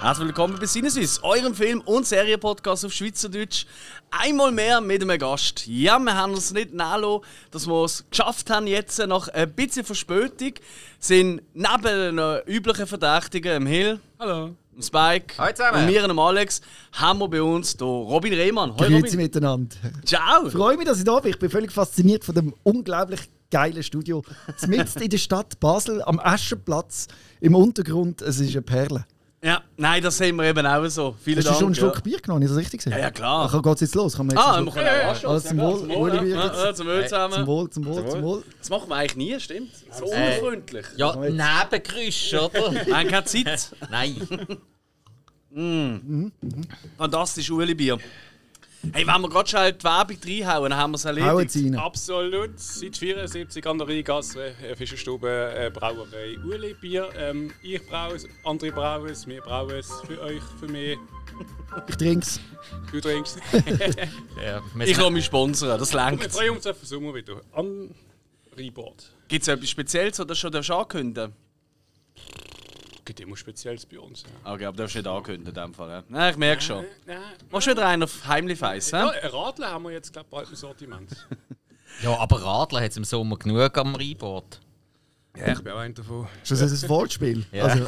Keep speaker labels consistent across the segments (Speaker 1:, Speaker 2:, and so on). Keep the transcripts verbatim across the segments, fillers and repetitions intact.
Speaker 1: Herzlich willkommen bei Sinneswiss, eurem Film- und Serienpodcast auf Schweizerdeutsch. Einmal mehr mit einem Gast. Ja, wir haben uns nicht nachgelassen, dass wir es geschafft haben, jetzt nach ein bisschen Verspätung, sind neben den üblichen Verdächtigen, dem Hill,
Speaker 2: hallo,
Speaker 1: dem Spike und mir, dem Alex, haben wir bei uns den Robin Rehmann.
Speaker 3: Hallo Grüezi miteinander.
Speaker 1: Ciao.
Speaker 3: Ich freue mich, dass ich da bin. Ich bin völlig fasziniert von dem unglaublich geilen Studio. Mitten in der Stadt Basel, am Aschenplatz, im Untergrund. Es ist eine Perle.
Speaker 1: Ja, nein, das sehen wir eben auch so. Vielen
Speaker 3: Hast du
Speaker 1: Dank,
Speaker 3: schon einen Schluck
Speaker 1: ja.
Speaker 3: Bier genommen? Ist das richtig gesehen?
Speaker 1: Ja, ja, klar.
Speaker 3: Ach, geht's jetzt los? Kann man jetzt
Speaker 1: Ah,
Speaker 3: einen
Speaker 1: wir
Speaker 3: Schluck-
Speaker 1: können auch anstoßen.
Speaker 3: Also zum
Speaker 1: Ja,
Speaker 3: Wohl,
Speaker 1: zum
Speaker 3: Wohl,
Speaker 1: Wohl,
Speaker 3: Bier
Speaker 1: ja.
Speaker 3: jetzt.
Speaker 1: Ja, zum Wohl zusammen.
Speaker 3: Zum Wohl, zum Wohl, zum Wohl.
Speaker 1: Das machen wir eigentlich nie, stimmt? So
Speaker 4: Äh,
Speaker 1: unfreundlich.
Speaker 4: Ja, Nebengeräusche, oder?
Speaker 1: Wir haben keine Zeit.
Speaker 4: Nein.
Speaker 1: Mm. Fantastisch, Ueli-Bier. Hey, wenn wir gerade schon die Werbung reinhauen, dann haben wir es
Speaker 3: Hauen
Speaker 1: erledigt.
Speaker 3: Sie rein.
Speaker 2: Absolut. Seit vierundsiebzig an der Rheingasse, äh, Fischerstube, äh, Brauerei Ueli Bier. Ähm, ich braue es, andere brauen es, wir brauen es für euch, für mich.
Speaker 3: Ich trink's.
Speaker 2: Du trinkst.
Speaker 4: Ja,
Speaker 1: Ich lasse mich sponsern, das
Speaker 2: Wir
Speaker 1: längt.
Speaker 2: freuen uns auf den Sommer wieder. An Rheinbord.
Speaker 1: Gibt es etwas Spezielles, oder schon darfst du ankündigen?
Speaker 2: Gibt immer Spezielles bei uns. Ja.
Speaker 1: Okay, aber du darfst nicht ankündigen in dem Fall. Ja. Nein, ich merke schon.
Speaker 2: Nein,
Speaker 1: Machst du wieder einen auf Heimlich Feiss,
Speaker 2: ja,
Speaker 1: hä?
Speaker 2: ein Radler haben wir jetzt glaub, bald im Sortiment.
Speaker 4: Ja, aber Radler hat es im Sommer genug am Rheinbord.
Speaker 2: Ja, ich bin auch einer davon.
Speaker 3: Ist das ein Wortspiel?
Speaker 4: Ja.
Speaker 3: Also,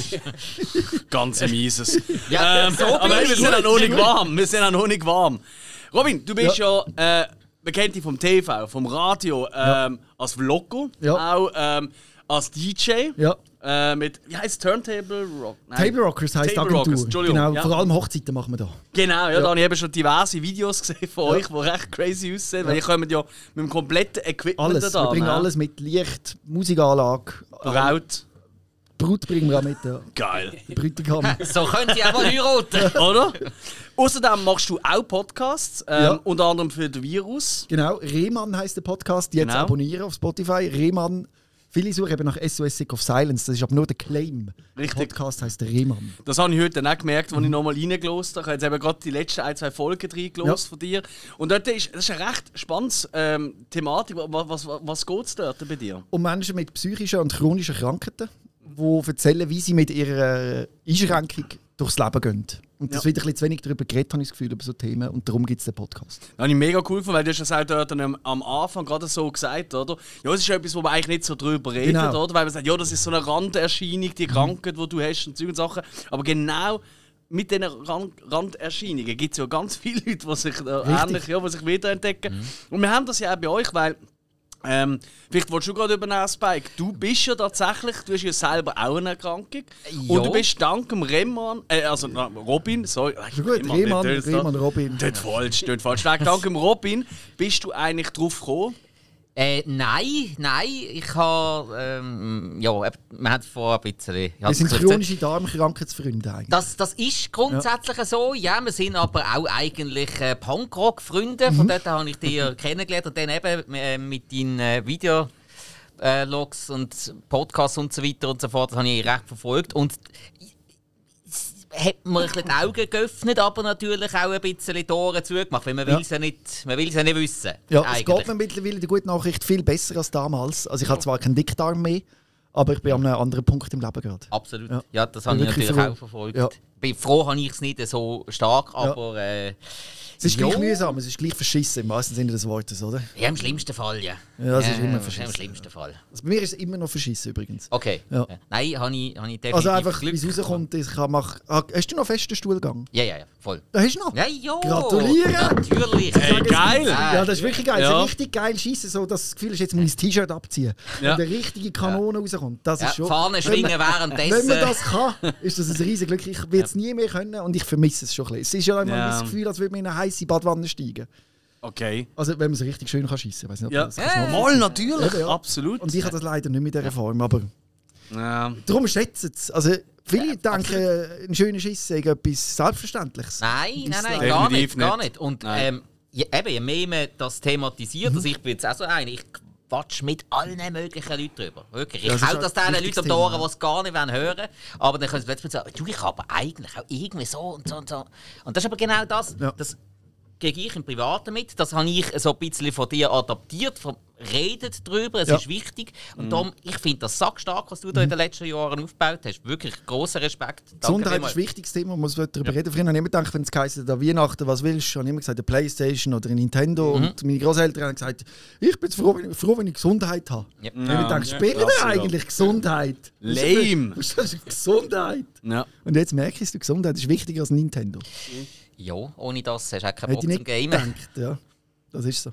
Speaker 1: Ganz ein mieses.
Speaker 4: Ja,
Speaker 1: ähm,
Speaker 4: so
Speaker 1: aber
Speaker 4: bin
Speaker 1: wir
Speaker 4: ich.
Speaker 1: sind auch noch nicht warm. Wir sind auch noch nicht warm. Robin, du bist ja, äh, man kennt dich vom T V, vom Radio, ähm, als Vlogger,
Speaker 3: Ja.
Speaker 1: auch ähm, als D J.
Speaker 3: ja.
Speaker 1: Äh, mit, wie heisst Turntable Rock? Nein.
Speaker 3: Table Rockers heisst die
Speaker 1: Table Rockers,
Speaker 3: Agentur.
Speaker 1: Entschuldigung,
Speaker 3: Genau,
Speaker 1: ja.
Speaker 3: vor allem Hochzeiten machen wir da.
Speaker 1: Genau, ja,
Speaker 3: Ja.
Speaker 1: da habe ich eben schon diverse Videos gesehen von euch, die recht crazy aussehen. Weil ihr kommt ja mit dem kompletten Equipment
Speaker 3: Alles.
Speaker 1: da.
Speaker 3: Wir bringen
Speaker 1: ne?
Speaker 3: alles mit Licht, Musikanlage.
Speaker 1: Braut.
Speaker 3: Brut bringen wir auch mit. Ja.
Speaker 1: Geil.
Speaker 3: Bräutigam.
Speaker 4: So könnt ihr auch mal heiraten.
Speaker 1: Oder? Außerdem machst du auch Podcasts, ähm,
Speaker 3: Ja.
Speaker 1: unter anderem für das Virus.
Speaker 3: Genau, Rehmann heisst der Podcast. Jetzt
Speaker 1: Genau.
Speaker 3: abonnieren auf Spotify. Rehmann. Viele suchen eben nach S O S Sick of Silence. Das ist aber nur der Claim.
Speaker 1: Richtig.
Speaker 3: Der Podcast heisst der Rehmann.
Speaker 1: Das habe ich heute dann auch gemerkt, als ich nochmal reingelassen habe. Ich habe jetzt eben gerade die letzten ein, zwei Folgen reingelassen
Speaker 3: Ja.
Speaker 1: von dir. Und dort ist, das ist eine recht spannende ähm, Thematik. Was, was, was geht es dort bei dir?
Speaker 3: Um Menschen mit psychischen und chronischen Krankheiten, die erzählen, wie sie mit ihrer Einschränkung durchs Leben gehen. Und das
Speaker 1: Ja.
Speaker 3: wird ein bisschen zu wenig darüber geredet, habe ich das Gefühl, über so Themen. Und darum gibt es den Podcast.
Speaker 1: Das habe ich mega cool gefunden, weil du hast das auch dort am, am Anfang gerade so gesagt, oder? Ja, es ist etwas, wo man eigentlich nicht so drüber redet,
Speaker 3: Genau.
Speaker 1: oder? Weil man sagt, ja, das ist so eine Randerscheinung, die Krankheit, die du hast und solche Sachen. Aber genau mit diesen Rand Randerscheinungen gibt es ja ganz viele Leute, die sich äh, ähnlich, ja, die sich wiederentdecken. Und wir haben das ja auch bei euch, weil ähm, vielleicht willst du gerade übernehmen, Spike. Du bist ja tatsächlich, du hast ja selber auch eine Erkrankung.
Speaker 4: Ja.
Speaker 1: Und du bist dank dem Rehmann, äh, also na, Robin, sorry.
Speaker 3: Ist gut,
Speaker 1: Rehmann,
Speaker 3: Rehmann,
Speaker 1: nicht,
Speaker 3: Rehmann, Robin.
Speaker 1: Nicht falsch, nicht falsch. Dank dem Robin bist du eigentlich drauf gekommen.
Speaker 4: Äh, nein, nein, ich habe. Ähm, ja, eben, wir haben vor ein bisschen. ich
Speaker 3: Wir
Speaker 4: hab's
Speaker 3: sind
Speaker 4: gesagt,
Speaker 3: chronische Darmkrankheitsfreunde eigentlich.
Speaker 4: Das, das ist grundsätzlich so, ja. Wir sind aber auch eigentlich äh, Punkrock-Freunde. Von dort habe ich dich kennengelernt und dann eben äh, mit deinen äh, Videologs und Podcasts und so weiter und so fort, das habe ich recht verfolgt. Und es hat mir ein bisschen die Augen geöffnet, aber natürlich auch ein bisschen die Ohren zugemacht, weil man
Speaker 3: Ja.
Speaker 4: will es ja nicht, man will es ja nicht wissen.
Speaker 3: Ja, es
Speaker 4: eigentlich.
Speaker 3: geht mir mittlerweile die gute Nachricht viel besser als damals. Also ich habe zwar keinen Dickdarm mehr, aber ich bin an einem anderen Punkt im Leben gerade.
Speaker 4: Absolut.
Speaker 3: Ja.
Speaker 4: Ja, das habe
Speaker 3: Bin
Speaker 4: ich
Speaker 3: wirklich
Speaker 4: natürlich
Speaker 3: froh.
Speaker 4: auch verfolgt.
Speaker 3: Ja.
Speaker 4: Bin froh, habe ich es nicht so stark, aber äh,
Speaker 3: Es ist gleich
Speaker 4: ja.
Speaker 3: mühsam, es ist gleich verschissen im wahrsten Sinne des Wortes, oder?
Speaker 4: Ja, im schlimmsten Fall, ja.
Speaker 3: Ja, es ist immer
Speaker 4: Im
Speaker 3: verschissen,
Speaker 4: schlimmsten Fall.
Speaker 3: Also bei mir ist es immer noch verschissen übrigens.
Speaker 4: Okay.
Speaker 3: Ja.
Speaker 4: Ja. Nein, habe ich, habe ich definitiv
Speaker 3: Also einfach,
Speaker 4: Glück.
Speaker 3: wie es rauskommt, ich kann mach, ah, hast du noch festen Stuhlgang?
Speaker 4: Ja, ja, ja, voll.
Speaker 3: Da hast du noch?
Speaker 4: Ja, ja.
Speaker 3: Gratuliere!
Speaker 4: Natürlich.
Speaker 1: Hey, geil!
Speaker 3: Ja, das ist wirklich geil.
Speaker 1: Ja.
Speaker 3: So richtig geil schießen, so dass das Gefühl ist, jetzt muss ich das T-Shirt abziehen.
Speaker 1: Ja.
Speaker 3: Und eine richtige Kanone rauskommt. Das
Speaker 4: Ja,
Speaker 3: ist schon.
Speaker 4: Fahne schwingen
Speaker 3: Wenn
Speaker 4: währenddessen.
Speaker 3: man das kann, ist das ein riesiges Glück. Ich will es nie mehr können und ich vermisse es schon ein bisschen. Es ist ja immer
Speaker 1: Ja.
Speaker 3: das Gefühl, als würde man in eine heiße Badwanne steigen.
Speaker 1: Okay.
Speaker 3: Also wenn man es richtig schön kann schießen. Weiß nicht, ob
Speaker 1: Ja,
Speaker 3: man das kann.
Speaker 1: mal natürlich,
Speaker 3: Ja, ja.
Speaker 1: absolut.
Speaker 3: Und ich habe das leider nicht mit dieser Form, aber
Speaker 1: Ja.
Speaker 3: darum schätzen es. Also viele denken, ein schöner Schiss sei etwas Selbstverständliches.
Speaker 4: Nein, nein, nein,
Speaker 1: Definitiv
Speaker 4: gar nicht,
Speaker 1: nicht.
Speaker 4: gar nicht. Und
Speaker 1: Nein.
Speaker 4: ähm, je, eben, je mehr man das thematisiert,
Speaker 3: Mhm.
Speaker 4: also ich bin jetzt auch so einer, ich quatsch mit allen möglichen Leuten drüber. Wirklich. Ich
Speaker 3: Ja, das ist
Speaker 4: hau
Speaker 3: ein
Speaker 4: das den
Speaker 3: wichtiges
Speaker 4: Leuten um die Ohren,
Speaker 3: Thema.
Speaker 4: die es gar nicht hören wollen. Aber dann können sie plötzlich sagen, du, ich habe eigentlich auch irgendwie so und so und so. Und das ist aber genau das.
Speaker 3: Ja.
Speaker 4: das kriege ich im Privaten mit. Das habe ich so ein bisschen von dir adaptiert. Vom Redet darüber, es
Speaker 3: Ja.
Speaker 4: ist wichtig. Und darum, ich finde das sackstark, was du da in den letzten Jahren aufgebaut hast. Wirklich großer Respekt. Danke
Speaker 3: Gesundheit
Speaker 4: vielmals.
Speaker 3: ist ein wichtiges Thema, man muss darüber reden. Früher habe ich immer gedacht, wenn es heisst, an Weihnachten, was willst du, habe ich immer gesagt, eine Playstation oder ein Nintendo.
Speaker 4: Mhm.
Speaker 3: Und meine Großeltern haben gesagt, ich bin froh, wenn, froh, wenn ich Gesundheit habe.
Speaker 4: Ja.
Speaker 3: Und ich habe gedacht,
Speaker 2: Ja,
Speaker 3: spielt ihr
Speaker 1: Klassiker.
Speaker 3: eigentlich Gesundheit?
Speaker 1: Lame.
Speaker 3: Was ist das? Gesundheit.
Speaker 1: Ja.
Speaker 3: Und jetzt merke ich, die Gesundheit ist wichtiger als Nintendo.
Speaker 4: Ja, ohne das hast du auch keinen
Speaker 3: Hätte
Speaker 4: Bock
Speaker 3: ich
Speaker 4: zum
Speaker 3: nicht
Speaker 4: Gamen.
Speaker 3: gedacht. Ja, das ist so.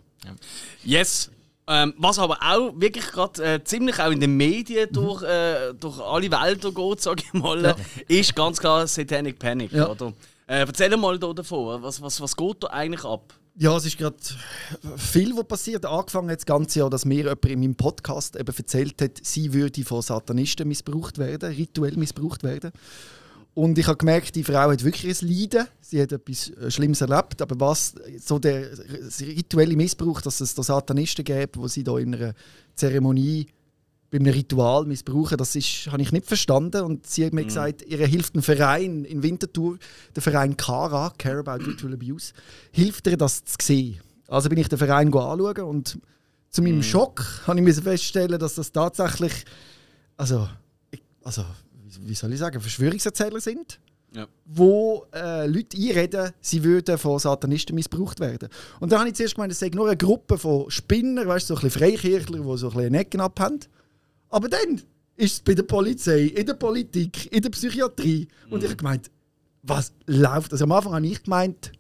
Speaker 1: Yes. Ähm, was aber auch wirklich gerade äh, ziemlich auch in den Medien durch, äh, durch alle Welten geht, sage ich mal,
Speaker 3: Ja.
Speaker 1: ist ganz klar Satanic Panic.
Speaker 3: Ja.
Speaker 1: Oder? Äh, erzähl mal da davon, was, was, was geht da eigentlich ab?
Speaker 3: Ja, es ist gerade viel, was passiert. Angefangen hat das ganze Jahr, dass mir jemand in meinem Podcast eben erzählt hat, sie würde von Satanisten missbraucht werden, rituell missbraucht werden. Und ich habe gemerkt, die Frau hat wirklich ein Leiden. Sie hat etwas Schlimmes erlebt. Aber was so der rituelle Missbrauch, dass es da Satanisten gäbe, wo sie da in einer Zeremonie, bei einem Ritual missbrauchen, das ist, habe ich nicht verstanden. Und sie hat mir gesagt, ihr hilft ein Verein in Winterthur, der Verein CARA, Care About Ritual Abuse, hilft ihr, das zu sehen. Also bin ich den Verein anschauen und zu meinem Schock habe ich feststellen, dass das tatsächlich, also, ich, also wie soll ich sagen, Verschwörungserzähler sind,
Speaker 1: Ja.
Speaker 3: wo äh, Leute einreden, sie würden von Satanisten missbraucht werden. Und dann habe ich zuerst gemeint, es sei nur eine Gruppe von Spinnern, weißt, so ein bisschen Freikirchler, die so ein bisschen Ecken abhaben. Aber dann ist es bei der Polizei, in der Politik, in der Psychiatrie. Und ich habe gemeint, was läuft? Also am Anfang habe ich gemeint,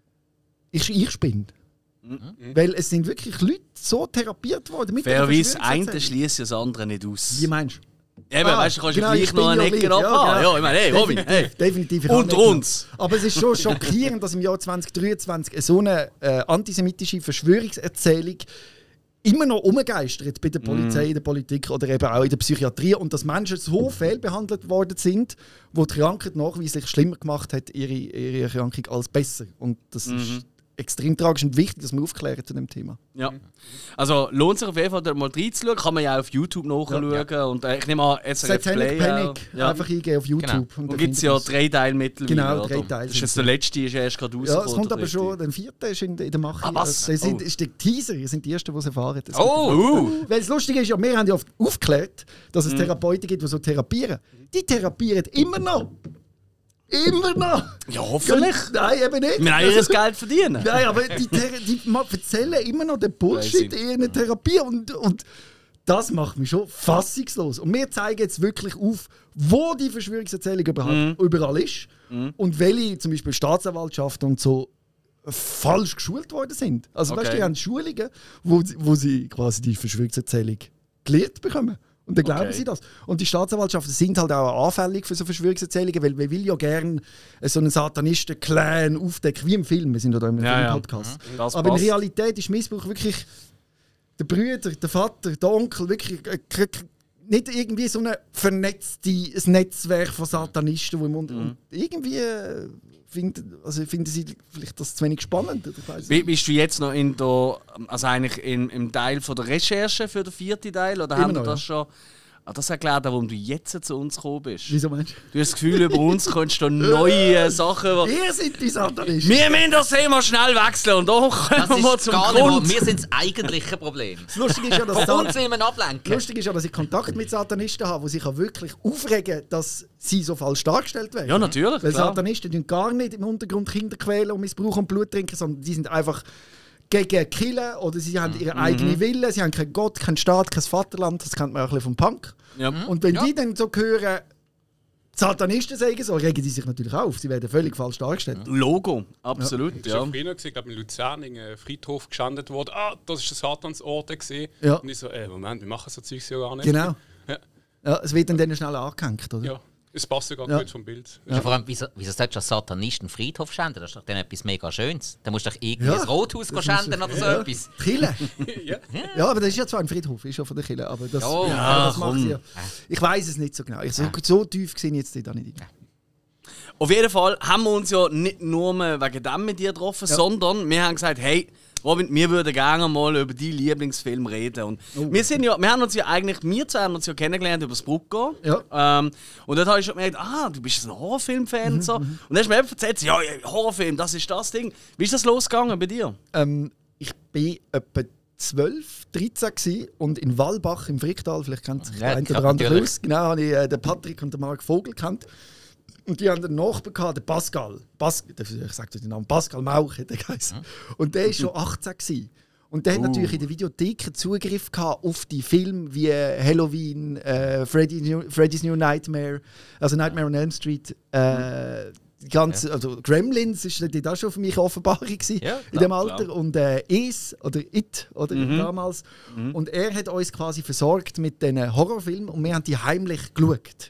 Speaker 3: ich, ich spinne. Weil es sind wirklich Leute so therapiert worden. Mit dieser
Speaker 1: Fairerweise, das eine
Speaker 3: Verschwörungserzählung.
Speaker 1: schließt das andere nicht aus.
Speaker 3: Wie meinst du?
Speaker 1: Eben,
Speaker 3: Ah,
Speaker 1: weißt du, kannst du
Speaker 3: genau,
Speaker 1: gleich
Speaker 3: ich
Speaker 1: noch
Speaker 3: bin
Speaker 1: eine
Speaker 3: ja
Speaker 1: Ecke
Speaker 3: lieb, ja,
Speaker 1: abhaben.
Speaker 3: genau.
Speaker 1: Ja, ich meine, hey, Robin,
Speaker 3: Definitiv,
Speaker 1: hey.
Speaker 3: definitiv. ich habe
Speaker 1: Unter
Speaker 3: nicht
Speaker 1: uns.
Speaker 3: Aber es ist schon schockierend, dass im Jahr zwanzig dreiundzwanzig so eine äh, antisemitische Verschwörungserzählung immer noch umgeistert bei der Polizei,
Speaker 1: Mm.
Speaker 3: in der Politik oder eben auch in der Psychiatrie und dass Menschen so fehlbehandelt worden sind, wo die Krankheit nachweislich schlimmer gemacht hat, ihre, ihre Erkrankung, als besser. Und das
Speaker 1: Mhm.
Speaker 3: ist extrem tragisch und wichtig, dass wir aufklären zu dem Thema.
Speaker 1: Ja. Also lohnt sich auf jeden Fall, da mal reinzuschauen. Kann man ja auf YouTube nachschauen. Und äh, ich nehme an, S R F
Speaker 3: Satanic
Speaker 1: Play.
Speaker 3: Panic,
Speaker 1: auch. Ja.
Speaker 3: einfach eingehen auf YouTube.
Speaker 1: Und
Speaker 3: dann
Speaker 1: gibt es
Speaker 3: findet
Speaker 1: ja
Speaker 3: man's.
Speaker 1: drei Teile mittlerweile.
Speaker 3: Genau, drei
Speaker 1: oder?
Speaker 3: Teile
Speaker 1: Das ist
Speaker 3: sind
Speaker 1: jetzt der letzte, ist erst gerade
Speaker 3: Ja,
Speaker 1: rausgekommen.
Speaker 3: es kommt
Speaker 1: oder
Speaker 3: aber schon,
Speaker 1: richtig?
Speaker 3: der vierte ist in, in der Mache.
Speaker 1: Ah, was?
Speaker 3: Das sind,
Speaker 1: Oh.
Speaker 3: ist der Teaser, ihr sind die Ersten, die es erfahren. Das
Speaker 4: Oh!
Speaker 1: Uh.
Speaker 3: Weil das Lustige ist ja, wir haben ja oft aufgeklärt, dass es
Speaker 1: Mhm.
Speaker 3: Therapeuten gibt, die so therapieren. Die therapieren immer noch. Immer noch!
Speaker 1: Ja, hoffentlich.
Speaker 3: Nein, eben nicht.
Speaker 1: Wir haben ihr Geld verdienen.
Speaker 3: Nein, aber die, Thera- die ma- erzählen immer noch den Bullshit
Speaker 1: Crazy.
Speaker 3: in ihrer Therapie und, und das macht mich schon fassungslos. Und wir zeigen jetzt wirklich auf, wo die Verschwörungserzählung überhaupt,
Speaker 1: Mhm.
Speaker 3: überall ist und welche zum Beispiel Staatsanwaltschaften und so falsch geschult worden sind. Also
Speaker 1: Okay.
Speaker 3: weißt du, die haben Schulungen, wo, wo sie quasi die Verschwörungserzählung gelehrt bekommen. Und dann glauben
Speaker 1: Okay.
Speaker 3: sie das. Und die Staatsanwaltschaften sind halt auch anfällig für so Verschwörungserzählungen, weil man will ja gerne so einen Satanisten-Clan aufdecken, wie im Film. Wir sind ja da im
Speaker 1: Ja, ja.
Speaker 3: Podcast.
Speaker 1: Das
Speaker 3: Aber
Speaker 1: passt.
Speaker 3: in Realität ist Missbrauch wirklich der Bruder, der Vater, der Onkel, wirklich äh, k- k- nicht irgendwie so ein vernetztes Netzwerk von Satanisten, wo im Mund,
Speaker 1: Mhm.
Speaker 3: und irgendwie äh, finden, also finden sie vielleicht das zu wenig spannend. Oder ich weiss
Speaker 1: Wie-
Speaker 3: nicht.
Speaker 1: Bist du jetzt noch in der, also eigentlich in, im Teil von der Recherche für den vierten Teil? Oder
Speaker 3: Immer
Speaker 1: haben wir
Speaker 3: noch,
Speaker 1: das schon? Ah, das erklärt, warum du jetzt zu uns gekommen bist.
Speaker 3: Wieso meinst
Speaker 1: Du hast das Gefühl, über uns könntest du neue Sachen.
Speaker 3: du?
Speaker 1: Die
Speaker 3: Ihr seid die Satanisten!
Speaker 1: wir müssen das Thema schnell wechseln und da kommen
Speaker 4: Das
Speaker 1: wir mal
Speaker 4: ist
Speaker 1: zum
Speaker 4: gar nicht,
Speaker 1: Grund.
Speaker 4: wahr. Wir sind das eigentliche Problem.
Speaker 3: Das Lustige ist ja, dass
Speaker 4: Von
Speaker 3: Satan-
Speaker 4: uns will man ablenken.
Speaker 3: Lustig ist ja, dass ich Kontakt mit Satanisten habe, die sich auch wirklich aufregen, dass sie so falsch dargestellt werden.
Speaker 1: Ja, natürlich.
Speaker 3: Weil
Speaker 1: klar.
Speaker 3: Satanisten tun gar nicht im Untergrund Kinder quälen und missbrauchen und Blut trinken, sondern die sind einfach gegen Killen oder sie haben ihren eigenen Willen, sie haben keinen Gott, keinen Staat, kein Vaterland, das kennt man auch ein bisschen vom Punk.
Speaker 1: Ja.
Speaker 3: Und wenn
Speaker 4: Ja.
Speaker 3: die dann so hören, Satanisten sagen so, regen die sich natürlich auf, sie werden völlig falsch dargestellt.
Speaker 1: Logo, absolut.
Speaker 2: Ich
Speaker 1: Ja.
Speaker 2: habe früher gesehen, glaube in Luzern in einem Friedhof geschändet wurde. Ah, das ist der Satansort gesehen.
Speaker 3: Ja.
Speaker 2: Und ich so, äh, Moment, wir machen so Zeugs ja gar nicht.
Speaker 3: Genau.
Speaker 2: Ja.
Speaker 3: Ja, es wird dann denen schnell angehängt, oder?
Speaker 2: Ja, es passt sogar
Speaker 3: Ja.
Speaker 2: gut vom Bild.
Speaker 4: Ja. Vor allem, wieso, wieso sollst du als Satanist einen Friedhof schänden? Das ist doch dann etwas mega Schönes. Dann musst du doch irgendwie
Speaker 3: Ja.
Speaker 4: ein Rothaus
Speaker 3: Das
Speaker 4: schänden
Speaker 3: muss-
Speaker 4: oder so
Speaker 3: ja.
Speaker 4: etwas.
Speaker 3: Kille.
Speaker 2: ja.
Speaker 3: Ja, aber das ist ja zwar ein Friedhof, ist ja von der Kille, aber das,
Speaker 4: Ja,
Speaker 3: aber das
Speaker 1: komm.
Speaker 3: macht sie ja. Ich weiß es nicht so genau. Ich, so, so tief gesehen jetzt da nicht.
Speaker 1: Auf jeden Fall haben wir uns ja nicht nur wegen dem mit dir getroffen,
Speaker 3: Ja.
Speaker 1: sondern wir haben gesagt, hey, Robin, wir würden gerne mal über deinen Lieblingsfilm reden. Und
Speaker 3: Oh.
Speaker 1: wir, sind ja, wir haben uns ja eigentlich, wir zwei haben uns ja kennengelernt über das Brucko.
Speaker 3: Ja.
Speaker 1: Ähm, und dort habe ich schon gemerkt, ah, du bist ein Horrorfilm-Fan und so. Und dann hast du mir eben erzählt, ja, ja, Horrorfilm, das ist das Ding. Wie ist das losgegangen bei dir?
Speaker 3: Ähm, ich bin etwa zwölf, dreizehn gewesen und in Wallbach im Fricktal, vielleicht kennt sich
Speaker 4: Ja,
Speaker 3: der eine
Speaker 4: klar,
Speaker 3: oder andere
Speaker 4: natürlich.
Speaker 3: aus, genau, habe ich äh, den Patrick und den Marc Vogel kennt. Und die haben einen Nachbarn gehabt, den Pascal. Pas ich sage den Namen, Pascal Mauch hat er geheißen. Und der war schon achtzehn gewesen. Und der hat natürlich in der Videothek Zugriff gehabt auf die Filme wie Halloween, äh, Freddy New, Freddy's New Nightmare, also Nightmare on Elm Street, äh, die ganze, also Gremlins ist da schon für mich eine Offenbarung gewesen,
Speaker 4: Ja,
Speaker 3: in dem Alter. Und äh, Es oder It oder
Speaker 1: Mhm.
Speaker 3: damals. Und er hat uns quasi versorgt mit diesen Horrorfilmen und wir haben die heimlich geschaut.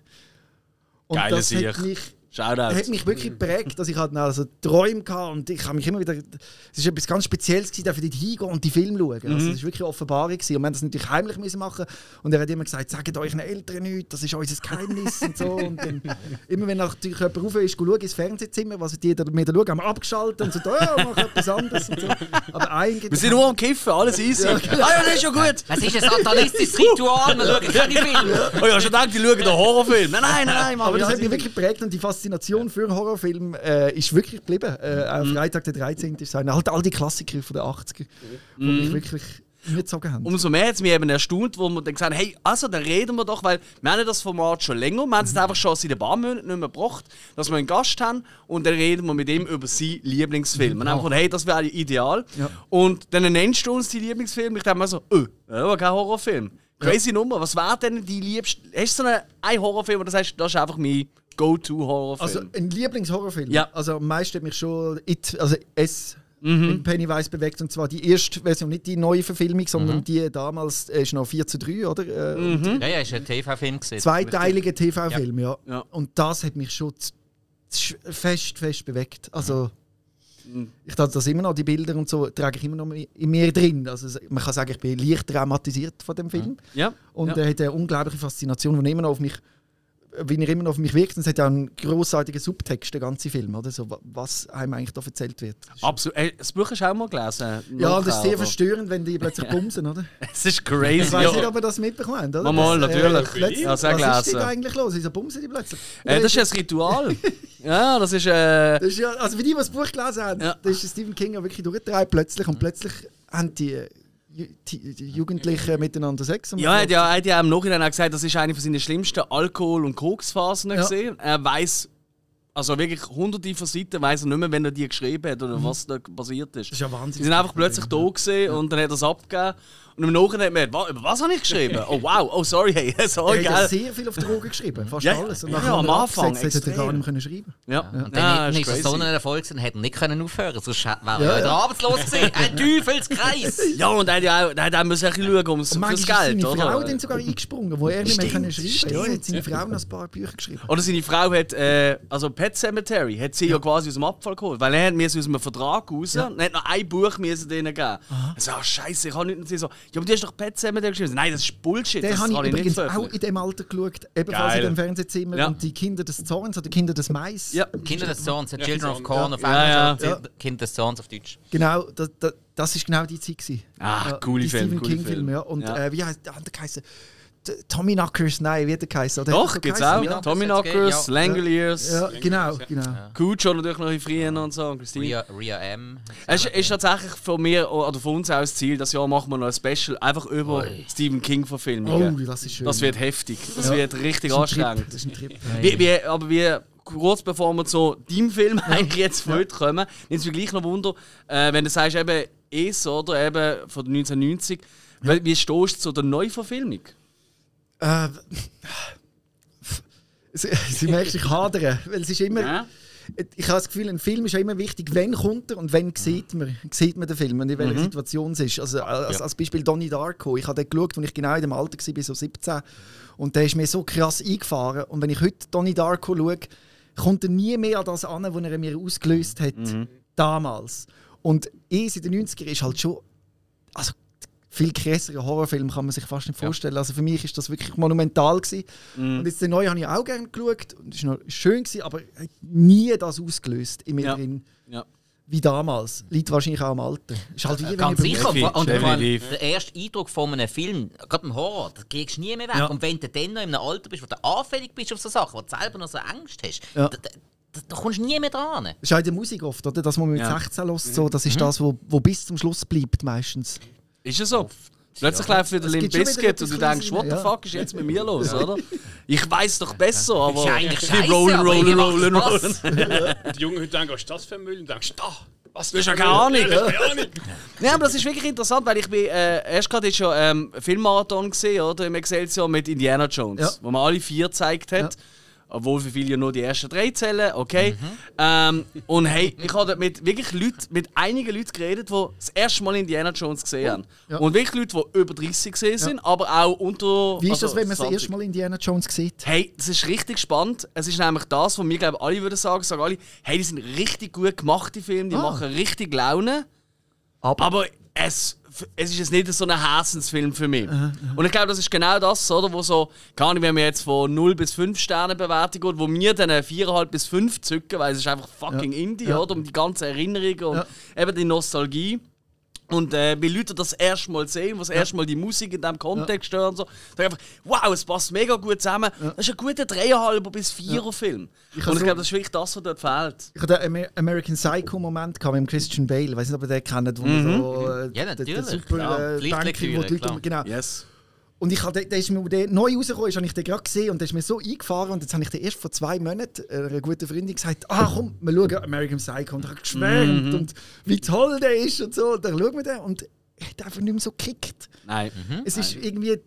Speaker 3: Und
Speaker 1: Geile
Speaker 3: das
Speaker 1: Sicht.
Speaker 3: hat mich,
Speaker 1: Shoutout.
Speaker 3: hat mich wirklich geprägt, dass ich halt also Träume hatte und ich habe mich immer wieder, es ist etwas ganz Spezielles gewesen, dafür dort hingehen und die Filme schauen. Also
Speaker 1: Mhm.
Speaker 3: das ist wirklich eine Offenbarung gewesen. Und wir haben das natürlich heimlich müssen machen und er hat immer gesagt, sagt euren Eltern nichts, das ist unser Geheimnis und so. Und dann, immer wenn natürlich jemand rauf ist, schauen ins Fernsehzimmer, was die da mit schauen, haben wir abgeschaltet und so, ja, mach etwas anderes und so. Aber eigentlich...
Speaker 1: Wir sind nur am Kiffen, alles easy.
Speaker 3: Ja,
Speaker 1: Ah ja, das ist ja gut.
Speaker 4: Es ist ein satanistisches Ritual, wir schauen keine Filme.
Speaker 1: Oh ja, schon gedacht, die schauen den Horrorfilm. Nein, nein, nein, nein, Mann.
Speaker 3: Aber das
Speaker 1: ja,
Speaker 3: hat mich wirklich geprägt und die Faszination für Horrorfilme äh, ist wirklich geblieben. Äh,
Speaker 1: Mhm.
Speaker 3: auch Freitag der dreizehnte ist einer. Halt all die Klassiker von den achtziger, die
Speaker 1: Mhm.
Speaker 3: mich wirklich mitgezogen haben.
Speaker 1: Umso mehr hat es mich eben erstaunt, wo wir dann gesagt haben, hey, also dann reden wir doch, weil wir haben ja das Format schon länger, wir haben es einfach schon seit ein paar Monaten nicht mehr gebracht, dass wir einen Gast haben und dann reden wir mit ihm über seinen Lieblingsfilm. Und dann haben wir gedacht, hey, das wäre ideal.
Speaker 3: Ja.
Speaker 1: Und dann nennst du uns die Lieblingsfilme. Ich dachte mir so, öh, das war kein Horrorfilm. Crazy Nummer. Was wäre denn die liebste? Hast du so einen, einen Horrorfilm, wo du sagst, das ist einfach mein Go-To-Horrorfilm?
Speaker 3: Also ein Lieblingshorrorfilm.
Speaker 1: Ja.
Speaker 3: Also am meisten hat mich schon It, also S
Speaker 1: Mhm.
Speaker 3: mit Pennywise bewegt. Und zwar die erste Version, nicht die neue Verfilmung, sondern die damals äh, ist noch vier zu drei, oder? Äh, und
Speaker 4: Ja, ja, ist ein T V-Film gesehen.
Speaker 3: zweiteilige T V-Film, ja.
Speaker 1: Ja.
Speaker 3: Und das hat mich schon z- z- fest, fest bewegt. Also,
Speaker 1: Mhm.
Speaker 3: ich dachte, das immer noch, die Bilder und so, trage ich immer noch in mir drin. Also, es- man kann sagen, ich bin leicht traumatisiert von dem Film.
Speaker 1: ja.
Speaker 3: Und
Speaker 1: ja.
Speaker 3: er hat eine unglaubliche Faszination, die immer noch auf mich, wie er immer noch auf mich wirkt. Und es hat ja einen grossartigen Subtext, der ganze Film, oder? So, wa- was einem eigentlich da erzählt wird. Das ist-
Speaker 1: Absolut. Hey, das Buch hast du auch mal gelesen?
Speaker 3: Ja, das ist sehr
Speaker 1: Nachher,
Speaker 3: verstörend, wenn die plötzlich bumsen, oder?
Speaker 1: Es ist
Speaker 3: Ich
Speaker 1: crazy.
Speaker 3: weiß nicht,
Speaker 1: Ja.
Speaker 3: ob ihr das mitbekommen habt, oder?
Speaker 1: Mal,
Speaker 3: Das,
Speaker 1: natürlich.
Speaker 3: plötzlich-
Speaker 1: Ja, sehr
Speaker 3: was ist
Speaker 1: gelesen.
Speaker 3: denn da eigentlich los? Wieso bumsen die plötzlich?
Speaker 1: Äh, das ist ein Ritual. Ja, das ist. Äh,
Speaker 3: Das ist ja, also für die, die das Buch gelesen haben,
Speaker 1: Ja.
Speaker 3: da ist Stephen King ja wirklich durchgedreht plötzlich und plötzlich haben die, äh, Ju- die, die Jugendlichen miteinander Sex. Und
Speaker 1: ja, er hat ja, er hat ja im Nachhinein auch gesagt, das ist eine von seinen schlimmsten Alkohol- und Koksphasen
Speaker 3: Ja.
Speaker 1: gesehen. Er weiß, also wirklich hunderte von Seiten weiß er nicht mehr, wenn er die geschrieben hat oder was da passiert ist.
Speaker 3: Das ist ja Wahnsinn.
Speaker 1: Die sind einfach plötzlich da gesehen und dann hat er es abgegeben. Und im Nachhinein hat man gedacht, über was habe ich geschrieben? Oh wow, oh sorry, hey, sorry,
Speaker 3: Er hat ja
Speaker 1: gell?
Speaker 3: sehr viel auf Drogen geschrieben, fast
Speaker 1: Ja,
Speaker 3: alles. Und
Speaker 1: ja,
Speaker 3: nachher
Speaker 1: am
Speaker 3: hat er
Speaker 1: Anfang
Speaker 3: abgesetzt, hätte er gar
Speaker 1: extrem.
Speaker 3: nicht mehr können schreiben.
Speaker 1: Ja,
Speaker 4: Und dann
Speaker 1: ja,
Speaker 4: ist er so ein
Speaker 1: crazy.
Speaker 4: Erfolg gewesen, hätte er nicht können aufhören, sonst wäre er
Speaker 3: Ja,
Speaker 4: ja, wieder
Speaker 3: ja.
Speaker 4: arbeitslos gewesen. Ein Teufelskreis!
Speaker 1: Ja, und er hat ja auch, er hat auch müssen ein bisschen schauen ums,
Speaker 3: Und
Speaker 1: fürs
Speaker 3: manchmal ist
Speaker 1: Geld,
Speaker 3: seine Frau
Speaker 1: oder?
Speaker 3: dann sogar eingesprungen, wo er nicht mehr
Speaker 1: Stimmt,
Speaker 3: können schreiben konnte. Ja, er hat seine
Speaker 1: stimmt.
Speaker 3: Frau noch ein paar Bücher geschrieben.
Speaker 1: Oder seine Frau hat, äh, also Pet Cemetery, hat sie ja. quasi aus dem Abfall geholt. Weil er hat mir aus einem Vertrag raus
Speaker 3: Ja.
Speaker 1: und hat noch ein Buch müssen denen geben. Er so, ah, Scheiße, ich kann nicht. Und sie so, ja, aber du hast doch Pet Cemetery geschrieben. Nein, das ist Bullshit.
Speaker 3: Den
Speaker 1: das
Speaker 3: habe ich
Speaker 1: kann ich
Speaker 3: übrigens
Speaker 1: nicht
Speaker 3: auch
Speaker 1: veröffentlichen.
Speaker 3: in dem Alter geschaut, ebenfalls
Speaker 1: Geil.
Speaker 3: in dem Fernsehzimmer.
Speaker 1: Ja.
Speaker 3: Und die Kinder des Zorns oder Kinder des Mais.
Speaker 1: Ja.
Speaker 4: Kinder des Zorns, The
Speaker 2: Ja,
Speaker 4: Children of
Speaker 2: Zorn,
Speaker 4: Corn
Speaker 2: ja.
Speaker 4: auf
Speaker 1: Ja,
Speaker 4: Englisch,
Speaker 3: ja.
Speaker 4: und Kinder des Zorns auf Deutsch.
Speaker 3: Genau, das, das, das ist genau die Zeit. gewesen.
Speaker 1: Ah,
Speaker 3: Ja,
Speaker 1: coole
Speaker 3: die
Speaker 1: Film,
Speaker 3: Stephen
Speaker 1: coole
Speaker 3: King Film,
Speaker 1: Film.
Speaker 3: ja. Und
Speaker 1: Ja.
Speaker 3: Äh, wie heißt der andere geheißen? T- Tommy Knockers, nein, wie hat der geheißen? Oder hat
Speaker 1: Doch,
Speaker 3: der so
Speaker 1: gibt's
Speaker 3: geheißen?
Speaker 1: auch.
Speaker 3: Ja,
Speaker 1: Tommy
Speaker 4: das hat's
Speaker 1: Knockers,
Speaker 4: gegeben, ja.
Speaker 1: Langoliers,
Speaker 3: ja genau, genau.
Speaker 1: Cujo natürlich noch in Frien und so. und Christine.
Speaker 4: Ria, Ria M.
Speaker 1: Es ist, ist tatsächlich von mir oder von uns auch das Ziel, das Jahr machen wir noch ein Special einfach über Stephen King-Verfilmungen.
Speaker 3: Oh, das ist schön.
Speaker 1: Das wird heftig. Das
Speaker 3: Ja.
Speaker 1: wird richtig
Speaker 3: Das ist ein Trip,
Speaker 1: anstrengend.
Speaker 3: Das ist ein Trip.
Speaker 1: Wie, wie, aber wie, kurz bevor wir zu deinem Film eigentlich jetzt von heute kommen, nimmt es mich gleich noch Wunder, äh, wenn du sagst, eben Es oder eben von neunzehnhundertneunzig, wie, wie stehst du zu der Neuverfilmung?
Speaker 3: Äh, Sie, sie merkt, ich hadere, weil es ist immer...
Speaker 1: Ja?
Speaker 3: Ich habe das Gefühl, ein Film ist ja immer wichtig, wann kommt er und wann sieht man, sieht man den Film und in welcher Situation es ist. Also, als, als Beispiel Donnie Darko. Ich habe den geschaut, als ich genau in dem Alter war, so siebzehn. Und der ist mir so krass eingefahren. Und wenn ich heute Donnie Darko schaue, kommt er nie mehr an das an, was er mir ausgelöst hat, damals. Und Es in den neunziger ist halt schon... Also, viel krasseren Horrorfilm kann man sich fast nicht vorstellen. Also für mich ist das wirklich monumental gewesen. Und jetzt den neuen habe ich auch gerne geschaut und es war noch schön gewesen, aber hat nie das ausgelöst in mir
Speaker 1: Ja.
Speaker 3: drin,
Speaker 1: Ja.
Speaker 3: wie damals. Liegt wahrscheinlich auch am Alter. Ist halt wie,
Speaker 4: Ganz
Speaker 3: wenn ich
Speaker 4: sicher.
Speaker 1: Definitiv,
Speaker 4: Und vor allem
Speaker 1: definitiv.
Speaker 4: der erste Eindruck von einem Film, gerade im Horror, da gehst du nie mehr weg.
Speaker 3: Ja.
Speaker 4: Und wenn du dann noch in einem Alter bist, wo du anfällig bist auf so Sachen, wo du selber noch so Angst hast,
Speaker 3: Ja.
Speaker 4: da, da, da, da kommst du nie mehr dran.
Speaker 3: Das ist auch in der Musik oft, oder? Das, was man mit
Speaker 1: Ja.
Speaker 3: sechzehn hört, so, das ist das, wo, wo bis zum Schluss bleibt meistens.
Speaker 1: Ist es so? Plötzlich läuft wieder
Speaker 3: Es
Speaker 1: Limp
Speaker 3: gibt schon wieder
Speaker 1: Bizkit und du
Speaker 3: etwas
Speaker 1: denkst, what the
Speaker 3: Kleines, ja.
Speaker 1: fuck ist jetzt mit mir los, oder? Ich weiss doch besser, aber...
Speaker 4: Ist ja eigentlich
Speaker 1: Die
Speaker 4: scheiße,
Speaker 1: rollen,
Speaker 4: aber
Speaker 1: rollen,
Speaker 4: irgendwie
Speaker 1: rollen,
Speaker 4: macht's
Speaker 1: rollen.
Speaker 2: Die Jungen heute denken, was ist das für ein Müll? Und denkst, da, was
Speaker 1: Du hast ja keine Ahnung.
Speaker 2: Keine Ahnung.
Speaker 1: Ja, aber das ist wirklich interessant, weil ich bin äh, erst gerade schon ähm, Filmmarathon gesehen, oder? Im Excelsior mit Indiana Jones,
Speaker 3: Ja.
Speaker 1: wo man alle vier gezeigt hat.
Speaker 3: Ja.
Speaker 1: Obwohl für viele ja nur die ersten drei zählen, okay. Ähm, und hey, ich habe mit wirklich Leuten, mit einigen Leuten geredet, die das erste Mal Indiana Jones gesehen haben.
Speaker 3: Ja.
Speaker 1: Und wirklich Leute, die über dreißig gesehen sind, aber auch unter.
Speaker 3: Wie ist
Speaker 1: also
Speaker 3: das, wenn man das
Speaker 1: zwanzig.
Speaker 3: erste Mal Indiana Jones sieht?
Speaker 1: Hey, das ist richtig spannend. Es ist nämlich das, was wir glaube alle würden sagen, sagen alle, hey, die sind richtig gut gemachte Filme, die
Speaker 3: Ah.
Speaker 1: machen richtig Laune.
Speaker 3: Aber,
Speaker 1: Aber es, es ist jetzt nicht so ein Herzensfilm für mich. Und ich glaube, das ist genau das, oder, wo so, gar nicht, wenn man jetzt von null bis fünf Sterne Bewertung geht, wo wir dann vier Komma fünf bis fünf zücken, weil es ist einfach fucking
Speaker 3: Ja.
Speaker 1: Indie,
Speaker 3: Ja.
Speaker 1: oder, um die ganzen Erinnerungen und
Speaker 3: Ja.
Speaker 1: eben die Nostalgie. Und äh, wenn Leute das erste Mal sehen, was das erste Mal die Musik in diesem Kontext hören, und so, dann einfach, wow, es passt mega gut zusammen. Das ist ein guter dreieinhalb bis vierer Film.
Speaker 3: Ich
Speaker 1: Und
Speaker 3: habe
Speaker 1: ich
Speaker 3: so-
Speaker 1: glaube, das ist wirklich das, was dort fehlt.
Speaker 3: Ich hatte den Amer- American Psycho-Moment gehabt mit dem Christian Bale. Ich weiß nicht, ob ihr den kennt, wo man so. Äh,
Speaker 4: Ja,
Speaker 3: der- der
Speaker 4: natürlich,
Speaker 3: super
Speaker 4: klar.
Speaker 3: äh,
Speaker 4: Pflichtlektüre,
Speaker 3: Banker, wo die Leute.
Speaker 4: klar.
Speaker 3: Genau.
Speaker 1: Yes.
Speaker 3: Und ich hatte, der ist mir, wo der neu rausgekommen ist, habe ich den gerade gesehen und der ist mir so eingefahren. Und jetzt habe ich den erst vor zwei Monaten einer guten Freundin gesagt: Ah, komm, wir schauen American Psycho. Und ich habe geschwärmt und wie toll der ist und so. Und dann schauen wir den und er hat einfach nicht mehr so gekickt.
Speaker 1: Nein.
Speaker 3: Es ist irgendwie.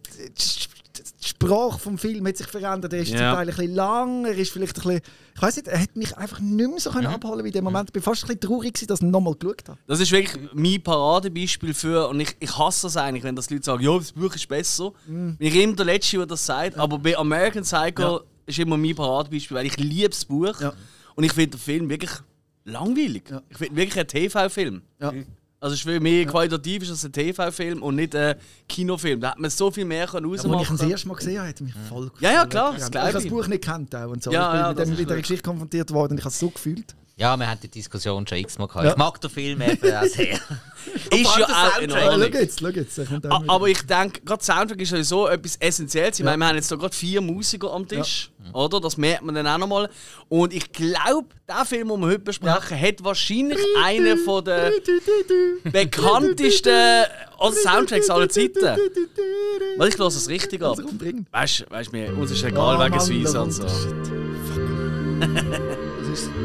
Speaker 3: Die Sprache vom Film hat sich verändert. Er ist
Speaker 1: Ja.
Speaker 3: zum Teil ein bisschen lang, er ist vielleicht ein bisschen. Ich weiß nicht, er hat mich einfach nicht mehr so können abholen wie in dem Moment. Ich war fast ein bisschen traurig, gewesen, dass ich ihn nochmal geschaut habe.
Speaker 1: Das ist wirklich mein Paradebeispiel für, und ich, ich hasse das eigentlich, wenn das Leute sagen, ja, das Buch ist besser. Bin ich immer der Letzte, der das sagt, aber bei American Psycho
Speaker 3: Ja.
Speaker 1: ist immer mein Paradebeispiel, weil ich liebe das Buch
Speaker 3: Ja.
Speaker 1: und ich finde den Film wirklich langweilig.
Speaker 3: Ja.
Speaker 1: Ich finde wirklich ein T V-Film.
Speaker 3: Ja.
Speaker 1: Also es ist für mich qualitativ ist das ein T V-Film und nicht ein Kinofilm. Da hat man so viel mehr
Speaker 3: Ja, als ich ihn
Speaker 1: rausmachen
Speaker 3: das erste Mal gesehen habe, hat er mich voll
Speaker 1: Ja, ja,
Speaker 3: voll
Speaker 1: klar,
Speaker 3: weggerannt.
Speaker 1: das
Speaker 3: Ich
Speaker 1: glaube
Speaker 3: habe das
Speaker 1: ich.
Speaker 3: Buch nicht kennt auch und so.
Speaker 1: Ja,
Speaker 3: ich bin
Speaker 1: ja,
Speaker 3: mit,
Speaker 1: das
Speaker 3: dem,
Speaker 1: ist
Speaker 3: mit der
Speaker 1: wirklich-
Speaker 3: Geschichte konfrontiert worden und ich habe es so gefühlt.
Speaker 4: Ja, wir haben die Diskussion schon x-mal gehabt.
Speaker 3: Ja.
Speaker 4: Ich mag den Film eben auch sehr.
Speaker 1: Ist
Speaker 4: vor
Speaker 1: ja
Speaker 4: allem der
Speaker 1: auch in
Speaker 4: Soundtrack.
Speaker 3: Ja,
Speaker 1: Ordnung.
Speaker 3: schau jetzt, schau jetzt. er kommt auch
Speaker 1: A-
Speaker 3: wieder.
Speaker 1: Aber ich denke, gerade Soundtrack ist sowieso etwas Essentielles. Ich meine, wir haben jetzt hier gerade vier Musiker am Tisch, oder? Das merkt man dann auch nochmal. Und ich glaube, der Film, den wir heute besprechen, hat wahrscheinlich einen von der bekanntesten oder Soundtracks aller Zeiten. Weil ich lasse es richtig ab.
Speaker 3: Also, komm, bring.
Speaker 1: Weißt du, weißt, mir, uns ist egal
Speaker 3: Oh,
Speaker 1: wegen
Speaker 3: Mann,
Speaker 1: Swiss
Speaker 3: da
Speaker 1: und
Speaker 3: kommt
Speaker 1: so.
Speaker 3: der Shit. Fuck. Das ist.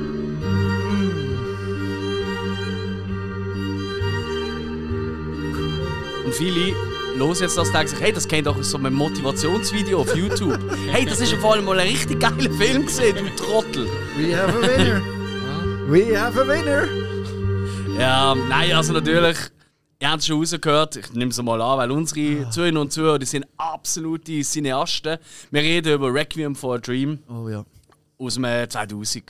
Speaker 1: Und viele hören jetzt das und denken sich, hey, das kennt doch aus so einem Motivationsvideo auf YouTube. Hey, das ist vor allem mal ein richtig geiler Film gesehen, du Trottel.
Speaker 3: We have a winner. We have a winner.
Speaker 1: Ja, nein, also natürlich, ihr habt es schon rausgehört, ich nehme es mal an, weil unsere Zuhörer und Zuhörer, die sind absolute Cineasten. Wir reden über Requiem for a Dream
Speaker 3: Oh ja.
Speaker 1: aus dem äh, zweitausend.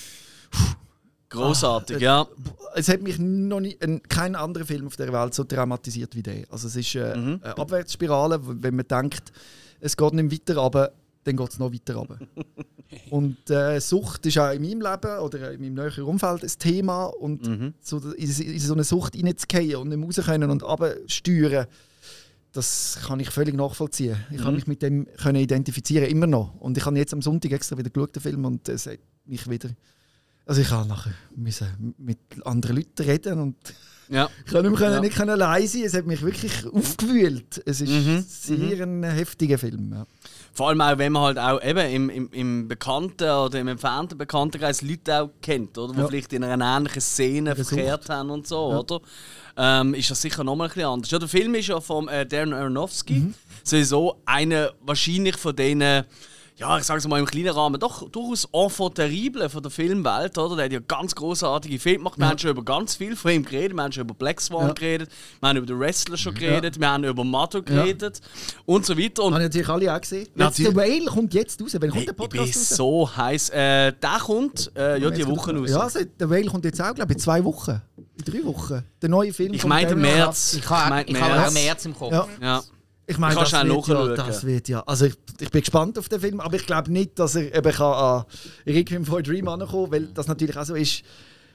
Speaker 1: Grossartig, ja.
Speaker 3: Es hat mich noch nie, ein, kein anderer Film auf der Welt so dramatisiert wie der. Also es ist äh,
Speaker 1: Mhm.
Speaker 3: eine Abwärtsspirale, wenn man denkt, es geht nicht weiter runter, dann geht es noch weiter runter. Und äh, Sucht ist auch in meinem Leben oder in meinem näheren Umfeld ein Thema. Und
Speaker 1: Mhm.
Speaker 3: so in, in so eine Sucht reinzugehen und nicht mehr raus können und runtersteuern, das kann ich völlig nachvollziehen. Ich
Speaker 1: Mhm.
Speaker 3: kann mich mit dem können identifizieren, immer noch. Und ich habe jetzt am Sonntag extra wieder geschaut, den Film, und es hat mich wieder... Also ich habe nachher müssen mit anderen Leuten reden und
Speaker 1: ja.
Speaker 3: ich konnte nicht, mehr,
Speaker 1: Ja.
Speaker 3: nicht können allein sein. Es hat mich wirklich aufgewühlt. Es ist
Speaker 1: Mhm.
Speaker 3: sehr ein heftiger Film. Ja.
Speaker 1: Vor allem auch, wenn man halt auch eben im, im, im bekannten oder im entfernten Bekanntenkreis Leute auch kennt, oder? Die
Speaker 3: Ja.
Speaker 1: vielleicht in einer ähnlichen Szene
Speaker 3: Eine
Speaker 1: verkehrt
Speaker 3: Sucht.
Speaker 1: haben und so,
Speaker 3: Ja.
Speaker 1: oder? Ähm, ist das sicher nochmal ein bisschen anders. Ja, der Film ist ja von äh, Darren Aronofsky.
Speaker 3: Mhm.
Speaker 1: Sowieso einer wahrscheinlich von denen, ja, ich sage es mal im kleinen Rahmen, doch durchaus Enfant terrible von der Filmwelt, oder? Der hat ja ganz großartige Filme gemacht. Wir
Speaker 3: Ja.
Speaker 1: haben schon über ganz viel von ihm geredet. Wir haben schon über Black Swan
Speaker 3: Ja.
Speaker 1: geredet, wir haben über den Wrestler schon geredet, wir haben über Matto
Speaker 3: Ja.
Speaker 1: geredet und so weiter. Und
Speaker 3: Haben natürlich alle auch gesehen. Jetzt,
Speaker 1: Natürlich.
Speaker 3: der Whale kommt jetzt raus. Wann kommt
Speaker 1: Hey,
Speaker 3: der
Speaker 1: ich bin
Speaker 3: Podcast raus?
Speaker 1: so heiß. Äh, der kommt äh, ja, die Woche raus.
Speaker 3: Ja, also, der Whale kommt jetzt auch, glaube ich, in zwei Wochen. In drei Wochen. Der neue Film
Speaker 1: Ich
Speaker 3: von
Speaker 1: meine
Speaker 3: Darren
Speaker 1: März.
Speaker 4: Ich habe
Speaker 1: meine
Speaker 4: ich habe
Speaker 1: März.
Speaker 4: auch März im Kopf.
Speaker 3: Ja.
Speaker 1: Ja.
Speaker 3: Ich meine,
Speaker 1: Du
Speaker 3: das
Speaker 1: kannst auch
Speaker 3: wird, ja,
Speaker 1: nachschauen.
Speaker 3: das wird ja. Also ich, ich bin gespannt auf den Film, aber ich glaube nicht, dass er eben kann an Requiem for a Dream ankommen, weil das natürlich auch so ist.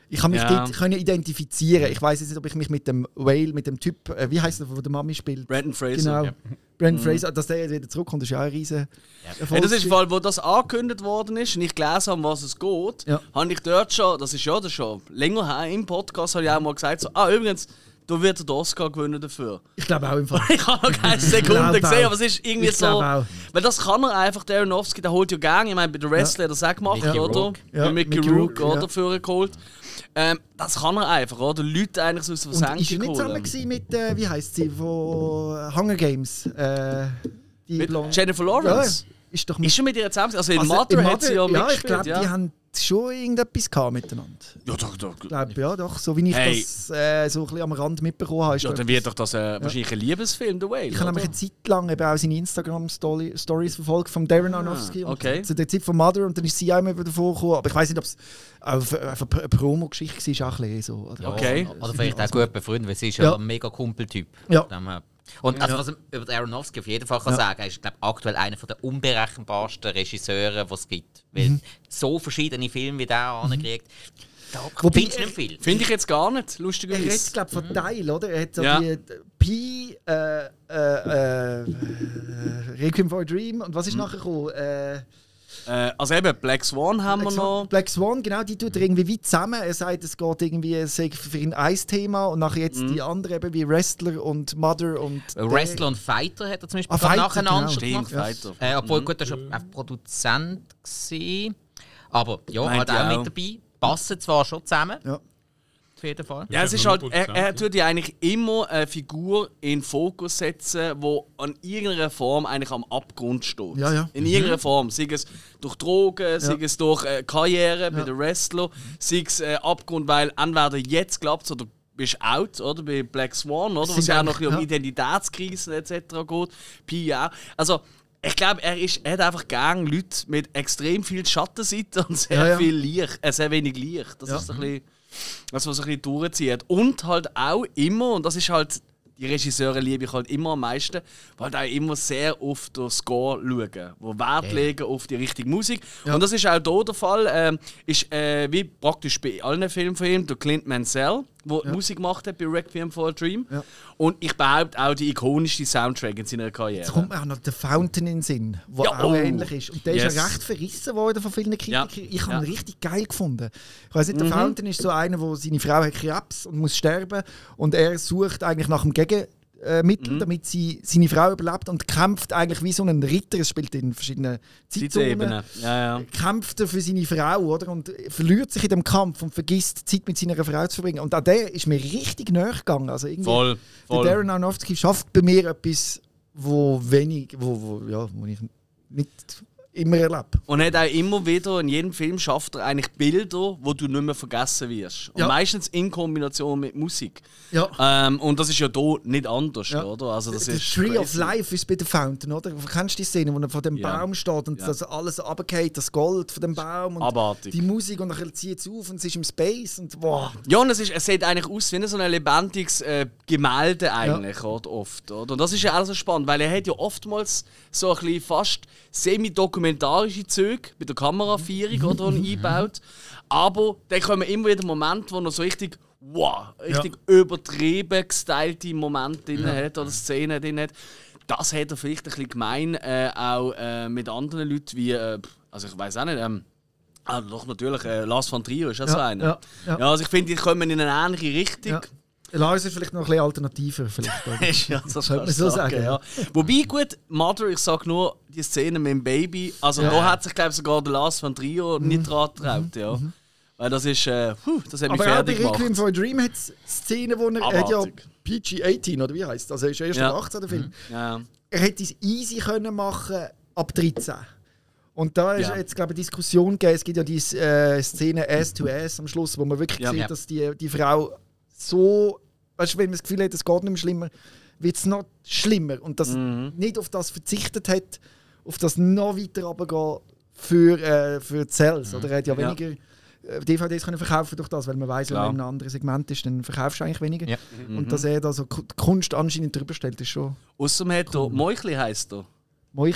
Speaker 3: Ich kann mich
Speaker 1: Ja.
Speaker 3: dort können identifizieren. Ich weiß jetzt nicht, ob ich mich mit dem Whale, mit dem Typ, äh, wie heißt der, der Mami spielt?
Speaker 1: Brandon Fraser.
Speaker 3: Genau.
Speaker 1: Ja.
Speaker 3: Brandon Fraser, dass der jetzt wieder zurückkommt, ist ja auch ein riesen
Speaker 1: Hey, das ist der Fall, wo das angekündigt worden ist und ich gelesen habe, um was es geht,
Speaker 3: Ja.
Speaker 1: habe ich dort schon, das ist ja das schon länger her im Podcast, habe ich auch mal gesagt, so, ah übrigens, du wirst den Oscar gewinnen dafür.
Speaker 3: Ich glaube auch im Fall.
Speaker 1: Ich habe noch keine Sekunde
Speaker 3: glaube
Speaker 1: gesehen,
Speaker 3: auch.
Speaker 1: aber es ist irgendwie
Speaker 3: Ich
Speaker 1: so.
Speaker 3: glaube auch.
Speaker 1: Weil das kann er einfach, der Aronofsky, der holt ja gerne. Ich meine, bei der Wrestler hat er das auch gemacht,
Speaker 4: Mickey
Speaker 1: oder?
Speaker 4: Rourke.
Speaker 1: Ja,
Speaker 3: Ja,
Speaker 1: Mickey,
Speaker 3: Mickey
Speaker 1: Rourke,
Speaker 3: Rourke,
Speaker 1: oder?
Speaker 3: ja.
Speaker 1: Für geholt. Ähm, das kann er einfach, oder? Leute eigentlich so aus der
Speaker 3: Und ist er
Speaker 1: Versenkung
Speaker 3: nicht zusammen
Speaker 1: holen.
Speaker 3: gewesen mit, äh, wie heisst sie, von Hunger Games? Äh, die
Speaker 1: Mit
Speaker 3: Blonde.
Speaker 1: Jennifer
Speaker 3: Ja,
Speaker 1: Lawrence?
Speaker 3: ist doch mit...
Speaker 1: Ist schon mit ihr zusammen? Also in
Speaker 3: Also,
Speaker 1: Mother
Speaker 3: in
Speaker 1: hat sie ja
Speaker 3: ja, ich
Speaker 1: mitgespielt.
Speaker 3: glaube,
Speaker 1: ja.
Speaker 3: die haben schon irgendetwas gehabt miteinander.
Speaker 1: Ja, doch, doch.
Speaker 3: Ich glaube, ja, doch. So wie ich
Speaker 1: Hey.
Speaker 3: das äh, so ein bisschen am Rand mitbekommen habe. Ist
Speaker 1: Ja,
Speaker 3: da
Speaker 1: dann
Speaker 3: etwas-
Speaker 1: wird doch das äh, wahrscheinlich ein Liebesfilm, The Whale.
Speaker 3: Ich habe nämlich
Speaker 1: oder?
Speaker 3: eine Zeit lang eben auch seine Instagram-Stories verfolgt von Darren Aronofsky.
Speaker 1: Ah, okay.
Speaker 3: Und zu der Zeit von Mother und dann ist sie auch immer wieder vorgekommen. Aber ich weiß nicht, ob es auf, auf eine Promo-Geschichte war, auch ein bisschen so. Oder?
Speaker 4: Ja,
Speaker 1: Okay.
Speaker 4: Oder vielleicht auch gut befreundet, weil sie ist ja,
Speaker 3: Ja.
Speaker 4: ein mega Kumpeltyp.
Speaker 3: Ja.
Speaker 4: Dem her. Und also, was man über den Aronofsky auf jeden Fall kann
Speaker 3: Ja.
Speaker 4: sagen kann, ist glaub, aktuell einer der unberechenbarsten Regisseure, die es gibt. Weil so verschiedene Filme wie der ankriegt, da
Speaker 3: Wobei
Speaker 4: findest du nicht viel.
Speaker 1: Finde ich jetzt gar nicht,
Speaker 3: Er
Speaker 1: lustigerweise.
Speaker 3: redet, glaube ich, von Teil, oder? Er hat so
Speaker 1: Ja.
Speaker 3: die Pi, äh, äh, äh, Requiem for a Dream und was ist nachher gekommen? Äh,
Speaker 1: Äh, also eben, Black Swan haben
Speaker 3: Black
Speaker 1: wir
Speaker 3: Swan,
Speaker 1: noch.
Speaker 3: Black Swan, genau, die tut er irgendwie wie zusammen. Er sagt, es geht irgendwie es sei für ihn ein Thema und nachher jetzt die anderen eben wie Wrestler und Mother und... der-
Speaker 4: Wrestler und Fighter hat er zum Beispiel
Speaker 3: Ah,
Speaker 4: gerade
Speaker 3: Fighter,
Speaker 4: nacheinander
Speaker 3: genau.
Speaker 1: Stimmt,
Speaker 4: gemacht.
Speaker 1: weiter.
Speaker 4: Äh, obwohl, gut, er war schon auch Produzent. Gewesen. Aber ja,
Speaker 1: Meint
Speaker 4: halt
Speaker 1: ich
Speaker 4: auch
Speaker 1: auch.
Speaker 4: mit dabei. Passen zwar schon zusammen,
Speaker 3: Ja.
Speaker 4: auf jeden Fall.
Speaker 1: Ja, es
Speaker 2: Ja,
Speaker 1: ist
Speaker 2: nur
Speaker 1: halt, er,
Speaker 2: Produzent,
Speaker 1: er
Speaker 2: ja.
Speaker 1: tut ja eigentlich immer eine Figur in den Fokus setzen, die an irgendeiner Form eigentlich am Abgrund steht.
Speaker 3: Ja, ja.
Speaker 1: In irgendeiner Form. Sei es durch Drogen, sei es durch äh, Karriere bei
Speaker 3: Ja.
Speaker 1: den Wrestler, sei es äh, Abgrund, weil entweder jetzt klappt es oder bist out, oder? Bei Black Swan, oder?
Speaker 3: sind
Speaker 1: Was ja auch noch
Speaker 3: eigentlich-
Speaker 1: um
Speaker 3: ja.
Speaker 1: Identitätskrisen et cetera geht. Pi auch. Also, ich glaube, er, ist- er hat einfach gerne Leute mit extrem viel Schattenseite und sehr
Speaker 3: Ja, ja.
Speaker 1: viel Licht, äh, sehr wenig Licht. Das
Speaker 3: Ja.
Speaker 1: ist so ein bisschen das, was ein bisschen durchzieht. Und halt auch immer, und das ist halt, die Regisseure liebe ich halt immer am meisten, weil halt auch immer sehr auf den Score schauen, wo Wert legen auf die richtige Musik.
Speaker 3: Ja.
Speaker 1: Und das ist auch hier der Fall. Ähm, ist äh, wie praktisch bei allen Filmen von ihm, der Clint Mansell, der
Speaker 3: Ja.
Speaker 1: Musik gemacht hat bei Requiem for a Dream.
Speaker 3: Ja.
Speaker 1: Und ich behaupte auch die ikonischste Soundtrack in seiner Karriere.
Speaker 3: Jetzt kommt mir auch noch der Fountain in den Sinn, der
Speaker 1: Ja,
Speaker 3: auch
Speaker 1: oh.
Speaker 3: ähnlich ist. Und der
Speaker 1: Yes.
Speaker 3: ist ja recht verrissen worden von vielen Kritikern.
Speaker 1: Ja.
Speaker 3: Ich habe
Speaker 1: Ja.
Speaker 3: ihn richtig geil gefunden. Ich weiß nicht, der
Speaker 1: Mhm.
Speaker 3: Fountain ist so einer, wo seine Frau hat Krebs und muss sterben. Und er sucht eigentlich nach dem Gegenmittel,
Speaker 1: Mhm.
Speaker 3: damit sie seine Frau überlebt und kämpft eigentlich wie so ein Ritter. Es spielt in verschiedenen Zeitzonen.
Speaker 1: Zeitebene. Ja, ja.
Speaker 3: Kämpft er für seine Frau, oder? Und verliert sich in dem Kampf und vergisst, Zeit mit seiner Frau zu verbringen. Und auch der ist mir richtig nahe gegangen. Also irgendwie,
Speaker 1: Voll,
Speaker 3: der
Speaker 1: voll.
Speaker 3: Darren Aronofsky schafft bei mir etwas, wo wenig, wo, wo, ja, wo ich nicht immer erlebe.
Speaker 1: Und hat auch immer wieder, in jedem Film schafft er eigentlich Bilder, die du nicht mehr vergessen wirst. Und
Speaker 3: Ja.
Speaker 1: meistens in Kombination mit Musik.
Speaker 3: Ja.
Speaker 1: Ähm, und das ist ja hier nicht anders,
Speaker 3: Ja.
Speaker 1: oder? Also das
Speaker 3: Der
Speaker 1: ist
Speaker 3: Tree of
Speaker 1: crazy.
Speaker 3: Life ist bei der Fountain, oder? Kennst du die Szene, wo er vor dem
Speaker 1: Ja.
Speaker 3: Baum steht und
Speaker 1: Ja.
Speaker 3: das alles runterfällt, das Gold von dem Baum und
Speaker 1: Abartig.
Speaker 3: die Musik und dann zieht es auf und es ist im Space und wow.
Speaker 1: Ja, und es, ist, es sieht eigentlich aus wie so ein lebendiges äh, Gemälde eigentlich, oder? Oft, oder? Und das ist ja auch so spannend, weil er hat ja oftmals so ein bisschen fast semi-dokumentarische Züge bei der Kameraführung, oder, die er einbaut. Aber dann kommen immer wieder Momente, wo er so richtig wow, richtig übertrieben gestylte Momente drin hat oder Szenen drin hat. Das hat er vielleicht ein bisschen gemein äh, auch äh, mit anderen Leuten wie, äh, also ich weiß auch nicht, ähm, ah, doch natürlich, äh, Lars von Trier ist auch so einer.
Speaker 3: ja, ja.
Speaker 1: Ja, also ich finde, die kommen in eine ähnliche Richtung.
Speaker 3: Ja. Lars ist vielleicht noch ein bisschen alternativer. Vielleicht, oder?
Speaker 1: ja, das
Speaker 3: Könnte man
Speaker 1: kannst
Speaker 3: so
Speaker 1: du
Speaker 3: sagen.
Speaker 1: Ja. Wobei, gut, Mother, ich sage nur die Szene mit dem Baby, also
Speaker 3: Ja.
Speaker 1: da hat sich, glaube ich, sogar der Lars von Trier
Speaker 3: Mhm.
Speaker 1: nicht dran getraut. Ja. Weil das ist, äh, puh, das hat mich
Speaker 3: Aber auch bei
Speaker 1: fertig
Speaker 3: Requiem
Speaker 1: gemacht.
Speaker 3: for a Dream hat es Szenen, wo er, er hat ja
Speaker 1: Abartig.
Speaker 3: P G achtzehn, oder wie heißt Also er ist erst
Speaker 1: Ja.
Speaker 3: ab achtzehn, der Film.
Speaker 1: Ja.
Speaker 3: Er hätte es easy können machen ab dreizehn. Und da ist
Speaker 1: Ja.
Speaker 3: jetzt, glaube ich, eine Diskussion gegeben. Es gibt ja die äh, Szene Ass to Ass am Schluss, wo man wirklich
Speaker 1: Ja.
Speaker 3: sieht,
Speaker 4: Ja.
Speaker 3: dass die, die Frau so, weißt du, wenn man das Gefühl hat, es geht nicht mehr schlimmer, wird es noch schlimmer. Und dass
Speaker 1: Mhm.
Speaker 3: nicht auf das verzichtet hat, auf das noch weiter runtergehen für, äh, für die Cells. Oder er hat ja
Speaker 1: Ja.
Speaker 3: weniger äh, D V Ds können verkaufen durch das, weil man weiß, wenn
Speaker 1: Klar.
Speaker 3: man in einem anderen Segment ist, dann verkaufst du eigentlich weniger.
Speaker 4: Ja.
Speaker 3: Und dass er da so Ku- die Kunst anscheinend drüber stellt, ist schon
Speaker 1: Außerdem hat er, Meuchli heisst er.
Speaker 3: Meuchli.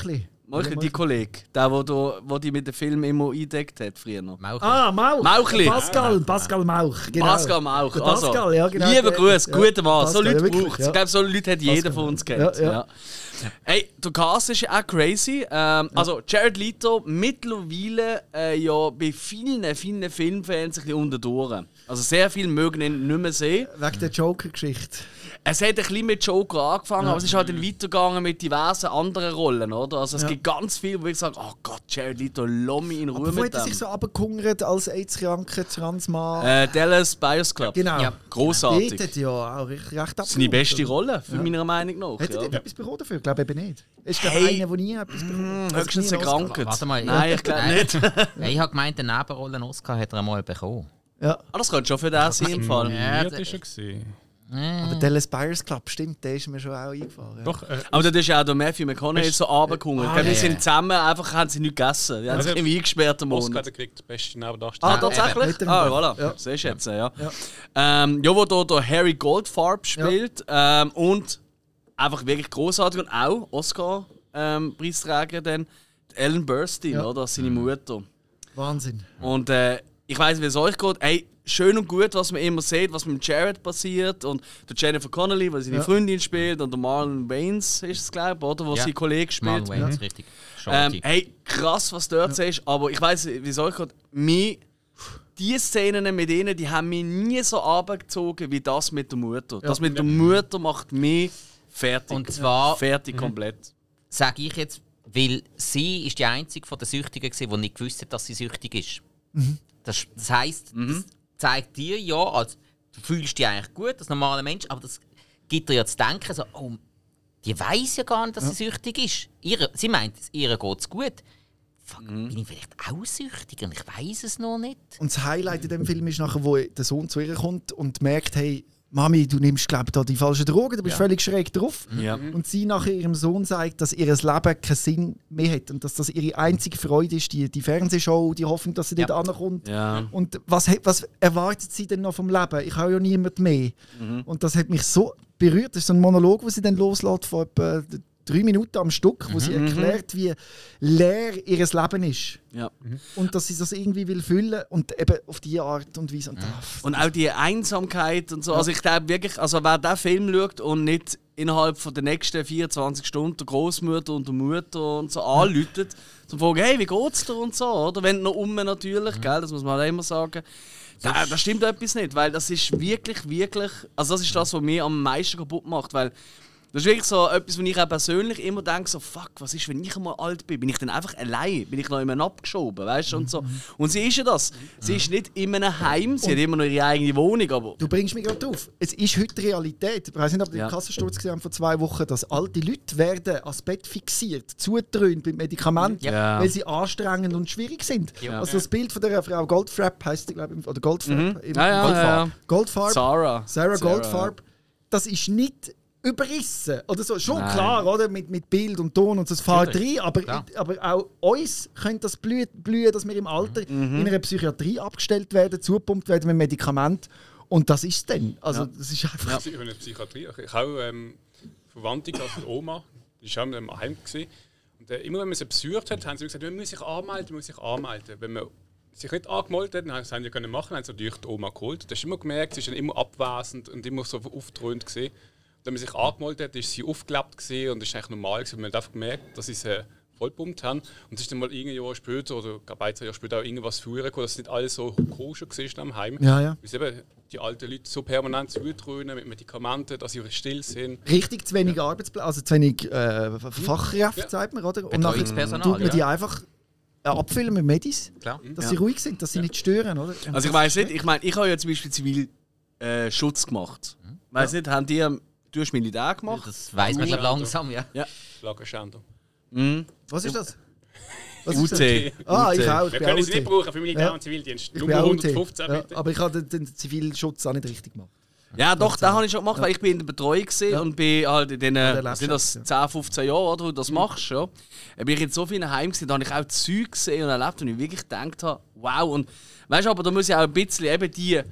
Speaker 1: Mauchli, die Kollege. Der, der, der, der die mit dem Film immer eingedeckt hat, früher noch.
Speaker 4: Mauchli.
Speaker 3: Ah, Mauch!
Speaker 1: Mauchli.
Speaker 3: Pascal, Pascal Mauch. Genau.
Speaker 1: Pascal Mauch.
Speaker 3: Der
Speaker 1: Also,
Speaker 3: Pascal, ja, genau.
Speaker 1: lieber Gruß,
Speaker 3: Ja,
Speaker 1: guter Mann. So
Speaker 3: Pascal, ja,
Speaker 1: Leute
Speaker 3: wirklich,
Speaker 1: braucht es.
Speaker 3: ja.
Speaker 1: Ich glaube, so Leute hat jeder
Speaker 3: Pascal.
Speaker 1: von uns kennt.
Speaker 3: Ja, ja.
Speaker 1: Ja. Hey, der Cast ist ja auch crazy. Ähm, also, Jared Leto mittlerweile äh, ja bei vielen, vielen Filmfans ein bisschen unterdurch. Also, sehr viele mögen ihn nicht mehr sehen.
Speaker 3: Wegen der Joker-Geschichte.
Speaker 1: Es hat ein bisschen mit Joker angefangen, aber es ist halt dann weitergegangen mit diversen anderen Rollen, oder? Also es
Speaker 3: Ja.
Speaker 1: gibt ganz viele, wo ich sage, oh Gott, Jared Leto, lass mich in Ruhe
Speaker 3: Aber wo
Speaker 1: mit
Speaker 3: hat er sich
Speaker 1: dem.
Speaker 3: so abgehungert als AIDS-kranker Transmann?
Speaker 1: Äh, Dallas Buyers Club.
Speaker 3: Genau.
Speaker 4: Ja.
Speaker 1: Grossartig.
Speaker 3: Dort hat er ja auch recht, recht
Speaker 1: Seine beste
Speaker 3: oder?
Speaker 1: Rolle, für
Speaker 3: Ja.
Speaker 1: meiner Meinung nach.
Speaker 3: Hat er
Speaker 1: Ja.
Speaker 3: dort etwas bekommen dafür? Ich glaube eben nicht. Ist der
Speaker 1: Hey.
Speaker 3: eine, der nie etwas bekommen hat?
Speaker 1: Höchstens
Speaker 3: Also nie einen
Speaker 1: erkrankt.
Speaker 4: Warte mal.
Speaker 1: Nein, ich glaube
Speaker 4: Nein.
Speaker 1: nicht.
Speaker 4: Ich habe gemeint, den Nebenrollen Oscar hat er einmal bekommen.
Speaker 3: Oscar. Ja.
Speaker 1: Ah, das könnte schon für den sein im Fall.
Speaker 4: Ja,
Speaker 2: Nominiert ist er gewesen.
Speaker 3: Aber Dallas Buyers Club, stimmt, der ist mir schon auch eingefahren. Ja.
Speaker 2: Doch, äh,
Speaker 1: Aber das ist ja auch der Matthew McConaughey
Speaker 2: Ist-
Speaker 1: so runtergekommen.
Speaker 3: Ah,
Speaker 1: Ich glaube, die
Speaker 4: ja,
Speaker 1: sind
Speaker 4: ja.
Speaker 1: zusammen, einfach haben sie nichts gegessen. Die haben
Speaker 2: Also,
Speaker 1: sich irgendwie eingesperrt am
Speaker 2: Oscar
Speaker 1: Monat.
Speaker 2: hat er gekriegt, beste Nebendarsteller.
Speaker 1: Ah,
Speaker 4: Ja,
Speaker 1: tatsächlich?
Speaker 3: eben.
Speaker 1: Ah,
Speaker 3: Ja.
Speaker 1: voilà.
Speaker 3: Ja.
Speaker 1: Siehst du jetzt, ja. Ja,
Speaker 3: Ja.
Speaker 1: ähm, ja wo da der Harry Goldfarb spielt. Ähm, und einfach wirklich großartig und auch Oscar-Preisträger ähm, dann Ellen Burstyn,
Speaker 3: Ja.
Speaker 1: oder? Seine Mutter.
Speaker 3: Wahnsinn.
Speaker 1: Und äh, ich weiss nicht, wie es euch geht. Hey, schön und gut, was man immer sieht, was mit Jared passiert. Und der Jennifer Connelly, die seine
Speaker 3: Ja.
Speaker 1: Freundin spielt. Und der Marlon Wayans ist es, glaube ich, oder? Wo
Speaker 4: Ja.
Speaker 1: sein Kollege spielt.
Speaker 4: Marlon Wayans, richtig.
Speaker 1: Ähm,
Speaker 4: Shorty.
Speaker 1: hey, krass, was dort ja. ist. Aber ich weiss nicht, wie es euch geht. Mich, die Szenen mit ihnen, die haben mich nie so abgezogen wie das mit der Mutter. Das mit der Mutter macht mich fertig.
Speaker 4: Und zwar-
Speaker 1: fertig komplett.
Speaker 4: Sage ich jetzt, weil sie ist die einzige von den Süchtigen war, die nicht gewusst hat, dass sie süchtig ist. Das, das heisst, das zeigt dir ja, als du fühlst dich eigentlich gut als normaler Mensch, aber das gibt dir ja zu denken, so, oh, die weiß ja gar nicht, dass sie süchtig ist. Ihre, sie meint, ihr geht es gut. Fuck, bin ich vielleicht auch süchtig und ich weiß es noch nicht?
Speaker 3: Und das Highlight in dem Film ist nachher, wo der Sohn zu ihr kommt und merkt, hey, Mami, du nimmst glaub ich, da die falschen Drogen, du bist
Speaker 4: Ja.
Speaker 3: völlig schräg drauf.
Speaker 1: Ja.
Speaker 3: Und sie nachher ihrem Sohn sagt, dass ihr Leben keinen Sinn mehr hat und dass das ihre einzige Freude ist, die, die Fernsehshow, die Hoffnung, dass sie
Speaker 4: Ja.
Speaker 3: dort ankommt.
Speaker 1: Ja.
Speaker 3: Und was, he- was erwartet sie denn noch vom Leben? Ich habe ja niemand mehr.
Speaker 1: Mhm.
Speaker 3: Und das hat mich so berührt. Das ist so ein Monolog, den sie dann loslässt von etwa drei Minuten am Stück, wo sie erklärt, wie leer ihr Leben ist.
Speaker 1: Ja.
Speaker 3: Und dass sie das irgendwie will füllen und eben auf diese Art und Weise. Und das-
Speaker 1: Und auch die Einsamkeit und so. Also ich glaube wirklich, also wer diesen Film schaut und nicht innerhalb von der nächsten vierundzwanzig Stunden der Großmutter und der Mutter und so anläutet, zum fragen, hey, wie geht's dir und so, oder? Wenn noch um natürlich, gell, das muss man halt immer sagen. Da, da stimmt etwas nicht, weil das ist wirklich, wirklich, also das ist das, was mich am meisten kaputt macht, weil das ist wirklich so etwas, wo ich auch persönlich immer denke, so, fuck, was ist, wenn ich einmal alt bin? Bin ich dann einfach allein? Bin ich noch immer abgeschoben, weißt du? Und, so. Und sie ist ja das. Sie ist nicht in einem Heim, sie hat immer noch ihre eigene Wohnung, aber...
Speaker 3: Du bringst mich gerade drauf. Es ist heute Realität. Ich weiß nicht, ob ihr
Speaker 1: Ja.
Speaker 3: den Kassensturz gesehen habt vor zwei Wochen, dass alte Leute werden ans Bett fixiert, zugetrönt mit Medikamenten,
Speaker 1: Ja.
Speaker 3: weil sie anstrengend und schwierig sind.
Speaker 4: Ja.
Speaker 3: Also das Bild von der Frau Goldfrapp heisst sie, glaube ich, oder Goldfrapp. im-
Speaker 1: Ja, ja,
Speaker 3: Goldfarb.
Speaker 1: ja, ja.
Speaker 3: Goldfarb.
Speaker 1: Sarah.
Speaker 3: Sarah Goldfarb. Das ist nicht überrissen. Oder so. Schon
Speaker 1: Nein.
Speaker 3: klar, oder? Mit, mit Bild und Ton und so, das fährt rein, aber,
Speaker 4: Klar.
Speaker 3: aber auch uns könnte das blühen, blühen, dass wir im Alter
Speaker 1: Mhm.
Speaker 3: in einer Psychiatrie abgestellt werden, zupumpt werden mit Medikamenten. Und das ist es dann. Also, das ist einfach.
Speaker 2: Ich bin in der Psychiatrie. Ich habe ähm, Verwandte, also Oma, die war auch im Heim. Gewesen. Und äh, immer wenn man sie besucht hat, haben sie gesagt, man muss sich anmelden, man muss sich anmelden. Wenn man sich nicht angemeldet hat, dann haben sie ja können machen, haben sie natürlich die Oma geholt. Da hast du immer gemerkt, sie ist dann immer abwesend und immer so aufgedröhnt gewesen. Wenn man sich angemeldet hat, ist sie aufgelebt gewesen und das ist eigentlich normal gewesen. Man hat einfach gemerkt, dass sie sie vollpumpt haben. Und es ist dann mal ein Jahr später oder ein zwei Jahre später auch irgendwas früher gekommen, dass nicht alles so koscher war am Heim.
Speaker 3: Ja, ja.
Speaker 2: Weil sie eben die alten Leute so permanent zudröhnen mit Medikamenten, dass sie still sind.
Speaker 3: Richtig zu wenig Arbeitsplätze, also zu wenig äh, Fachkräfte,
Speaker 2: Ja.
Speaker 3: sagt man, oder? Und nachher
Speaker 4: Betreuungspersonal,
Speaker 3: tut man die
Speaker 4: ja.
Speaker 3: einfach äh, abfüllen mit Medis,
Speaker 4: Klar.
Speaker 3: dass sie ruhig sind, dass sie nicht stören, oder? Und
Speaker 1: Also ich
Speaker 3: das
Speaker 1: weiß
Speaker 3: ist
Speaker 1: nicht, ich meine, ich habe ja zum Beispiel Zivil äh, Schutz gemacht. Weiß nicht, haben die, du hast Militär gemacht?
Speaker 4: Das weiss man glaub, langsam, ja.
Speaker 2: Schlagerschänder.
Speaker 1: Mhm.
Speaker 3: Was ist das? Was
Speaker 1: U
Speaker 3: ist das?
Speaker 1: T.
Speaker 3: Ah, ich auch. Ich
Speaker 2: Wir
Speaker 3: bin
Speaker 2: können
Speaker 3: auch
Speaker 2: es nicht
Speaker 3: U T.
Speaker 2: brauchen für Militär
Speaker 3: Ja.
Speaker 2: und Zivildienst.
Speaker 3: Ich
Speaker 2: Nummer
Speaker 3: bin auch U T.
Speaker 2: hundertfünfzehn,
Speaker 3: Ja,
Speaker 2: bitte.
Speaker 3: aber ich habe den, den Zivilschutz auch nicht richtig gemacht.
Speaker 1: Ja, doch, den habe ich schon gemacht, weil ich bin in der Betreuung gesehen
Speaker 3: Ja.
Speaker 1: und bin halt in den,
Speaker 3: der
Speaker 1: was sind das,
Speaker 3: Lebensschutz,
Speaker 1: zehn, fünfzehn Jahren, oder, wo du das machst. Ja. Dann bin ich in so vielen Heimen gesehen, da habe ich auch Zeug gesehen und erlebt, und ich wirklich gedacht habe, wow. Und weißt du, aber da muss ich auch ein bisschen eben die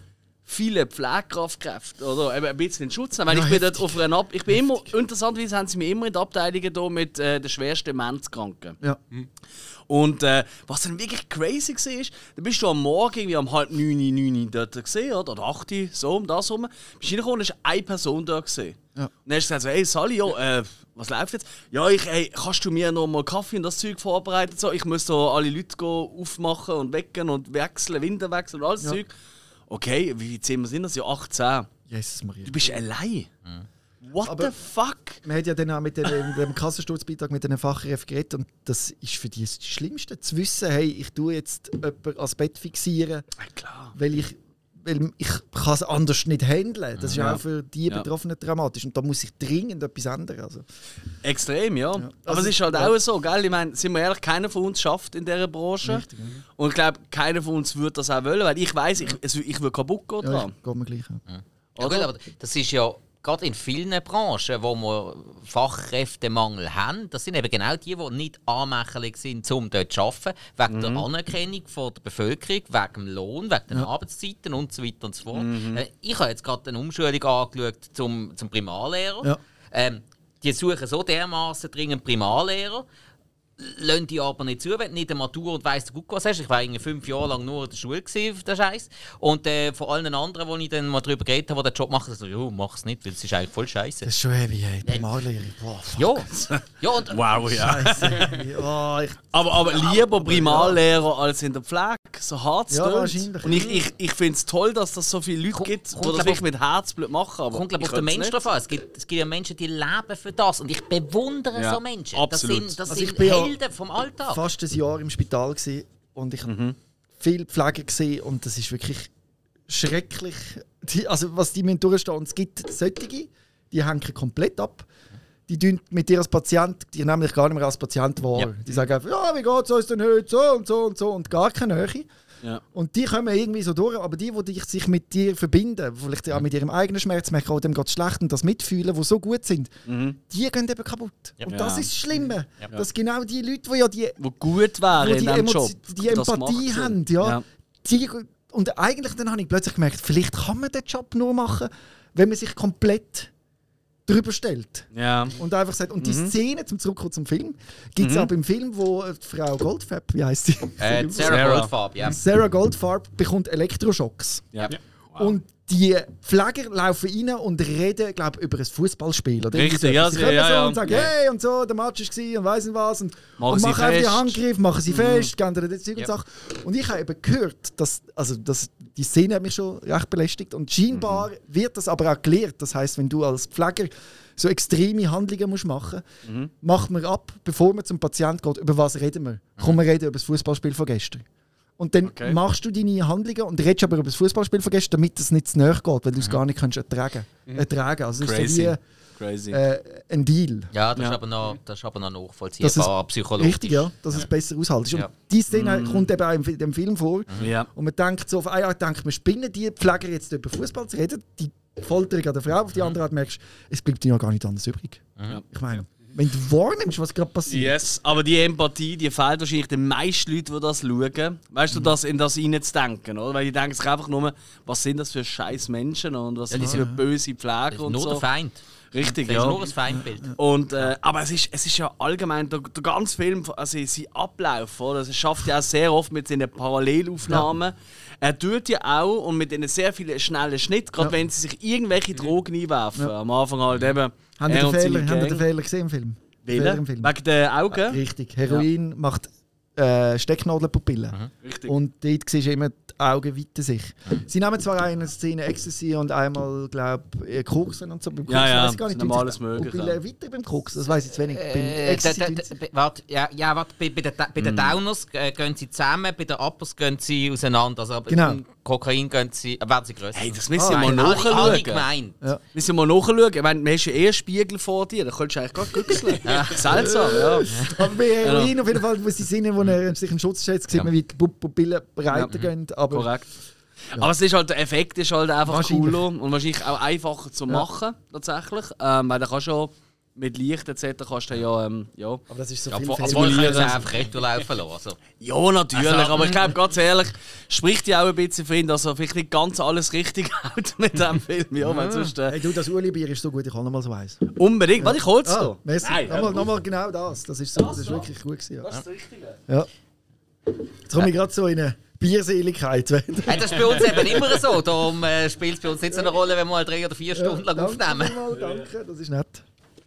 Speaker 1: viele Pflegekräfte oder eben ein bisschen in Schutz nehmen. Ja, ich bin dort auf einer Ab ich bin immer, interessanterweise haben sie mich immer in der Abteilung hier mit äh, den schwersten Demenzkranken.
Speaker 3: Ja.
Speaker 1: Und äh, was dann wirklich crazy war, dann bist du am Morgen irgendwie um halb neun, neun dort gesehen, oder? Oder acht, so um das herum. Bist reingekommen und hast eine Person da gesehen. Ja. Und dann hast du gesagt so, hey Sally, ja, äh, was läuft jetzt? Ja, ich, hey, kannst du mir noch mal Kaffee und das Zeug vorbereiten? So, ich muss so alle Leute go aufmachen und wecken und wechseln, Winter wechseln und alles ja. Zeug. Okay, wie viele Zimmer sind das? Ja, achtzehn.
Speaker 3: Jesus Maria.
Speaker 1: Du bist allein. Mhm. What
Speaker 3: Aber
Speaker 1: the fuck?
Speaker 3: Man hat ja dann auch mit dem, dem Kassensturzbeitrag mit den Fachkräften geredet und das ist für die das Schlimmste, zu wissen, hey, ich tue jetzt jemanden ans Bett fixieren,
Speaker 1: ja, klar.
Speaker 3: weil ich weil ich kann es anders nicht handeln. Das ist ja auch für die Betroffenen ja. dramatisch und da muss ich dringend etwas ändern. Also.
Speaker 1: Extrem, ja. ja. Aber also, es ist halt ja. auch so, gell? Ich meine, sind wir ehrlich, keiner von uns schafft in dieser Branche. Richtig, ja. Und ich glaube, keiner von uns würde das auch wollen, weil ich weiss, ich, ich, ich würde kaputt gehen dran.
Speaker 3: Ja, geht mir gleich. Ja.
Speaker 4: Ja. Ja, gut, aber das ist ja gerade in vielen Branchen, wo wir Fachkräftemangel haben, das sind eben genau die, die nicht anmächtig sind, um dort zu arbeiten, wegen mhm. der Anerkennung von der Bevölkerung, wegen dem Lohn, wegen den ja. Arbeitszeiten und so weiter und so fort. Mhm. Ich habe jetzt gerade eine Umschulung angeschaut zum, zum Primarlehrer. Ja. Ähm, die suchen so dermaßen dringend Primarlehrer, lassen die aber nicht zu, wenn du nicht eine Matur und weiss, gut was hast. Ich war irgendwie fünf Jahre lang nur in der Schule für den Scheiß. Und äh, von allen anderen, wo ich dann mal darüber geredet habe, die den Job machen, so, jo, mach es nicht, weil es ist eigentlich voll scheiße.
Speaker 3: Das ist schon heavy, ey. Primarlehrerin. Boah,
Speaker 4: ja. ja und,
Speaker 1: wow, ja.
Speaker 3: oh, ich,
Speaker 1: aber, aber lieber Primarlehrer ja. als in der Pflege. So hart
Speaker 3: ja, wahrscheinlich.
Speaker 1: Und ich, ich, ich finde es toll, dass es so viele Leute
Speaker 4: Komm,
Speaker 1: gibt, die das wirklich mit Herzblut machen. Aber
Speaker 4: kommt, glaube auf den Menschen drauf an. Es gibt, es gibt ja Menschen, die leben für das. Und ich bewundere ja. so Menschen.
Speaker 1: Absolut.
Speaker 4: Das sind, das
Speaker 3: also
Speaker 4: sind Helden ja vom Alltag.
Speaker 3: Fast ein Jahr im Spital gewesen und ich mhm. habe viel Pflege gesehen und das ist wirklich schrecklich. Die, also was die müssen durchstehen. Und es gibt solche, die hängen komplett ab. Die tun mit dir als Patient, die nehmen dich gar nicht mehr als Patient wahr. Ja. Die sagen einfach, ja, wie geht es uns denn heute, so und so und so und gar keine Nähe. Ja. Und die kommen irgendwie so durch, aber die, die sich mit dir verbinden, vielleicht auch mit ihrem eigenen Schmerz merken, oh, dem geht es schlecht und das mitfühlen, die so gut sind, mhm. die gehen eben kaputt. Ja. Und das ist das Schlimme. Ja. Dass genau die Leute, die ja die,
Speaker 1: wo gut wären in diesem Job,
Speaker 3: die Empathie haben, ja, ja. Die, und eigentlich dann habe ich plötzlich gemerkt, vielleicht kann man den Job nur machen, wenn man sich komplett drüber stellt.
Speaker 1: Ja.
Speaker 3: Und einfach sagt, und die mhm. Szene, zum Zurückkommen zum Film, gibt es mhm. auch im Film, wo die Frau Goldfarb, wie heisst sie?
Speaker 4: Äh, Sarah Goldfarb, ja.
Speaker 3: Sarah Goldfarb bekommt Elektroschocks.
Speaker 1: Ja. Ja.
Speaker 3: Wow. Und die Pfleger laufen rein und reden, glaube ich, über ein Fußballspiel.
Speaker 1: Richtig, ja,
Speaker 3: sie
Speaker 1: ja, ja, ja.
Speaker 3: Und sagen,
Speaker 1: ja.
Speaker 3: hey, und so, der Match war und weiss nicht was. Und machen,
Speaker 1: und
Speaker 3: machen einfach die Handgriff, machen sie
Speaker 1: mhm.
Speaker 3: fest, geben dir das Zeug
Speaker 1: ja.
Speaker 3: und Sachen. Und ich habe eben gehört, dass, also das, die Szene hat mich schon recht belästigt. Und scheinbar mhm. wird das aber auch gelehrt. Das heisst, wenn du als Pfleger so extreme Handlungen musst machen musst, mhm. macht man ab, bevor man zum Patienten geht, über was reden wir. Mhm. Komm, wir reden über das Fußballspiel von gestern. Und dann okay. machst du deine Handlungen und redest aber über das Fußballspiel von gestern, damit es nicht zu nahe geht, weil du es mhm. gar nicht kannst ertragen kannst. Ertragen. Also das ist so wie
Speaker 1: Crazy.
Speaker 3: Äh, ein Deal.
Speaker 4: Ja, das,
Speaker 3: ja.
Speaker 4: Ist aber noch, das ist aber noch nachvollziehbar, psychologisch.
Speaker 3: Richtig, ja, dass ja. es besser aushaltest. Und
Speaker 4: ja.
Speaker 3: diese Szene
Speaker 1: mm.
Speaker 3: kommt eben auch in dem Film vor.
Speaker 1: Ja.
Speaker 3: Und man denkt so, auf eine Art denkt man, spinnen die Pfleger jetzt über Fußball zu reden, die Folterung an der Frau, auf die andere Art merkst es bleibt dir ja gar nicht anders übrig.
Speaker 1: Ja.
Speaker 3: Ich meine, wenn du wahrnimmst, was gerade passiert.
Speaker 1: Yes, aber die Empathie, die fehlt wahrscheinlich den meisten Leuten, die das schauen. Weißt du, das in das hineinzudenken, oder? Weil die denken sich einfach nur, was sind das für scheiß Menschen und was ja, sind das für böse Pfleger und
Speaker 4: nur
Speaker 1: so.
Speaker 4: Der Feind.
Speaker 1: Richtig,
Speaker 4: das
Speaker 1: ja.
Speaker 4: ist nur ein Feindbild.
Speaker 1: Und, äh, aber es ist, es ist ja allgemein, der, der ganze Film, also sein Ablauf, oder? Das schafft ja auch sehr oft mit seinen Parallelaufnahmen. Ja. Er tut ja auch, und mit ihnen sehr vielen schnellen Schnitten, gerade ja. wenn sie sich irgendwelche Drogen einwerfen. Ja. Am Anfang halt eben.
Speaker 3: Haben Sie den, Fehler, den Fehler gesehen im Film?
Speaker 1: Fehler im Film? Wegen den Augen?
Speaker 3: Ja, richtig. Heroin ja. macht äh, Stecknadelpupillen. Mhm.
Speaker 1: Richtig.
Speaker 3: Und dort siehst du immer, die Augen weiten sich. Mhm. Sie nehmen zwar eine Szene Ecstasy und einmal, glaube ich, Koksen und so. Beim Koksen
Speaker 1: ja, ja,
Speaker 3: weiss ich gar nicht,
Speaker 1: alles möglich.
Speaker 3: Pupillen ja. weiter beim Koksen, das weiss ich zu wenig.
Speaker 4: Äh,
Speaker 3: beim Ecstasy
Speaker 4: da, da, da, warte, ja, ja, warte, bei, bei den, bei den mm. Downers äh, gehen sie zusammen, bei den Uppers gehen sie auseinander. Also
Speaker 3: genau.
Speaker 4: beim Kokain gehen sie, äh, werden sie grösser.
Speaker 1: Hey, das müssen wir
Speaker 3: ah,
Speaker 1: mal nachschauen.
Speaker 4: gemeint.
Speaker 1: Ja. Müssen wir mal nachschauen. Ich meine, du hast ja eh einen Spiegel vor dir, da könntest du eigentlich gerade güchseln. Ja. Seltsam, ja.
Speaker 3: Aber bei Heroin auf jeden Fall, wo sie sind, wo er sich einen Schutz schätzt, sieht man, wie die Pupillen breiter ja. gehen. Aber
Speaker 1: korrekt. Ja. Aber es ist halt, der Effekt ist halt einfach cooler und wahrscheinlich auch einfacher zu machen, ja. tatsächlich. Ähm, weil da kannst du mit Licht et cetera kannst du ja, ähm, ja.
Speaker 3: Aber das ist so
Speaker 4: Ja,
Speaker 3: viel
Speaker 4: vor-
Speaker 3: Film.
Speaker 4: also man kann es einfach Retro laufen lassen. Also.
Speaker 1: Ja, natürlich,
Speaker 4: Also,
Speaker 1: aber ich glaube, ganz ehrlich, spricht ja auch ein bisschen für ihn, dass er vielleicht nicht ganz alles richtig hat mit diesem Film. Ja, wenn sonst, äh,
Speaker 3: Hey, du, das Uli-Bier ist so gut, ich kann noch mal so eins.
Speaker 1: unbedingt. Warte, ich hol's
Speaker 3: Ah,
Speaker 1: da.
Speaker 3: merci.
Speaker 2: Nein,
Speaker 3: nochmal,
Speaker 2: ja,
Speaker 3: nochmal genau das. Das ist, so, das ist wirklich gut gewesen. Ja.
Speaker 1: Das ist das Richtige.
Speaker 3: Ja. Jetzt komme ich gerade so in eine Bierseligkeit.
Speaker 4: Hey, das ist bei uns eben immer so. Darum äh, spielt es bei uns nicht so eine Rolle, wenn wir mal drei oder vier Stunden lang
Speaker 3: danke
Speaker 4: aufnehmen.
Speaker 3: Mal, danke, das ist nett.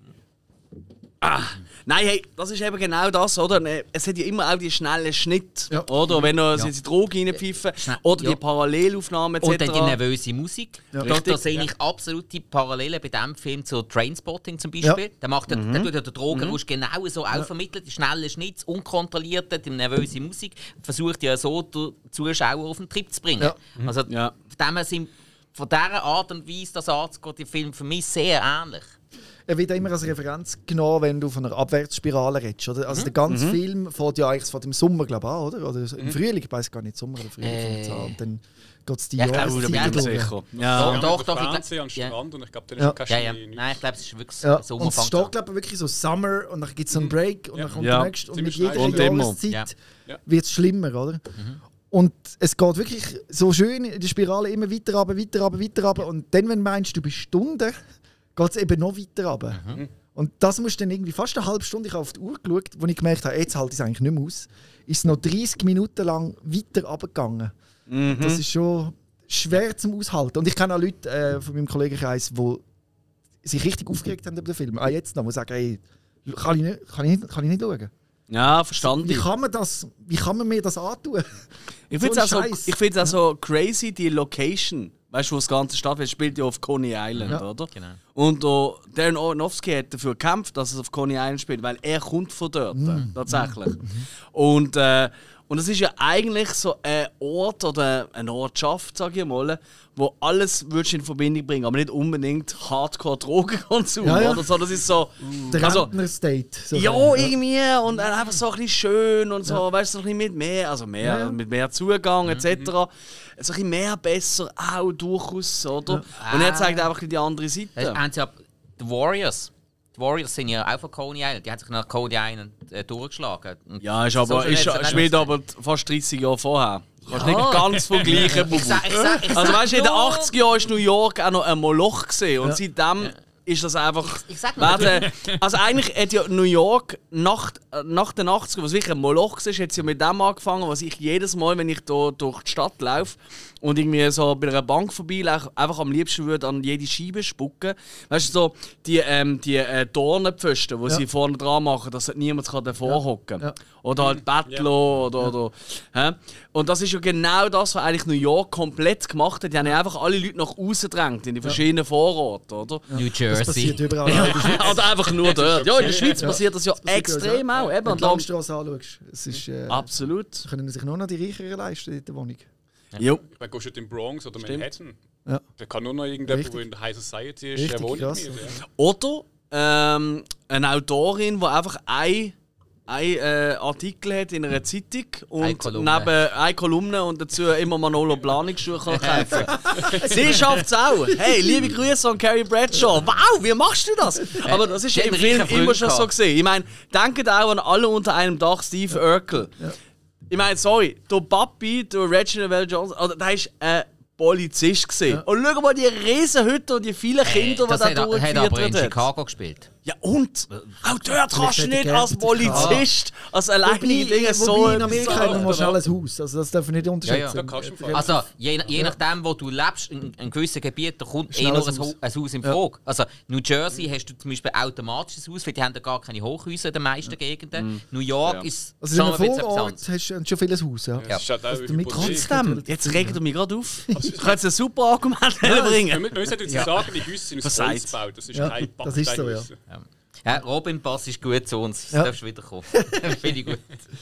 Speaker 1: Nein, hey, das ist eben genau das, oder? Es hat ja immer auch die schnellen Schnitte,
Speaker 3: Ja.
Speaker 1: oder? Wenn er ja. die Drogen reinpfiffen oder
Speaker 4: Ja.
Speaker 1: die Parallelaufnahmen et
Speaker 4: Und dann die
Speaker 1: cetera.
Speaker 4: nervöse Musik.
Speaker 3: Ja.
Speaker 4: Da, da
Speaker 1: Richtig,
Speaker 4: sehe ich absolute Parallelen bei diesem Film zu Trainspotting zum Beispiel.
Speaker 3: Ja.
Speaker 4: Da macht der,
Speaker 1: Mhm.
Speaker 4: der tut ja der Drogenrausch genau so auch vermittelt. Die schnellen Schnitte, unkontrollierte, die nervöse Musik. Versucht ja so den Zuschauer auf den Trip zu bringen.
Speaker 3: Ja.
Speaker 4: Also
Speaker 1: Ja.
Speaker 4: von dem her sind von dieser Art und Weise das anzugeht, die Film für mich sehr ähnlich.
Speaker 3: Er wird immer als Referenz genommen, wenn du von einer Abwärtsspirale redest. Oder? Also der ganze Film fängt ja eigentlich vor dem Sommer, glaube ich, an, oder? Oder so im Frühling, ich weiß gar nicht, Sommer oder Frühling
Speaker 4: Äh.
Speaker 3: fängt es an. Und dann geht es die
Speaker 4: Ja, ich glaube,
Speaker 1: Oh, da
Speaker 3: Jahreszeit
Speaker 1: bin ich mir
Speaker 3: durch.
Speaker 1: sicher.
Speaker 2: Ja,
Speaker 1: Ja.
Speaker 2: wir
Speaker 4: doch,
Speaker 2: haben
Speaker 4: doch, ich
Speaker 2: Fernsehen am
Speaker 4: glaub- ja.
Speaker 2: Strand und ich glaube, dann
Speaker 3: Ja.
Speaker 2: ist kein
Speaker 4: Ja, ja.
Speaker 2: Schnee.
Speaker 4: Nein, ich glaube, es ist wirklich
Speaker 3: Ja,
Speaker 4: Sommer
Speaker 3: und es
Speaker 4: fängt
Speaker 3: steht,
Speaker 4: an.
Speaker 3: glaube ich, wirklich so Summer und dann gibt es so einen Break und
Speaker 2: Ja.
Speaker 3: dann kommt
Speaker 1: Ja.
Speaker 3: der nächste. Und mit
Speaker 2: Ziemlich
Speaker 3: jeder
Speaker 1: schnell. Und immer.
Speaker 3: Jahreszeit
Speaker 2: Ja.
Speaker 3: wird es schlimmer, oder? Und es geht wirklich so schön in der Spirale immer weiter runter, weiter runter, weiter runter. Und dann, wenn du meinst, du bist Stunden, geht es eben noch weiter runter. Und das musst du dann irgendwie fast eine halbe Stunde, ich habe auf die Uhr geschaut, wo ich gemerkt habe, jetzt halte ich es eigentlich nicht mehr aus, ist es noch dreißig Minuten lang weiter runtergegangen. Das ist schon schwer zum Aushalten. Und ich kenne auch Leute äh, von meinem Kollegenkreis, die sich richtig aufgeregt haben über den Film. Ah, jetzt noch, die sagen, hey, kann ich nicht, kann ich nicht, kann ich nicht schauen.
Speaker 1: Ja, verstanden.
Speaker 3: Wie kann man, das, wie kann man mir das antun?
Speaker 1: Ich finde es
Speaker 3: So
Speaker 1: auch,
Speaker 3: ein
Speaker 1: so,
Speaker 3: Scheiß.
Speaker 1: ich find's auch so crazy, die Location. Weißt du, wo das ganze stattfindet? Spielt ja auf Coney Island,
Speaker 3: Ja.
Speaker 1: oder?
Speaker 4: Genau.
Speaker 1: Und uh, Darren Aronofsky hat dafür gekämpft, dass es auf Coney Island spielt, weil er kommt von dort,
Speaker 3: Mhm.
Speaker 1: tatsächlich. Und, äh, und es ist ja eigentlich so ein Ort oder eine Ortschaft, sage ich mal, wo alles würdest du in Verbindung bringen, aber nicht unbedingt Hardcore-Drogenkonsum,
Speaker 3: Ja, ja.
Speaker 1: oder so. Das ist so...
Speaker 3: Der
Speaker 1: Also,
Speaker 3: Rentner-State. So
Speaker 1: ja,
Speaker 3: ja.
Speaker 1: irgendwie und dann einfach so ein bisschen schön und so, weißt du, so ein bisschen mit mehr, also mehr,
Speaker 3: Ja, ja.
Speaker 1: mit mehr Zugang et cetera. So ein bisschen mehr besser, auch durchaus, oder? Und er zeigt einfach die andere
Speaker 4: Das
Speaker 1: Seite.
Speaker 4: haben sie ja, die Warriors. Die Warriors sind ja auch von Coney Island. Die haben sich nach Coney Island äh, durchgeschlagen. Und
Speaker 1: Ja, ist
Speaker 4: so
Speaker 1: aber,
Speaker 4: schön
Speaker 1: ist,
Speaker 4: hat's
Speaker 1: spielt
Speaker 4: dann
Speaker 1: aber fast dreißig Jahre vorher. Du kannst
Speaker 4: Ja.
Speaker 1: nicht ganz vergleichen, Bubu.
Speaker 4: Ich sag, ich sag, ich
Speaker 1: Also
Speaker 4: sag
Speaker 1: weißt du, in den
Speaker 4: nur-
Speaker 1: achtziger Jahren war New York auch noch ein Moloch gesehen und
Speaker 3: Ja.
Speaker 1: seitdem ist das einfach.
Speaker 4: Ich sag nur,
Speaker 1: werden, also eigentlich hat ja New York nach, äh, nach den achtziger, was wirklich ein Moloch war, hat sie ja mit dem angefangen, was ich jedes Mal, wenn ich hier durch die Stadt laufe und irgendwie so bei einer Bank vorbeilaufe, einfach am liebsten würde an jede Scheibe spucken. Weißt du, so die, ähm, die äh, Dornenpfosten, die
Speaker 3: Ja.
Speaker 1: sie vorne dran machen, dass halt niemand kann davor hocken kann.
Speaker 3: Ja.
Speaker 1: Oder halt Bettler oder. oder hä? Und das ist ja genau das, was eigentlich New York komplett gemacht hat. Die haben ja einfach alle Leute nach außen gedrängt, in die verschiedenen Vororte, oder?
Speaker 4: New
Speaker 3: Das
Speaker 4: Jersey.
Speaker 3: passiert überall. Ja.
Speaker 1: Oder einfach nur dort. Ja, in der Schweiz
Speaker 3: Ja.
Speaker 1: passiert das ja
Speaker 3: passiert
Speaker 1: extrem
Speaker 3: ja.
Speaker 1: auch. Eben.
Speaker 3: Wenn
Speaker 1: Und
Speaker 3: du die
Speaker 1: darum,
Speaker 3: Langstrasse anschaust, es ist, äh,
Speaker 1: absolut.
Speaker 3: können sich nur noch die Reicheren leisten in der Wohnung.
Speaker 1: Jo.
Speaker 2: Ich meine, gehst du in Bronx oder
Speaker 1: Stimmt.
Speaker 2: Manhattan,
Speaker 3: Ja.
Speaker 2: da kann nur noch irgendjemand,
Speaker 3: Richtig.
Speaker 2: der in der High Society ist,
Speaker 3: Richtig
Speaker 2: der wohnt
Speaker 3: krass,
Speaker 2: mit.
Speaker 3: ja.
Speaker 2: Ja.
Speaker 1: Oder ähm, eine Autorin, die einfach ein, ein äh, Artikel hat in einer Zeitung und
Speaker 4: Eine Kolumne.
Speaker 1: neben eine Kolumne und dazu immer Manolo Planungsschuhe kann kaufen. Sie schafft es auch. Hey, liebe Grüße an Carrie Bradshaw. Wow, wie machst du das? Aber das ist
Speaker 4: die
Speaker 1: ja im
Speaker 4: hat einen
Speaker 1: Film
Speaker 4: reichen
Speaker 1: immer
Speaker 4: Freund
Speaker 1: schon so
Speaker 4: gehabt.
Speaker 1: gesehen. Ich meine, denkt auch an alle unter einem Dach, Steve Urkel. Ich meine, sorry, der Papi, der Reginald Val Johnson, oder der ist ein Polizist gesehen. Und schau mal die Riesenhütte und die vielen Kinder, die
Speaker 4: das
Speaker 1: da
Speaker 4: hat, er- hat aber in
Speaker 1: durchgeführt hat.
Speaker 4: Chicago gespielt.
Speaker 1: Ja und? Auch dort kannst du
Speaker 3: hätte
Speaker 1: nicht
Speaker 3: gerne
Speaker 1: als Polizist, als alleinige Dinge so
Speaker 3: Wobei in Amerika hat man
Speaker 2: so-
Speaker 3: mal schnell ein Haus, also das darf man nicht unterschätzen.
Speaker 2: Da kannst du im Fall-
Speaker 4: Also, je, je nachdem, wo du lebst, in einem gewissen Gebiet, da kommt eh
Speaker 3: Schnell
Speaker 4: nur
Speaker 3: ein
Speaker 4: ein,
Speaker 3: Haus.
Speaker 4: Haus. ein Haus in Frage. Also, New Jersey hast du zum Beispiel automatisch ein Haus, weil die haben da gar keine Hochhäuser in den meisten Gegenden. New York
Speaker 2: Ja.
Speaker 4: ist
Speaker 3: Also in
Speaker 4: schon
Speaker 3: einem
Speaker 4: ein bisschen etwas
Speaker 3: Vorort
Speaker 4: anderes.
Speaker 3: hast du schon vieles Haus. Ja.
Speaker 4: Ja.
Speaker 2: Das ist halt auch
Speaker 3: Also damit
Speaker 2: Hypothek.
Speaker 1: Trotzdem, jetzt regt er mich gerade auf. Ich kann jetzt ein super Argument bringen.
Speaker 2: Wir müssen jetzt dazu sagen, die Häuser sind aus
Speaker 1: Verzeiht.
Speaker 2: Holz gebaut. Das ist
Speaker 3: Ja,
Speaker 2: kein
Speaker 3: das ist so, ja.
Speaker 2: Backsteinhäuser.
Speaker 4: Ja, Robin, Pass ist gut zu uns.
Speaker 3: Ja.
Speaker 4: Ja. Darfst wiederkommen. Finde ich gut.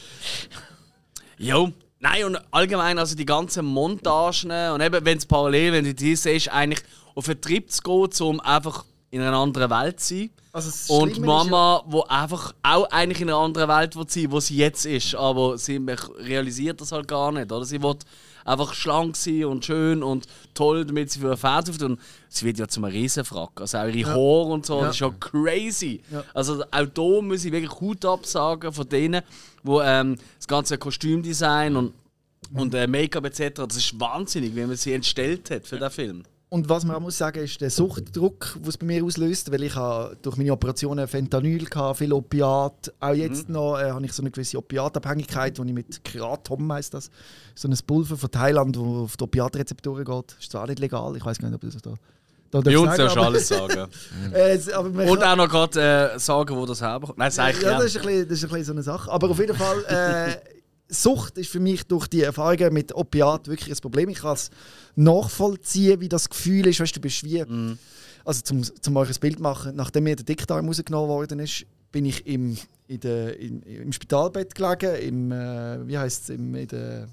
Speaker 1: Jo. Nein, und allgemein, also die ganzen Montagen und eben, wenn es parallel, wenn du die siehst, eigentlich auf einen Trip zu gehen, um einfach in einer anderen Welt sein.
Speaker 3: Also das
Speaker 1: Und
Speaker 3: Schlimme
Speaker 1: Mama, die einfach auch eigentlich in einer anderen Welt will sein, wo sie jetzt ist, aber sie realisiert das halt gar nicht. Oder? Sie will einfach schlank sein und schön und toll, damit sie für einen Fans auftritt. Und sie wird ja zum Riesenfrack. Also auch ihre ja. Haare und so, ja. das ist ja crazy. Ja. Also auch da muss ich wirklich Hut absagen von denen, die ähm, das ganze Kostümdesign und, und äh, Make-up et cetera. Das ist wahnsinnig, wie man sie entstellt hat für den Film.
Speaker 3: Und was man auch muss sagen, ist der Suchtdruck, den es bei mir auslöst, weil ich habe durch meine Operationen Fentanyl hatte, viel Opiat. Auch jetzt mhm. noch äh, habe ich so eine gewisse Opiatabhängigkeit, wo ich mit Kratom heisst das, so ein Pulver von Thailand, das auf die Opiatrezeptoren geht. Ist zwar nicht legal, ich weiß gar nicht, ob das da. da
Speaker 1: bei uns darfst du alles sagen.
Speaker 3: äh, aber
Speaker 1: Und auch noch gerade äh, sagen, wo das herbekommt. Nein, sag ich
Speaker 3: ja,
Speaker 1: ja.
Speaker 3: Das ist ein bisschen, das ist ein bisschen so eine Sache. Aber auf jeden Fall. Äh, Sucht ist für mich durch die Erfahrungen mit Opiat wirklich ein Problem. Ich kann es nachvollziehen, wie das Gefühl ist. Weißt, du bist wie, mm. also zum, zum euch ein Bild machen, nachdem mir der Dickdarm rausgenommen worden ist, bin ich im, in der, in, im Spitalbett gelegen, im, äh, wie heisst es, im, in der,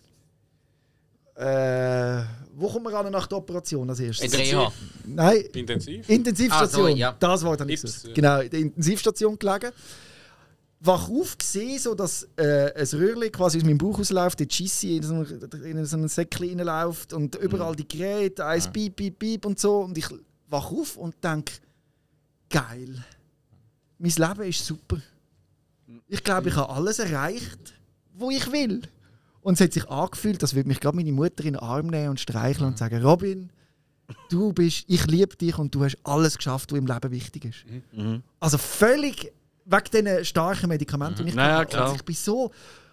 Speaker 3: äh, wo kommt man ran nach der Operation als erstes?
Speaker 4: In der Reha?
Speaker 3: Nein.
Speaker 2: Intensiv?
Speaker 3: Intensivstation.
Speaker 4: Ah, so, ja.
Speaker 3: Das Wort habe ich gesagt. Ja. Genau, in der Intensivstation gelegen. Wach auf, gesehen, so dass äh, ein Röhrchen quasi aus meinem Bauch rausläuft, die Cheesy in so ein, in so ein Säckchen reinläuft und überall die Geräte, eins ja. piep, piep, piep und so. Und ich wach auf und denke, geil, mein Leben ist super. Ich glaube, ich habe alles erreicht, was ich will. Und es hat sich angefühlt, als würde mich gerade meine Mutter in den Arm nehmen und streicheln und sagen, Robin, du bist, ich liebe dich und du hast alles geschafft, was im Leben wichtig ist. Mhm. Also völlig wegen diesen starken Medikamenten.
Speaker 1: Mhm.
Speaker 3: Ich,
Speaker 1: naja, klar.
Speaker 3: Also ich bin so,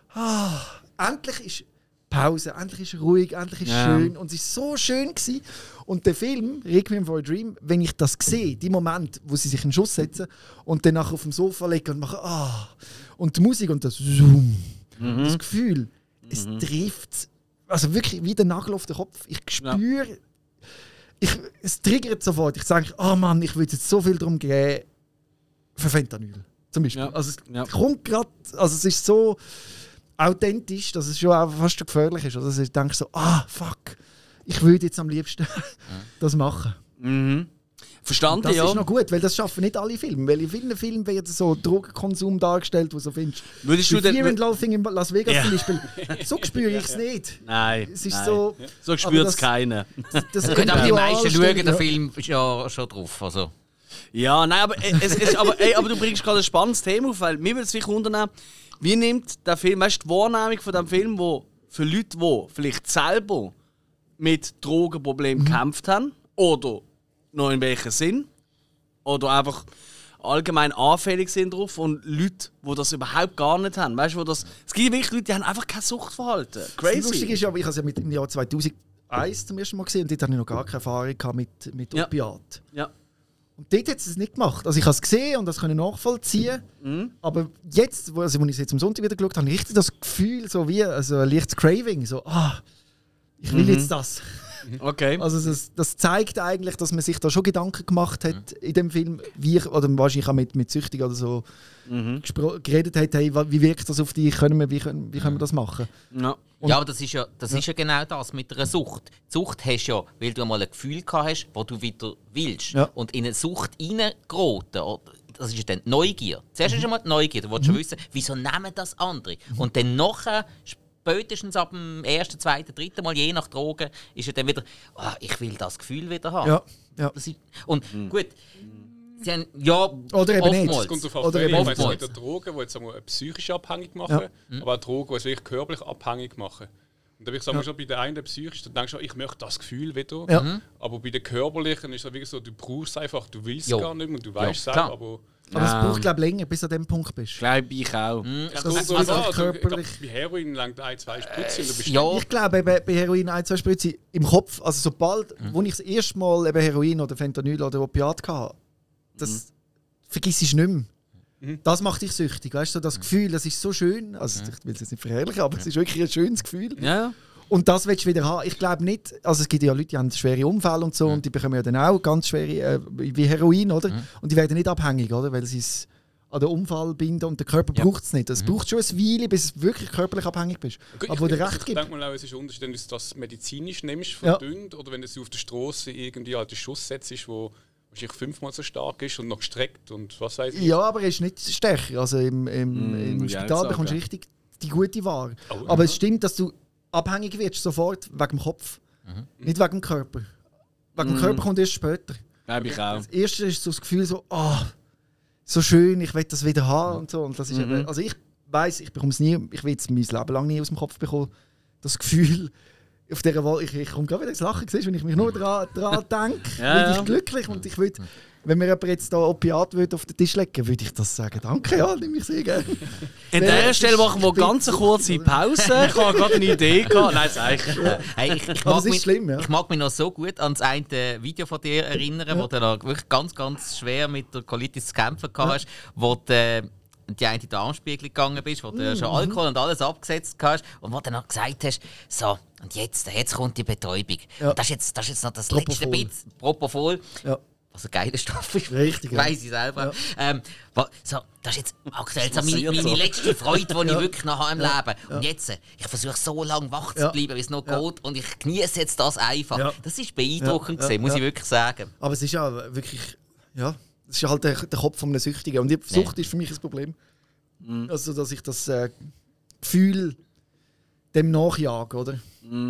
Speaker 3: ah, endlich ist Pause, endlich ist ruhig, endlich ist
Speaker 1: ja. schön.
Speaker 3: Und es war so schön gewesen. Und der Film, Requiem for a Dream, wenn ich das sehe, die Moment, wo sie sich einen Schuss setzen und dann nachher auf dem Sofa legen und machen, ah, und die Musik und das Zoom, mhm. das Gefühl, mhm. es trifft, also wirklich wie der Nagel auf den Kopf. Ich spüre, ja. ich, es triggert sofort. Ich sage, oh Mann, ich würde jetzt so viel darum geben für Fentanyl. Zum Beispiel. Ja. Also es ja. kommt gerade, also es ist so authentisch, dass es schon auch fast gefährlich ist. Also ich denke so, ah, fuck, ich würde jetzt am liebsten das machen.
Speaker 1: Mhm. Verstanden,
Speaker 3: das
Speaker 1: ja.
Speaker 3: Das ist noch gut, weil das schaffen nicht alle Filme. Weil in vielen Filmen wird so Drogenkonsum dargestellt, wo du so findest.
Speaker 1: Würdest du denn...
Speaker 3: Fear and Loathing in Las Vegas ja. zum Beispiel. So spüre ich es nicht.
Speaker 1: Nein,
Speaker 3: es ist
Speaker 1: nein.
Speaker 3: So,
Speaker 1: so spürt es keiner.
Speaker 4: Das, das können auch die meisten schauen, den Film ist ja schon drauf. Also.
Speaker 1: Ja, nein, aber, es, es, aber, ey, aber du bringst gerade ein spannendes Thema auf, weil mir würde es wirklich wundern, wie nimmt der Film, weißt du, die Wahrnehmung von diesem Film, wo für Leute, die vielleicht selber mit Drogenproblemen mhm. gekämpft haben, oder noch in welchem Sinn, oder einfach allgemein anfällig sind drauf, und Leute, die das überhaupt gar nicht haben. Weißt du, wo das, es gibt wirklich Leute, die haben einfach kein Suchtverhalten. Crazy.
Speaker 3: Das Lustige ist, aber ich habe es ja mit, im Jahr zweitausendeins zum ersten Mal gesehen und dort hatte ich noch gar keine Erfahrung mit, mit
Speaker 1: ja.
Speaker 3: Opiat.
Speaker 1: Ja.
Speaker 3: Und dort hat es es nicht gemacht. Also ich habe es gesehen und das können nachvollziehen. Mhm. Aber jetzt, wo, also, als ich es jetzt am Sonntag wieder geschaut habe, habe ich richtig das Gefühl, so wie also ein leichtes Craving. So, ah, ich will mhm. jetzt das.
Speaker 1: Okay.
Speaker 3: Also das, das zeigt eigentlich, dass man sich da schon Gedanken gemacht hat mhm. in dem Film, wie ich, oder wahrscheinlich auch mit, mit Süchtigen oder so mhm. geredet hat, hey, wie wirkt das auf dich, können wir, wie, können, wie können wir das machen?
Speaker 1: Ja.
Speaker 4: Ja, aber das ist ja, das ja. ist ja genau das mit einer Sucht. Die Sucht hast du ja, weil du mal ein Gefühl gehabt hast, das du wieder willst. Ja. Und in eine Sucht reingeraten, das ist dann die Neugier. Zuerst mhm. ist einmal die Neugier, du willst mhm. schon wissen, wieso nehmen das andere? Mhm. Und dann nachher, spätestens ab dem ersten, zweiten, dritten Mal, je nach Drogen, ist ja dann wieder, oh, ich will das Gefühl wieder haben.
Speaker 3: Ja. Ja.
Speaker 4: Das ist, und mhm. gut, sie haben, ja,
Speaker 3: oder eben
Speaker 4: oftmals.
Speaker 3: nicht.
Speaker 2: Es kommt auf
Speaker 3: oder
Speaker 2: eben nicht. Mit der Drogen, die jetzt eine psychisch abhängig machen, ja. aber auch Drogen, die es wirklich körperlich abhängig machen. Und da bin ich sagen, ja. schon bei der einen psychisch, dann denkst du, ich möchte das Gefühl wieder. Ja. Mhm. Aber bei der körperlichen ist es wirklich so, du brauchst es einfach, du willst es gar nicht mehr und du weißt es ja, auch. Aber,
Speaker 3: aber es braucht, glaube ich, länger, bis du an dem Punkt bist.
Speaker 1: Glaube ich auch.
Speaker 2: Mhm. Das das also, also, körperlich. Ich glaub, bei Heroin langt ein, zwei Spritzen. Äh,
Speaker 3: ja. Ich glaube, bei, bei Heroin ein, zwei Spritzen im Kopf, also sobald, mhm. wo ich das erste Mal eben Heroin oder Fentanyl oder Opiat hatte, das mhm. vergiss ich nicht mehr. Mhm. Das macht dich süchtig, weißt du, das mhm. Gefühl, das ist so schön, also ich will es jetzt nicht verherrlichen, aber es ist wirklich ein schönes Gefühl.
Speaker 1: Ja.
Speaker 3: Und das willst du wieder haben. Ich glaube nicht, also es gibt ja Leute, die haben schwere Unfälle und so mhm. und die bekommen ja dann auch ganz schwere, äh, wie Heroin, oder? Mhm. Und die werden nicht abhängig, oder? Weil sie es an den Unfall binden und der Körper ja. braucht es nicht. Es mhm. braucht schon eine Weile, bis du wirklich körperlich abhängig bist.
Speaker 2: Okay,
Speaker 3: aber wo der Recht
Speaker 2: ich,
Speaker 3: gibt.
Speaker 2: Ich denke mal auch, es ist ein Unterschied, wenn du das medizinisch nimmst, verdünnt, ja. oder wenn du auf der Straße irgendwie halt einen Schuss setzt, wo wahrscheinlich fünfmal so stark ist und noch gestreckt und was weiß ich.
Speaker 3: Ja, aber er ist nicht stärker. Also im, im,
Speaker 1: Mm,
Speaker 3: im Spital bekommst du richtig die gute Ware.
Speaker 2: Oh,
Speaker 3: aber
Speaker 2: ja.
Speaker 3: es stimmt, dass du abhängig wirst sofort wegen dem Kopf.
Speaker 4: Mhm.
Speaker 3: Nicht wegen dem Körper. Wegen dem
Speaker 1: Mhm.
Speaker 3: Körper kommt erst später.
Speaker 1: Glaube ich auch.
Speaker 3: Das erste ist so das Gefühl so, ah, so schön, ich will das wieder haben und so. Und das ist
Speaker 1: Mhm.
Speaker 3: eben, also ich weiss, ich bekomme es nie, ich will es mein Leben lang nie aus dem Kopf bekommen. Das Gefühl, auf dieser Wahl, ich, ich komme gerade wieder ins Lachen, siehst, wenn ich mich nur daran denke,
Speaker 1: Ja,
Speaker 3: bin ich
Speaker 1: ja.
Speaker 3: glücklich und ich würde, wenn mir jemand jetzt da Opiat würde auf den Tisch legen, würde ich das sagen. Danke, ja, nimm mich sehr gerne.
Speaker 1: An
Speaker 3: Ja,
Speaker 1: dieser
Speaker 3: es
Speaker 1: Stelle
Speaker 3: ist-
Speaker 1: machen wir
Speaker 3: ich bin-
Speaker 1: ganz eine kurze Pause. Ich habe gerade eine Idee gehabt. Nein, sag ich.
Speaker 4: Hey, ich, ich,
Speaker 3: Aber
Speaker 4: mag
Speaker 3: es ist
Speaker 4: mich,
Speaker 3: schlimm, ja.
Speaker 4: ich mag mich noch so gut an das eine Video von dir erinnern, wo du noch wirklich ganz, ganz schwer mit der Colitis zu kämpfen gehabt hast, wo du die eine in den Armspiegel gegangen bist, wo du
Speaker 3: Mhm.
Speaker 4: schon Alkohol und alles abgesetzt hast und wo du noch gesagt hast, so, und jetzt, jetzt kommt die Betäubung.
Speaker 3: Ja.
Speaker 4: Und das ist jetzt, das ist jetzt noch das
Speaker 3: Propofol.
Speaker 4: letzte bisschen Propofol.
Speaker 3: Ja.
Speaker 4: Was ein geiler Stoff ist.
Speaker 3: Richtig, ja.
Speaker 4: Weiss ich selber.
Speaker 3: Ja.
Speaker 4: Ähm, wa- so, das ist jetzt aktuell so meine,
Speaker 1: passiert
Speaker 4: meine
Speaker 1: so?
Speaker 4: letzte Freude, die
Speaker 3: Ja.
Speaker 4: ich wirklich noch habe im Leben. Und jetzt, äh, ich versuche so lange wach zu
Speaker 3: Ja.
Speaker 4: bleiben, wie es noch
Speaker 3: Ja.
Speaker 4: geht. Und ich genieße jetzt das einfach.
Speaker 3: Ja.
Speaker 4: Das ist beeindruckend,
Speaker 3: Ja. Ja.
Speaker 4: gewesen, muss
Speaker 3: Ja.
Speaker 4: ich wirklich sagen.
Speaker 3: Aber es ist ja wirklich, ja, es ist halt der, der Kopf von einem Süchtigen. Und die Sucht ist für mich ein Problem. Also, dass ich das äh, Gefühl dem nachjage, oder?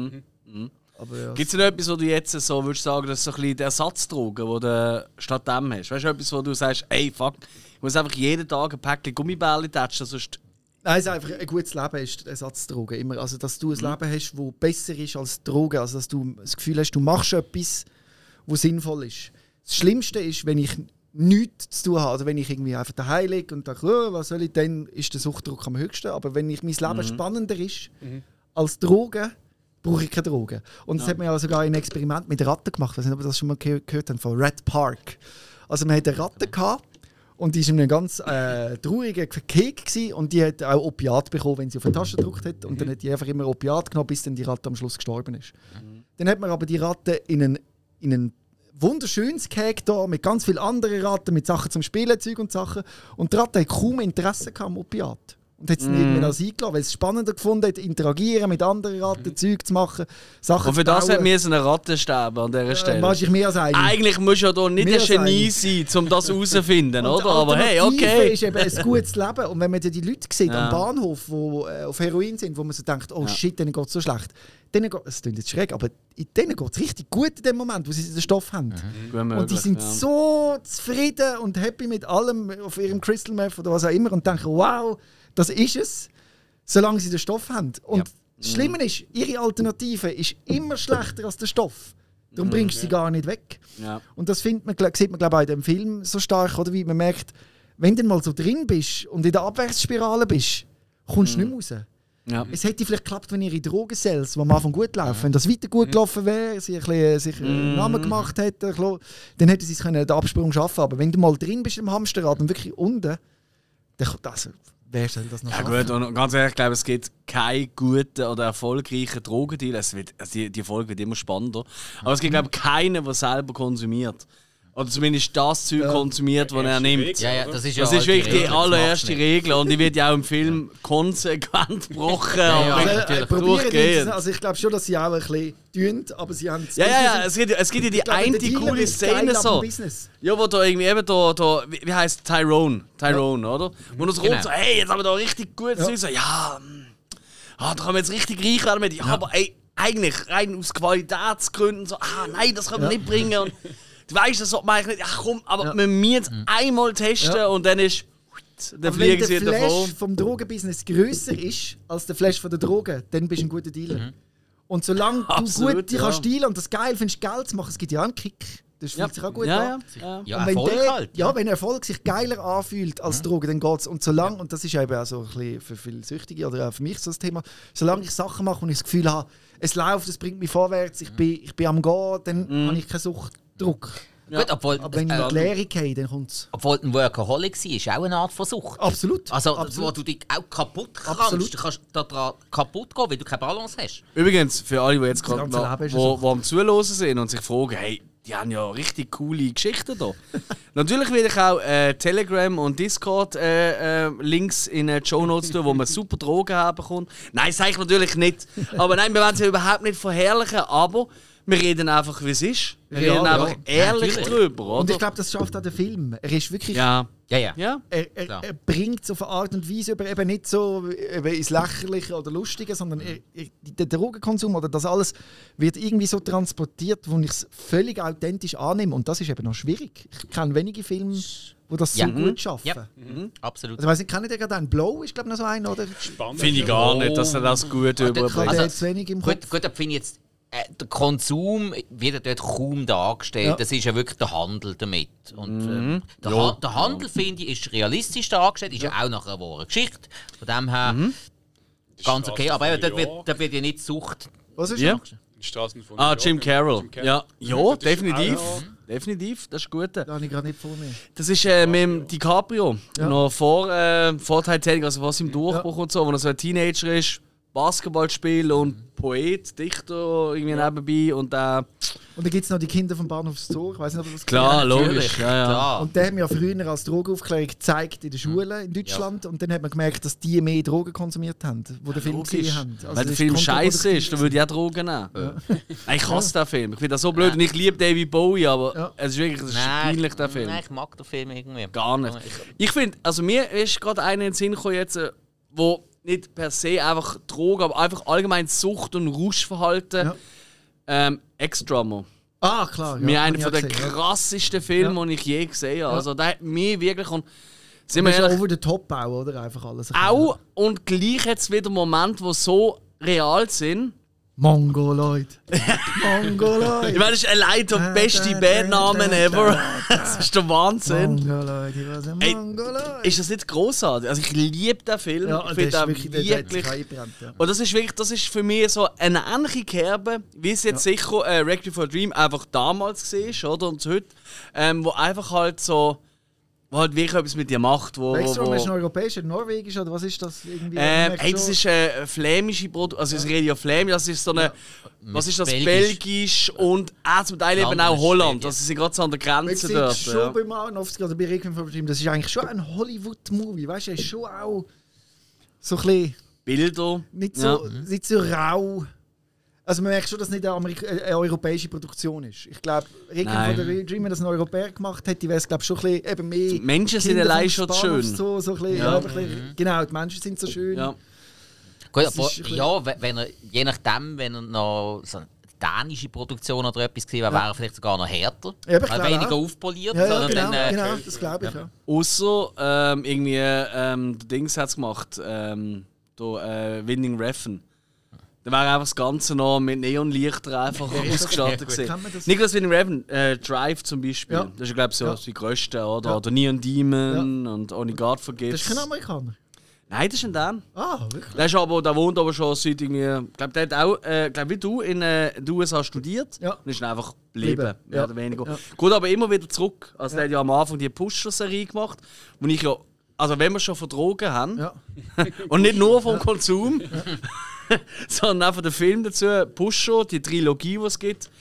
Speaker 3: Aber ja,
Speaker 1: Gibt es noch etwas, wo du jetzt so würdest sagen, das ist so ein bisschen die Ersatzdroge, die du statt dem hast? Weißt du, etwas, wo du sagst, ey, fuck, ich muss einfach jeden Tag ein Päckchen Gummibärchen touchen, sonst...
Speaker 3: Nein, es ist einfach ein gutes Leben ist Ersatzdrogen. Immer. Also, dass du ein Leben hast, das besser ist als Drogen. Also, dass du das Gefühl hast, du machst etwas, was sinnvoll ist. Das Schlimmste ist, wenn ich nichts zu tun habe. Also, wenn ich irgendwie einfach daheim liege und denke, oh, was soll ich, dann ist der Suchtdruck am höchsten. Aber wenn ich, mein Leben spannender ist als Drogen, brauche ich keine Drogen. Und das hat man ja sogar in einem Experiment mit Ratten gemacht. Ich weiß nicht, ob ihr das schon mal ge- gehört habt, von Rat Park. Also, man hatte eine Ratte gehabt, und die war in einem ganz äh, traurigen Verkehr gewesen, und die hat auch Opiat bekommen, wenn sie auf die Tasche gedrückt hat. Und dann hat die einfach immer Opiat genommen, bis dann die Ratte am Schluss gestorben ist. Dann hat man aber die Ratte in einen, in einen wunderschönes Cake da mit ganz vielen anderen Ratten, mit Sachen zum Spielen, Zeug und Sachen. Und die Ratte hat kaum Interesse am Opiat. Und hat es mm. irgendwann als eingeladen, weil es spannender gefunden hat, interagieren mit anderen Ratten, Zeug zu machen, Sachen
Speaker 1: Und für
Speaker 3: zu
Speaker 1: das
Speaker 3: bauen.
Speaker 1: hat mir so eine Ratte sterben an dieser
Speaker 3: Äh,
Speaker 1: Stelle.
Speaker 3: machst ich mehr als eine.
Speaker 1: Eigentlich musst du ja da nicht
Speaker 3: Mehr
Speaker 1: ein
Speaker 3: als
Speaker 1: Genie
Speaker 3: eine.
Speaker 1: sein, um das herauszufinden,
Speaker 3: Und
Speaker 1: oder?
Speaker 3: die
Speaker 1: Aber hey,
Speaker 3: Alternative
Speaker 1: okay.
Speaker 3: ist eben ein gutes Leben. Und wenn man dann die Leute sieht
Speaker 1: Ja.
Speaker 3: am Bahnhof, die äh, auf Heroin sind, wo man so denkt, oh
Speaker 1: Ja.
Speaker 3: shit, denen geht es so schlecht. Denen geht, es klingt jetzt schräg, aber denen geht es richtig gut in dem Moment, wo sie den Stoff haben.
Speaker 1: Gut
Speaker 3: Und die
Speaker 1: möglich,
Speaker 3: sind
Speaker 1: ja.
Speaker 3: so zufrieden und happy mit allem auf ihrem Crystal Meth oder was auch immer und denken, wow, das ist es, solange sie den Stoff haben. Und das Schlimme ist, ihre Alternative ist immer schlechter als der Stoff. Darum bringst du sie gar nicht weg.
Speaker 1: Ja.
Speaker 3: Und das findet man, gl- sieht man glaube ich, auch in dem Film so stark, oder wie man merkt, wenn du mal so drin bist und in der Abwärtsspirale bist, kommst du nicht mehr raus.
Speaker 1: Ja.
Speaker 3: Es hätte vielleicht geklappt, wenn ihre Drogencells, die am Anfang gut laufen, wenn das weiter gut gelaufen wäre, sie ein bisschen, sich einen Namen gemacht hätten, dann hätten sie es können, den Absprung schaffen. Aber wenn du mal drin bist im Hamsterrad und wirklich unten, dann das, wer soll das noch
Speaker 1: Ja
Speaker 3: schaffen?
Speaker 1: gut, und ganz ehrlich, ich glaube, es gibt keinen guten oder erfolgreichen Drogendeal. Es wird, also die, die Folge wird immer spannender. Aber es gibt, glaube ich, keinen, der selber konsumiert. Oder zumindest das Zeug konsumiert, das er nimmt.
Speaker 4: Ja, ja, das ist ja
Speaker 1: Das ist
Speaker 4: halt
Speaker 1: wirklich die
Speaker 4: Regel, das
Speaker 1: allererste
Speaker 4: macht's nicht.
Speaker 1: Regel und die wird ja auch im Film konsequent gebrochen.
Speaker 4: ja,
Speaker 1: aber
Speaker 3: Also,
Speaker 1: wirklich
Speaker 3: äh,
Speaker 4: natürlich.
Speaker 3: probieren die,
Speaker 1: durchgehend.
Speaker 3: also ich glaube schon, dass sie auch ein bisschen tun, aber sie haben
Speaker 1: Ja, ja, ja, es gibt, es gibt ja die
Speaker 3: Ich glaube,
Speaker 1: eine
Speaker 3: der Dealer
Speaker 1: coole
Speaker 3: ist geil
Speaker 1: Szene
Speaker 3: ab
Speaker 1: so.
Speaker 3: dem Business.
Speaker 1: Ja, wo da irgendwie eben da, da wie, wie heisst Tyrone, Tyrone, oder? Wo er so
Speaker 4: Genau.
Speaker 1: kommt, so, hey, jetzt haben wir da richtig gut
Speaker 3: Ja.
Speaker 1: Zeug. So, ja, hm, ah, da können wir jetzt richtig reich werden mit. Ja, aber ey, eigentlich rein aus Qualitätsgründen so, ah nein, das können wir
Speaker 3: Ja.
Speaker 1: nicht bringen. Und du weißt, das sollte man eigentlich nicht. Ach komm, aber
Speaker 3: Ja.
Speaker 1: wir müssen es einmal testen
Speaker 3: Ja.
Speaker 1: und dann ist. Dann
Speaker 3: Aber wenn
Speaker 1: fliegen
Speaker 3: der
Speaker 1: sie wieder
Speaker 3: Flash
Speaker 1: davon.
Speaker 3: vom Drogenbusiness grösser ist als der Flash von der Droge, dann bist du ein guter Dealer. Und solange du
Speaker 1: Absolut,
Speaker 3: gut dich
Speaker 1: ja.
Speaker 3: kannst dealen und das geil findest, Geld zu machen, es gibt ja auch einen Kick. Das fühlt sich auch gut
Speaker 1: ja,
Speaker 3: an.
Speaker 1: ja, ja.
Speaker 4: Ja,
Speaker 3: Und wenn,
Speaker 4: Erfolg
Speaker 3: der,
Speaker 4: halt.
Speaker 3: ja, wenn Erfolg sich geiler anfühlt als Droge, dann geht es. Und solange, und das ist eben auch so ein bisschen für viele Süchtige oder auch für mich so das Thema, solange ich Sachen mache und ich das Gefühl habe, es läuft, es bringt mich vorwärts, ich bin, ich bin am Gehen, dann habe ich keinen Suchtdruck.
Speaker 1: Ja.
Speaker 4: Gut, obwohl,
Speaker 3: Aber wenn ich
Speaker 4: äh,
Speaker 3: in die Leere gehe, dann kommt es.
Speaker 4: obwohl ein Workaholic war, ist auch eine Art von Sucht.
Speaker 3: Absolut.
Speaker 4: Also,
Speaker 3: Absolut.
Speaker 4: wo du dich auch kaputt kannst.
Speaker 3: Absolut.
Speaker 4: Du kannst daran kaputt gehen, weil du keine Balance hast.
Speaker 1: Übrigens, für alle, die jetzt gerade
Speaker 3: ganze
Speaker 1: noch,
Speaker 3: Leben ist
Speaker 1: wo,
Speaker 3: so.
Speaker 1: wo am Zuhören sind und sich fragen, hey, die haben ja richtig coole Geschichten da. Natürlich werde ich auch äh, Telegram und Discord äh, äh, Links in die Show Notes tun, wo man super Drogen haben kann. Nein, sage ich natürlich nicht. Aber nein, wir wollen sie überhaupt nicht verherrlichen, aber Wir reden einfach, wie es ist. Wir
Speaker 3: Ja,
Speaker 1: reden
Speaker 3: ja.
Speaker 1: einfach ehrlich
Speaker 4: Natürlich.
Speaker 1: drüber, oder?
Speaker 3: Und ich glaube, das schafft auch der Film. Er ist wirklich...
Speaker 1: ja.
Speaker 4: Ja, ja.
Speaker 1: Ja.
Speaker 3: Er, er,
Speaker 4: Klar.
Speaker 3: er bringt es auf eine Art und Weise über, eben nicht so eben ins Lächerliche oder Lustige, sondern er, er, der Drogenkonsum oder das alles wird irgendwie so transportiert, wo ich es völlig authentisch annehme. Und das ist eben noch schwierig. Ich kenne wenige Filme, die das so
Speaker 4: Ja.
Speaker 3: gut schaffen.
Speaker 4: Ja, mhm. absolut.
Speaker 3: Also, ich weiss nicht, kennt ihr gerade einen? Blow ist, glaube ich, noch so ein, oder?
Speaker 2: Spannend.
Speaker 1: Finde ich gar nicht, dass er das gut
Speaker 3: Ich habe
Speaker 1: überbringt.
Speaker 3: den jetzt wenig im Kopf.
Speaker 4: Gut, gut, da finde ich jetzt, äh, der Konsum wird dort kaum dargestellt.
Speaker 3: Ja.
Speaker 4: Das ist ja wirklich der Handel damit. Und,
Speaker 1: Mhm.
Speaker 4: ähm, der, ha der Handel, finde ich, ist realistisch dargestellt. Ist ja, auch nach einer wahren Geschichte. Von dem her
Speaker 1: Mhm.
Speaker 4: ganz okay. Aber eben, dort,
Speaker 2: New
Speaker 4: wird,
Speaker 2: York.
Speaker 4: dort wird ja nicht Sucht.
Speaker 3: Was ist
Speaker 1: Ja.
Speaker 3: das?
Speaker 2: Die Straßen von
Speaker 1: Ah,
Speaker 2: New
Speaker 1: Jim
Speaker 2: York.
Speaker 1: Carroll.
Speaker 2: Jim
Speaker 1: Ja, ja,
Speaker 2: Das ist
Speaker 1: definitiv.
Speaker 2: auch-
Speaker 1: Definitiv, das ist gut.
Speaker 3: Da habe ich gerade nicht vor mir.
Speaker 1: Das ist äh, mit dem DiCaprio.
Speaker 3: Ja.
Speaker 1: Noch vor, äh, vor Titanic, also was im Durchbruch und so, wo er so ein Teenager ist, Basketball spielt und Poet, Dichter irgendwie nebenbei und äh,
Speaker 3: Und dann gibt es noch die Kinder vom Bahnhof Zoo. Ich weiß nicht, ob ihr das
Speaker 1: klar,
Speaker 3: kennt.
Speaker 1: logisch. Ja, ja.
Speaker 4: Klar.
Speaker 3: Und der haben ja früher als Drogenaufklärung gezeigt in den Schulen in Deutschland. Und dann hat man gemerkt, dass die mehr Drogen konsumiert haben, die den Film
Speaker 1: Logisch.
Speaker 3: gesehen haben. Also
Speaker 1: Weil
Speaker 3: das
Speaker 1: der
Speaker 3: ist
Speaker 1: Film scheiße ist,
Speaker 3: kontraproduktiv.
Speaker 1: dann würde ich auch Drogen nehmen. Nein, ich hasse den Film. Ich finde das so blöd und ich liebe David Bowie, aber
Speaker 3: Ja.
Speaker 1: es ist wirklich es ist
Speaker 4: Nein,
Speaker 1: peinlich, der Film.
Speaker 4: Nein, ich mag den Film irgendwie.
Speaker 1: Gar nicht. Ich finde, also mir ist gerade einer in den Sinn gekommen, jetzt, äh, wo nicht per se einfach Drogen, aber einfach allgemein Sucht und Rauschverhalten.
Speaker 3: Ja.
Speaker 1: Ähm, Ex-Drummer.
Speaker 3: Ah, klar. Ja,
Speaker 1: Mir
Speaker 3: hab
Speaker 1: einer
Speaker 3: ich
Speaker 1: von
Speaker 3: auch
Speaker 1: den
Speaker 3: gesehen, ja.
Speaker 1: krassesten Filme,
Speaker 3: Ja.
Speaker 1: die ich je gesehen habe. Also, der hat mich wirklich. Und, sind
Speaker 3: Das
Speaker 1: wir
Speaker 3: ist
Speaker 1: ehrlich,
Speaker 3: over the top auch, oder? Einfach alles. ein
Speaker 1: auch und gleich jetzt wieder Momente, die so real sind.
Speaker 3: Mongoloid. Mongoloid.
Speaker 1: Ich meine, das ist allein der beste Bandnamen ever. Das ist der Wahnsinn.
Speaker 3: Mongoloid. Ich was ein
Speaker 1: Ey,
Speaker 3: Mongoloid.
Speaker 1: Ist das nicht großartig? Also, ich liebe den Film.
Speaker 3: Ja,
Speaker 1: ich
Speaker 3: und
Speaker 1: finde
Speaker 3: der
Speaker 1: den
Speaker 3: ist wirklich, der hat sich
Speaker 1: wirklich.
Speaker 3: eingebrannt, ja.
Speaker 1: Und das ist wirklich, das ist für mich so eine ähnliche Kerbe, wie es jetzt sicher äh, Requiem for a Dream einfach damals war, oder? Und heute. Ähm, wo einfach halt so. Wo halt wirklich etwas mit dir macht. Wo,
Speaker 3: Weißt du,
Speaker 1: wo,
Speaker 3: ist
Speaker 1: wo,
Speaker 3: ein europäisch, norwegisch oder was ist das? Irgendwie,
Speaker 1: ähm,
Speaker 3: merkst
Speaker 1: hey,
Speaker 3: du
Speaker 1: das
Speaker 3: schon-
Speaker 1: ist eine flämische Produktion. Also, es rede ja flämisch. Das ist so eine. Was ist das?
Speaker 4: Belgisch.
Speaker 1: Belgisch und auch zum Teil eben auch
Speaker 4: Flandrisch,
Speaker 1: Holland.
Speaker 4: Belgien.
Speaker 1: Also, sie sind gerade so an der
Speaker 3: Man
Speaker 1: Grenze
Speaker 3: sieht
Speaker 1: dort.
Speaker 3: schon
Speaker 1: Ja.
Speaker 3: beim Aronofsky oder bei Requiem for a Dream, das ist eigentlich schon ein Hollywood-Movie. Weißt du, er ist schon auch so ein bisschen
Speaker 1: Bilder.
Speaker 3: nicht
Speaker 1: Ja.
Speaker 3: so, nicht so rau. Also man merkt schon, dass es nicht eine, Amerik äh, eine europäische Produktion ist. Ich glaube, Requiem
Speaker 1: Nein.
Speaker 3: for a Dream, wenn das ein Europäer gemacht hätte, wäre es glaube schon ein bisschen eben mehr...
Speaker 1: Die Menschen sind
Speaker 3: Kinder
Speaker 1: allein
Speaker 3: vom
Speaker 1: schon
Speaker 3: Bahnhof
Speaker 1: schön.
Speaker 3: So, so ein bisschen,
Speaker 1: Ja.
Speaker 3: ja. aber ein bisschen, genau, die Menschen sind so schön.
Speaker 1: Ja.
Speaker 4: Gut,
Speaker 3: Das
Speaker 4: aber
Speaker 3: ist ein bisschen-
Speaker 4: ja, we- wenn er, je nachdem, wenn er noch so eine dänische Produktion oder etwas gewesen wäre, wäre er vielleicht sogar noch härter.
Speaker 3: Ja, aber
Speaker 4: Weil
Speaker 3: klar,
Speaker 4: weniger
Speaker 3: auch.
Speaker 4: aufpoliert,
Speaker 3: Ja, ja,
Speaker 4: sondern
Speaker 3: genau,
Speaker 4: dann. Äh,
Speaker 3: genau, das glaube ich, ja.
Speaker 1: Außer ähm, irgendwie, ähm, der Dings hat es gemacht, ähm, der äh, Winding Refn. Da wäre einfach das Ganze noch mit Neonlichtern einfach ausgestattet
Speaker 4: Ja, gut.
Speaker 1: gewesen.
Speaker 3: Kann man das-
Speaker 1: Nicholas Winding Refn, äh, Drive zum Beispiel.
Speaker 3: Ja.
Speaker 1: Das ist, glaube ich, so
Speaker 3: Ja.
Speaker 1: die grössten, oder?
Speaker 3: Ja.
Speaker 1: Oder Neon Demon und Only God Forgives.
Speaker 3: Das ist kein Amerikaner.
Speaker 1: Nein, das ist ein Dan.
Speaker 3: Ah, wirklich?
Speaker 1: Der, ist aber, der wohnt aber schon seit irgendwie. Ich glaube, der hat auch, äh, glaub, wie du, in äh, den U S A studiert.
Speaker 3: Ja.
Speaker 1: Und ist dann einfach geblieben,
Speaker 3: Blieben.
Speaker 1: mehr
Speaker 3: Ja.
Speaker 1: oder weniger.
Speaker 3: Ja.
Speaker 1: Geht aber immer wieder zurück. Also, der hat ja am Anfang die Pusher-Serie gemacht, wo ich ja. Also, wenn wir schon von Drogen haben,
Speaker 3: Ja.
Speaker 1: und nicht nur vom Konsum, sondern auch von dem Film dazu, Pusher, die Trilogie, die es gibt,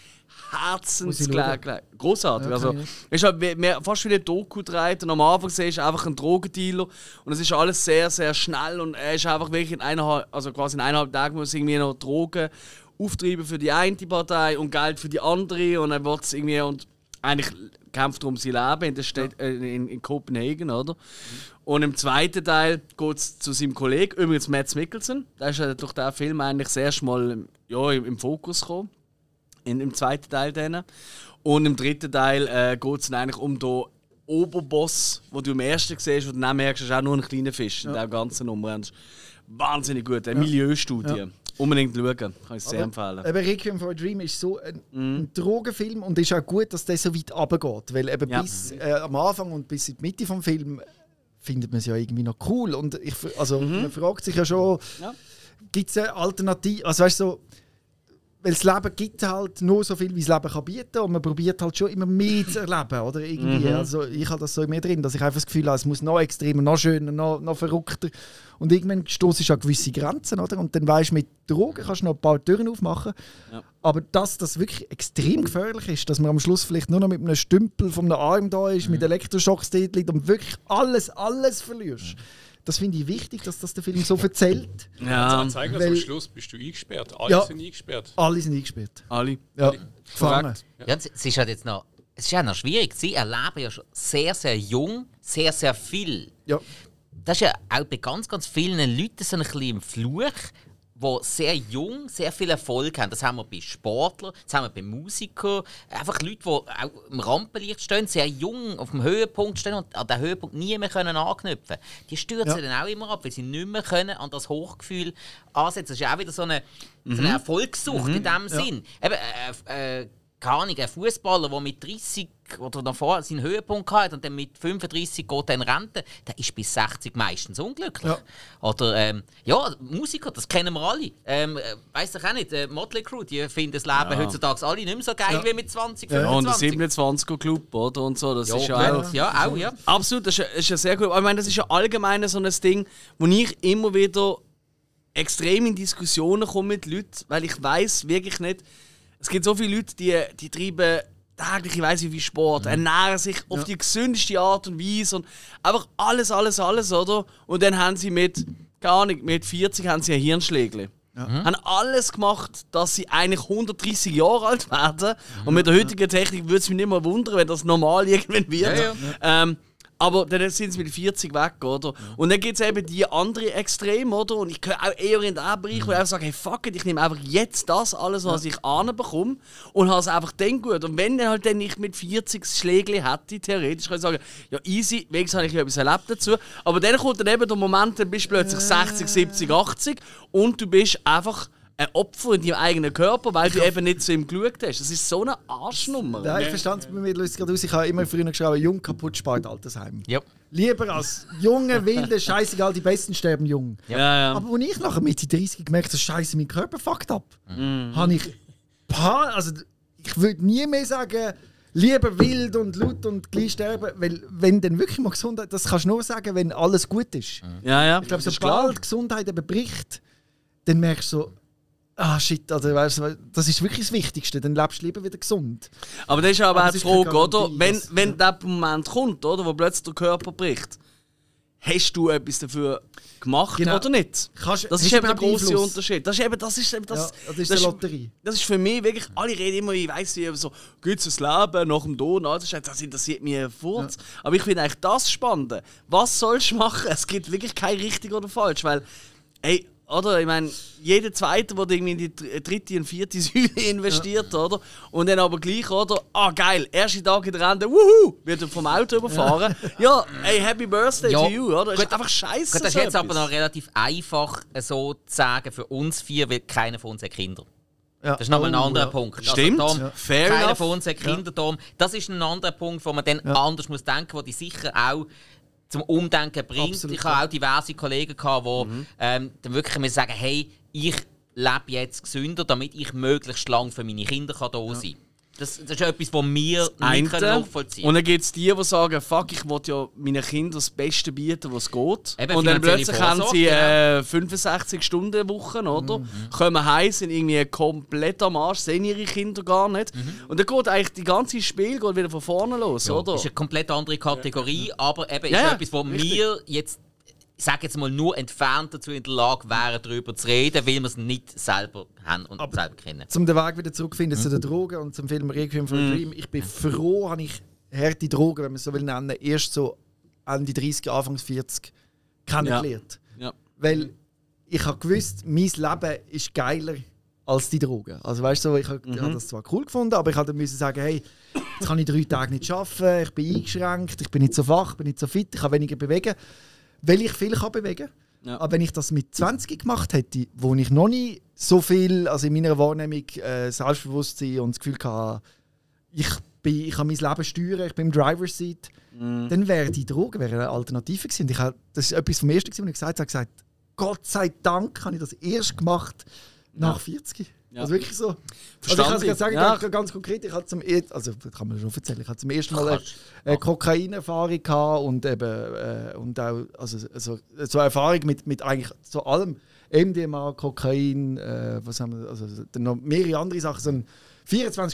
Speaker 3: Muss ich schauen.
Speaker 1: herzensgleich. Großartig.
Speaker 3: Ja,
Speaker 1: also,
Speaker 3: kann ich
Speaker 1: es ist halt wie- mehr, fast wie ein Doku dreht und am Anfang siehst du einfach einen Drogendealer und es ist alles sehr, sehr schnell und er ist einfach wirklich in eineinhalb, also quasi in eineinhalb Tagen muss irgendwie noch Drogen auftreiben für die eine Partei und Geld für die andere und er wird es irgendwie und eigentlich kämpft er um sein Leben in, der Stadt, äh, in, in Kopenhagen, oder? Und im zweiten Teil geht es zu seinem Kollegen, übrigens Mads Mikkelsen. Der ist ja durch diesen Film eigentlich das erste Mal ja, im, im Fokus gekommen. In, Im zweiten Teil dann. Und im dritten Teil äh, geht es eigentlich um den Oberboss, den du im ersten siehst, und dann merkst du, es ist auch nur ein kleiner Fisch in der ganzen Nummer. Und das ist wahnsinnig gut. Eine Milieustudie.
Speaker 3: Ja.
Speaker 1: Unbedingt schauen. Kann ich sehr empfehlen.
Speaker 3: Eben Requiem for a Dream ist so ein, ein Drogenfilm und es ist auch gut, dass der so weit runtergeht. Weil eben
Speaker 1: Ja.
Speaker 3: bis äh, am Anfang und bis in die Mitte des Films findet man es ja irgendwie noch cool. Und ich, also, man fragt sich ja schon,
Speaker 1: Ja.
Speaker 3: gibt es eine Alternative? Also weißt du, so, weil das Leben gibt halt nur so viel, wie das Leben kann bieten und man probiert halt schon immer mehr zu erleben, oder? Irgendwie. Also ich habe das so in mir drin, dass ich einfach das Gefühl habe, es muss noch extremer, noch schöner, noch, noch verrückter. Und irgendwann stoßt du an gewisse Grenzen, oder? Und dann weisst du, mit Drogen kannst du noch ein paar Türen aufmachen.
Speaker 1: Ja.
Speaker 3: Aber dass das wirklich extrem gefährlich ist, dass man am Schluss vielleicht nur noch mit einem Stümpel von einem Arm da ist, mit Elektroschocks dort liegt und wirklich alles, alles verlierst. das finde ich wichtig, dass das der Film so erzählt.
Speaker 1: Ja,
Speaker 2: Dann zeigen wir
Speaker 3: weil-
Speaker 2: am Schluss, bist du eingesperrt. Alle
Speaker 3: Ja.
Speaker 2: sind eingesperrt.
Speaker 3: Alle sind eingesperrt.
Speaker 1: alle.
Speaker 3: Ja, gefangen.
Speaker 4: Ja, es es ist halt jetzt noch, es ist ja noch schwierig. Sie erleben ja schon sehr, sehr jung, sehr, sehr viel.
Speaker 3: Ja.
Speaker 4: Das ist ja auch bei ganz, ganz vielen Leuten so ein bisschen im Fluch, die sehr jung sehr viel Erfolg haben. Das haben wir bei Sportlern, das haben wir bei Musikern. Einfach Leute, die auch im Rampenlicht stehen, sehr jung auf dem Höhepunkt stehen und an den Höhepunkt nie mehr können anknüpfen können. Die stürzen
Speaker 3: Ja.
Speaker 4: dann auch immer ab, weil sie nicht mehr können an das Hochgefühl ansetzen. Das ist ja auch wieder so eine, so eine Erfolgssucht in dem Sinn. Eben, äh, äh, keine Ahnung, ein Fußballer, der mit dreißig oder davor seinen Höhepunkt hat und dann mit fünfunddreißig geht in Rente, der ist bis sechzig meistens unglücklich.
Speaker 3: Ja.
Speaker 4: Oder ähm, ja, Musiker, das kennen wir alle. Ähm, weiss ich auch nicht, äh, Motley Crue, die finden das Leben heutzutage alle nicht mehr so geil
Speaker 3: Ja.
Speaker 4: wie mit zwanzig,
Speaker 1: Ja, und der
Speaker 4: fünfundzwanzig.
Speaker 1: siebenundzwanziger Club, oder? Und so, das
Speaker 4: Ja,
Speaker 1: ist ja
Speaker 4: ja,
Speaker 1: auch...
Speaker 4: ja, auch, ja.
Speaker 1: Absolut, das ist, ja- ist ja sehr gut. Aber ich meine, das ist ja allgemein so ein Ding, wo ich immer wieder extrem in Diskussionen komme mit Leuten, weil ich weiß wirklich nicht, es gibt so viele Leute, die, die treiben täglich, ich weiss nicht wie Sport, ernähren sich auf die gesündeste Art und Weise und einfach alles, alles, alles, oder? Und dann haben sie mit, keine Ahnung, mit vierzig haben sie ein Hirnschlägli. Haben alles gemacht, dass sie eigentlich hundertdreißig Jahre alt werden. Und mit der heutigen Technik würde es mich nicht mehr wundern, wenn das normal irgendwann wird.
Speaker 4: Ja,
Speaker 1: Ähm, aber dann sind sie mit vierzig weg, oder? Und dann gibt es eben die andere Extrem, oder? Und ich gehöre auch eher in den Bereich, wo ich einfach sage, hey, fuck it, ich nehme einfach jetzt das alles, was ich anbekomme und habe es einfach dann gut. Und wenn dann halt dann ich mit vierzig das Schlägli hätte, theoretisch, kann ich sagen, ja easy, wenigstens habe ich etwas erlebt dazu. Aber dann kommt dann eben der Moment, dann bist du plötzlich sechzig, siebzig, achtzig und du bist einfach ein Opfer in deinem eigenen Körper, weil du eben nicht zu ihm geschaut hast. Das ist so eine Arschnummer.
Speaker 3: Ja, ich verstand es bei mir, löst gerade aus. Ich habe immer früher geschrieben, jung, kaputt, spart, Altersheim.
Speaker 4: Ja.
Speaker 3: Lieber als junge, wilde, scheißegal, die Besten sterben jung.
Speaker 1: Ja, ja.
Speaker 3: Aber als ich nachher Mitte dreißig gemerkt habe, scheiße, mein Körper fuckt ab, habe ich paar, also ich würde nie mehr sagen, lieber wild und laut und gleich sterben, weil wenn dann wirklich mal Gesundheit, das kannst du nur sagen, wenn alles gut ist.
Speaker 1: ja, ja.
Speaker 3: Ich glaube,
Speaker 1: Das ist klar.
Speaker 3: sobald Gesundheit eben bricht, dann merkst du so, ah shit, also, weißt du, das ist wirklich das Wichtigste, dann lebst du lieber wieder gesund.
Speaker 1: Aber das ist aber
Speaker 3: Aber
Speaker 1: auch
Speaker 3: es
Speaker 1: die
Speaker 3: ist keine
Speaker 1: Frage, oder?
Speaker 3: Garantie,
Speaker 1: Wenn,
Speaker 3: dass-
Speaker 1: wenn der Moment kommt, oder, wo plötzlich der Körper bricht, hast du etwas dafür gemacht
Speaker 3: Genau.
Speaker 1: oder nicht?
Speaker 3: Kannst-
Speaker 1: Das
Speaker 3: hast
Speaker 1: ist
Speaker 3: du
Speaker 1: eben der
Speaker 3: überhaupt
Speaker 1: große
Speaker 3: Einfluss?
Speaker 1: Unterschied. Das ist eben, das ist eben das.
Speaker 3: Ja, das ist die Lotterie.
Speaker 1: Das ist für mich wirklich, alle reden immer, ich weiss nicht, so, gibt es ein Leben nach dem Tod? Das, ist, das interessiert mich ein Furz. Aber ich finde eigentlich das Spannende. Was sollst du machen? Es gibt wirklich kein richtig oder falsch, weil, ey, oder? Ich meine, jeder Zweite, der irgendwie in die dr- dritte und vierte Säule investiert, oder? Und dann aber gleich, oder? Ah, geil, erste Tag in der Rente, wuhu, wird er vom Auto überfahren. Ja, ey, Happy Birthday
Speaker 4: Ja.
Speaker 1: to you, oder? Das ist
Speaker 4: Gut,
Speaker 1: einfach scheiße.
Speaker 4: Gut, das ist
Speaker 1: so
Speaker 4: jetzt aber
Speaker 1: etwas.
Speaker 4: noch relativ einfach äh, so zu sagen für uns vier, weil keiner von uns hat Kinder.
Speaker 3: Ja.
Speaker 4: Das ist nochmal ein
Speaker 3: Oh,
Speaker 4: anderer
Speaker 3: ja.
Speaker 4: Punkt.
Speaker 1: Stimmt,
Speaker 4: darum,
Speaker 1: ja. Fair
Speaker 4: keiner
Speaker 1: enough.
Speaker 4: von uns hat Kinder. Darum, das ist ein anderer Punkt, wo man dann anders muss denken muss, der die sicher auch zum Umdenken bringt.
Speaker 3: Absolut,
Speaker 4: ich habe
Speaker 3: ja.
Speaker 4: auch diverse Kollegen, gehabt, die
Speaker 1: Mhm.
Speaker 4: ähm, dann wirklich mir sagen, hey, ich lebe jetzt gesünder, damit ich möglichst lange für meine Kinder kann da sein kann. Das, das ist etwas, was wir nicht
Speaker 1: Eine.
Speaker 4: können nachvollziehen
Speaker 1: Und
Speaker 4: können.
Speaker 1: dann gibt es die, die sagen, fuck, ich will ja meinen Kindern das Beste bieten, was geht.
Speaker 4: Eben,
Speaker 1: und dann
Speaker 4: finanzielle
Speaker 1: plötzlich haben
Speaker 4: Vorsorge,
Speaker 1: sie
Speaker 4: genau.
Speaker 1: äh, fünfundsechzig Stunden Wochen, oder? Kommen heim, sind irgendwie komplett am Arsch, sehen ihre Kinder gar nicht. Und dann geht eigentlich die ganze Spiel geht wieder von vorne los, oder?
Speaker 4: Das ist eine komplett andere Kategorie, aber eben
Speaker 1: Ja,
Speaker 4: ist
Speaker 1: ja,
Speaker 4: etwas, wo
Speaker 1: richtig.
Speaker 4: wir jetzt, ich sage jetzt mal, nur entfernt dazu in der Lage wären, darüber zu reden, weil wir es nicht selber haben und
Speaker 3: Aber-
Speaker 4: selber kennen.
Speaker 3: Zum den Weg wieder zurückfinden zu den Drogen und zum Film Requiem for a Dream. Ich bin froh, habe ich harte Drogen, wenn man es so will nennen, erst so Ende dreißig, Anfang vierzig kennengelernt.
Speaker 1: Ja.
Speaker 3: Weil ich habe gewusst, mein Leben ist geiler als die Drogen. Also weißt du, so, ich habe hab das zwar cool gefunden, aber ich musste müssen sagen, hey, jetzt kann ich drei Tage nicht arbeiten, ich bin eingeschränkt, ich bin nicht so wach, ich bin nicht so fit, ich kann weniger bewegen, weil ich viel kann bewegen.
Speaker 1: Ja.
Speaker 3: Aber wenn ich das mit zwanzig gemacht hätte, wo ich noch nicht so viel, also in meiner Wahrnehmung, äh, Selbstbewusstsein und das Gefühl hatte, ich, bin, ich kann mein Leben steuern, ich bin im Driver's Seat,
Speaker 1: Mhm.
Speaker 3: dann wäre die Droge wäre eine Alternative gewesen. Und ich hab, das ist etwas vom Ersten, was ich gesagt habe, gesagt, Gott sei Dank habe ich das erst gemacht nach vierzig.
Speaker 1: Ja.
Speaker 3: Also wirklich so. Also ich
Speaker 1: Verstanden.
Speaker 3: kann es gerade sagen,
Speaker 1: Ja.
Speaker 3: ganz, ganz konkret, ich hatte zum ersten, also das kann man schon erzählen, ich hatte zum ersten Mal eine,
Speaker 4: Kannst.
Speaker 3: eine Kokainerfahrung gehabt und eben äh, und auch also, also, so eine Erfahrung mit, mit eigentlich so allem, M D M A, Kokain, äh, was haben wir, also dann noch mehrere andere Sachen, so ein